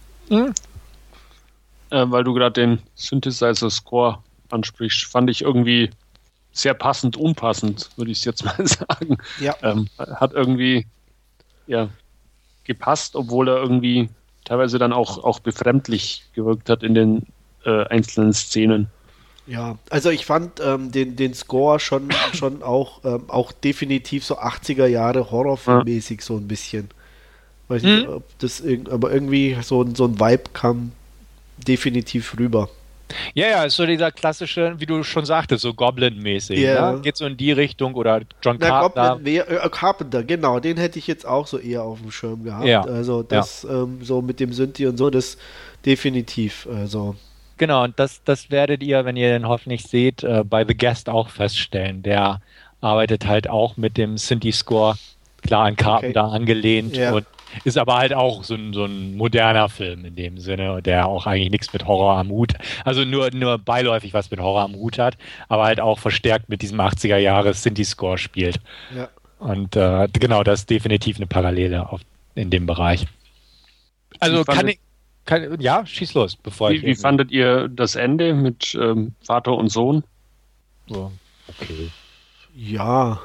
B: Weil du gerade den Synthesizer-Score ansprichst, fand ich irgendwie sehr passend, unpassend, würde ich es jetzt mal sagen.
C: Ja.
B: Hat irgendwie gepasst, obwohl er irgendwie teilweise dann auch befremdlich gewirkt hat in den einzelnen Szenen.
C: Ja, also ich fand den Score schon auch definitiv so 80er Jahre Horrorfilmmäßig so ein bisschen. Weiß nicht, ob das aber irgendwie so ein Vibe kam definitiv rüber.
A: Ja, ist so dieser klassische, wie du schon sagtest, so Goblin-mäßig.
C: Ja.
A: Ne? Geht so in die Richtung, oder John Carpenter.
C: Carpenter, genau, den hätte ich jetzt auch so eher auf dem Schirm gehabt.
A: Ja.
C: Also das so mit dem Synthi und so, das definitiv. Also.
A: Genau, und das werdet ihr, wenn ihr den hoffentlich seht, bei The Guest auch feststellen. Der arbeitet halt auch mit dem Synthi-Score, klar an Carpenter angelehnt, und ist aber halt auch so ein moderner Film in dem Sinne, der auch eigentlich nichts mit Horror am Hut, also nur beiläufig was mit Horror am Hut hat, aber halt auch verstärkt mit diesem 80er Jahre Synthi-Score spielt.
C: Ja.
A: Und genau, das ist definitiv eine Parallele in dem Bereich. Also schieß los, bevor
B: Wie fandet ihr das Ende mit Vater und Sohn?
A: So, okay.
C: Ja.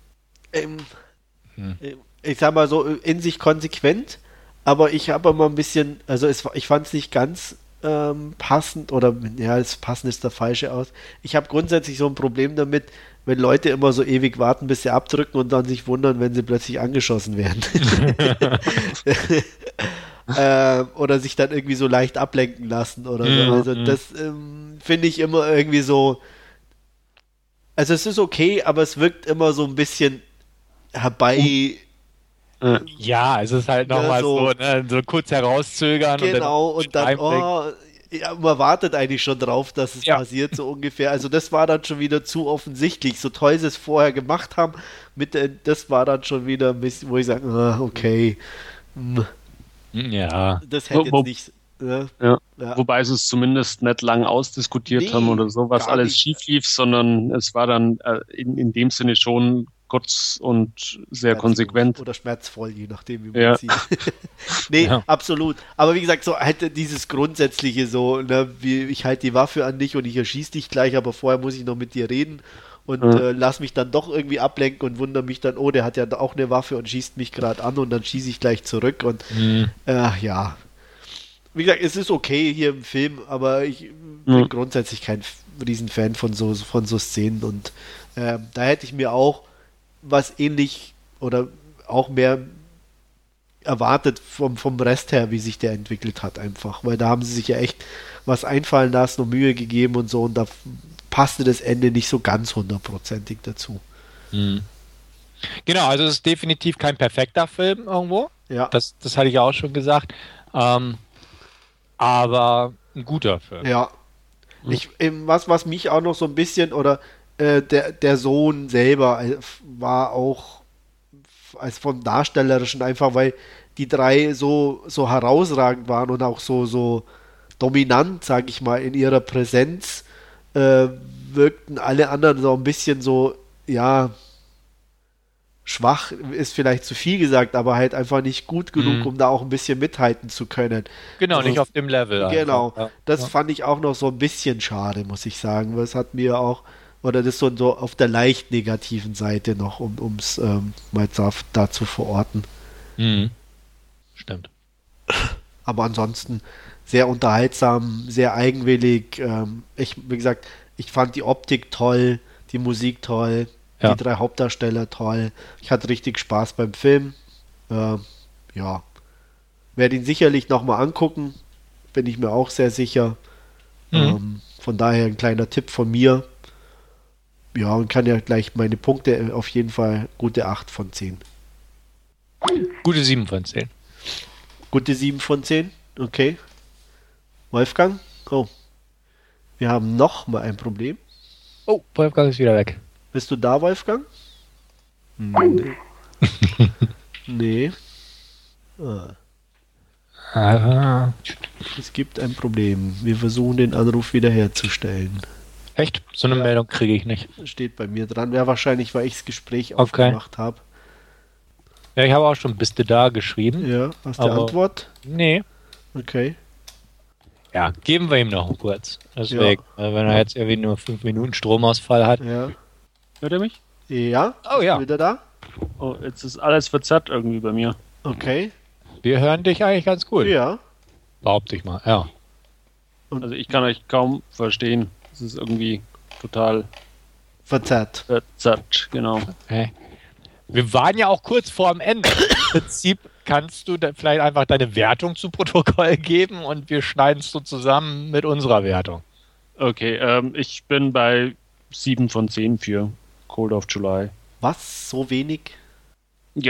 C: Ich sag mal so, in sich konsequent, aber ich habe immer ein bisschen, also ich fand es nicht ganz passend, oder das passend ist der falsche aus. Ich habe grundsätzlich so ein Problem damit, wenn Leute immer so ewig warten, bis sie abdrücken und dann sich wundern, wenn sie plötzlich angeschossen werden. Oder sich dann irgendwie so leicht ablenken lassen oder so. Also das finde ich immer irgendwie so, also es ist okay, aber es wirkt immer so ein bisschen herbei.
A: Ja, es ist halt nochmal so kurz herauszögern.
C: Genau, und dann man wartet eigentlich schon drauf, dass es passiert, so ungefähr. Also das war dann schon wieder zu offensichtlich. So toll sie es vorher gemacht haben, das war dann schon wieder ein bisschen, wo ich sage, okay.
A: Ja.
C: Das hätte jetzt nicht...
B: Wobei sie es zumindest nicht lang ausdiskutiert haben oder so, was alles schief lief, sondern es war dann in dem Sinne schon kurz und sehr konsequent.
C: Oder schmerzvoll, je nachdem, wie man sieht. Absolut. Aber wie gesagt, so halt dieses Grundsätzliche so, ne, wie ich halte die Waffe an dich und ich erschieße dich gleich, aber vorher muss ich noch mit dir reden und lass mich dann doch irgendwie ablenken und wundere mich dann, der hat ja auch eine Waffe und schießt mich gerade an und dann schieße ich gleich zurück und wie gesagt, es ist okay hier im Film, aber ich bin grundsätzlich kein Riesenfan von so Szenen und da hätte ich mir auch was ähnlich oder auch mehr erwartet vom Rest her, wie sich der entwickelt hat einfach. Weil da haben sie sich ja echt was einfallen lassen und Mühe gegeben und so und da passte das Ende nicht so ganz hundertprozentig dazu.
A: Mhm. Genau, also es ist definitiv kein perfekter Film irgendwo.
C: Ja.
A: Das hatte ich ja auch schon gesagt. Aber ein guter Film.
C: Ja. Was mich auch noch so ein bisschen, oder der Sohn selber war auch als vom Darstellerischen einfach, weil die drei so herausragend waren und auch so dominant, sag ich mal, in ihrer Präsenz, wirkten alle anderen so ein bisschen so, ja, schwach ist vielleicht zu viel gesagt, aber halt einfach nicht gut genug, um da auch ein bisschen mithalten zu können.
A: Genau,
C: also,
A: nicht auf dem Level.
C: Genau,
A: ja.
C: das fand ich auch noch so ein bisschen schade, muss ich sagen. Das hat mir auch, oder das so auf der leicht negativen Seite noch, um es mal da zu verorten.
A: Mhm. Stimmt.
C: Aber ansonsten sehr unterhaltsam, sehr eigenwillig. Wie gesagt, ich fand die Optik toll, die Musik toll,
A: Ja.
C: die drei Hauptdarsteller toll. Ich hatte richtig Spaß beim Film. Ja. Werde ihn sicherlich nochmal angucken. Bin ich mir auch sehr sicher. Von daher ein kleiner Tipp von mir. Ja, und kann ja gleich meine Punkte auf jeden Fall gute 8 von 10.
A: Gute 7 von 10.
C: Gute 7 von 10? Okay. Wolfgang? Oh. Wir haben noch mal ein Problem.
A: Oh, Wolfgang ist wieder weg.
C: Bist du da, Wolfgang? Nee. Nee. Es gibt ein Problem. Wir versuchen den Anruf wiederherzustellen.
A: Echt? So eine Meldung kriege ich nicht.
C: Steht bei mir dran. Ja, wahrscheinlich, weil ich das Gespräch aufgemacht habe.
A: Ja, ich habe auch schon "Bist du da" geschrieben.
C: Ja, hast du eine Antwort?
A: Nee.
C: Okay.
A: Ja, geben wir ihm noch kurz. Deswegen, wenn er jetzt irgendwie nur 5 Minuten Stromausfall hat.
B: Ja. Hört er mich?
C: Ja.
A: Oh ja.
C: Bist du wieder da?
B: Oh, jetzt ist alles verzerrt irgendwie bei mir.
C: Okay.
A: Wir hören dich eigentlich ganz gut.
C: Ja.
A: Behaupte ich mal, ja.
B: Also ich kann euch kaum verstehen. Es ist irgendwie total
C: verzerrt,
B: genau.
A: Okay. Wir waren ja auch kurz vor dem Ende. Im Prinzip kannst du vielleicht einfach deine Wertung zu Protokoll geben und wir schneiden es so zusammen mit unserer Wertung.
B: Okay, ich bin bei 7 von 10 für Cold of July.
C: Was? So wenig?
B: Ja.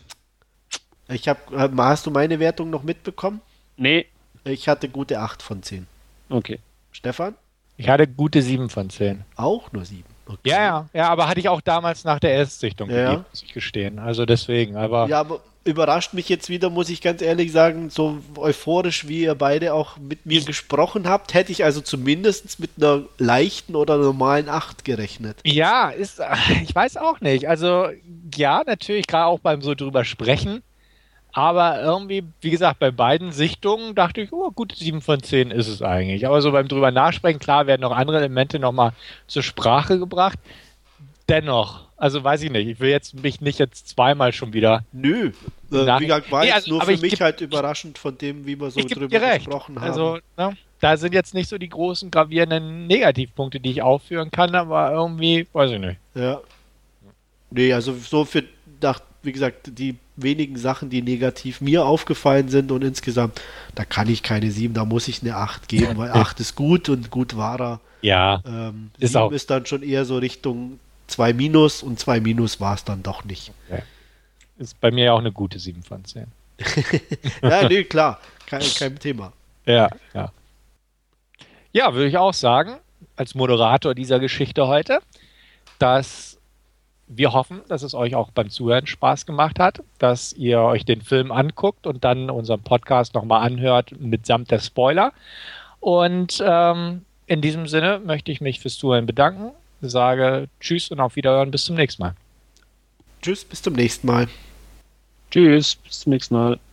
C: Hast du meine Wertung noch mitbekommen?
B: Nee.
C: Ich hatte gute 8 von 10.
B: Okay.
C: Stefan?
A: Ich hatte gute 7 von 10.
C: Auch nur 7? Okay.
A: Ja, aber hatte ich auch damals nach der Erstsichtung gegeben, muss ich gestehen. Also deswegen, aber...
C: Ja, aber überrascht mich jetzt wieder, muss ich ganz ehrlich sagen, so euphorisch, wie ihr beide auch mit mir gesprochen habt, hätte ich also zumindest mit einer leichten oder normalen 8 gerechnet.
A: Ja, ich weiß auch nicht. Also ja, natürlich, gerade auch beim so drüber sprechen, aber irgendwie, wie gesagt, bei beiden Sichtungen dachte ich, oh, gute 7 von 10 ist es eigentlich. Aber so beim drüber nachsprechen, klar, werden noch andere Elemente nochmal zur Sprache gebracht. Dennoch, also weiß ich nicht, ich will mich nicht jetzt zweimal schon wieder...
C: Nö, wie gesagt, war jetzt nur für mich halt überraschend von dem, wie wir so drüber gesprochen haben.
A: Also, ne, da sind jetzt nicht so die großen gravierenden Negativpunkte, die ich aufführen kann, aber irgendwie, weiß ich nicht.
C: Ja. Nee, also so wie gesagt, die wenigen Sachen, die negativ mir aufgefallen sind und insgesamt, da kann ich keine 7, da muss ich eine 8 geben, weil 8 ist gut und gut war er.
A: Ja,
C: 7 ist dann schon eher so Richtung 2 minus und 2 minus war es dann doch nicht.
A: Okay. Ist bei mir ja auch eine gute 7 von 10.
C: Ja, nee, klar, kein Thema.
A: Ja. Ja, würde ich auch sagen, als Moderator dieser Geschichte heute, dass wir hoffen, dass es euch auch beim Zuhören Spaß gemacht hat, dass ihr euch den Film anguckt und dann unseren Podcast nochmal anhört mitsamt der Spoiler. Und in diesem Sinne möchte ich mich fürs Zuhören bedanken, sage Tschüss und auf Wiederhören, bis zum nächsten Mal.
C: Tschüss, bis zum nächsten Mal.
B: Tschüss, bis zum nächsten Mal.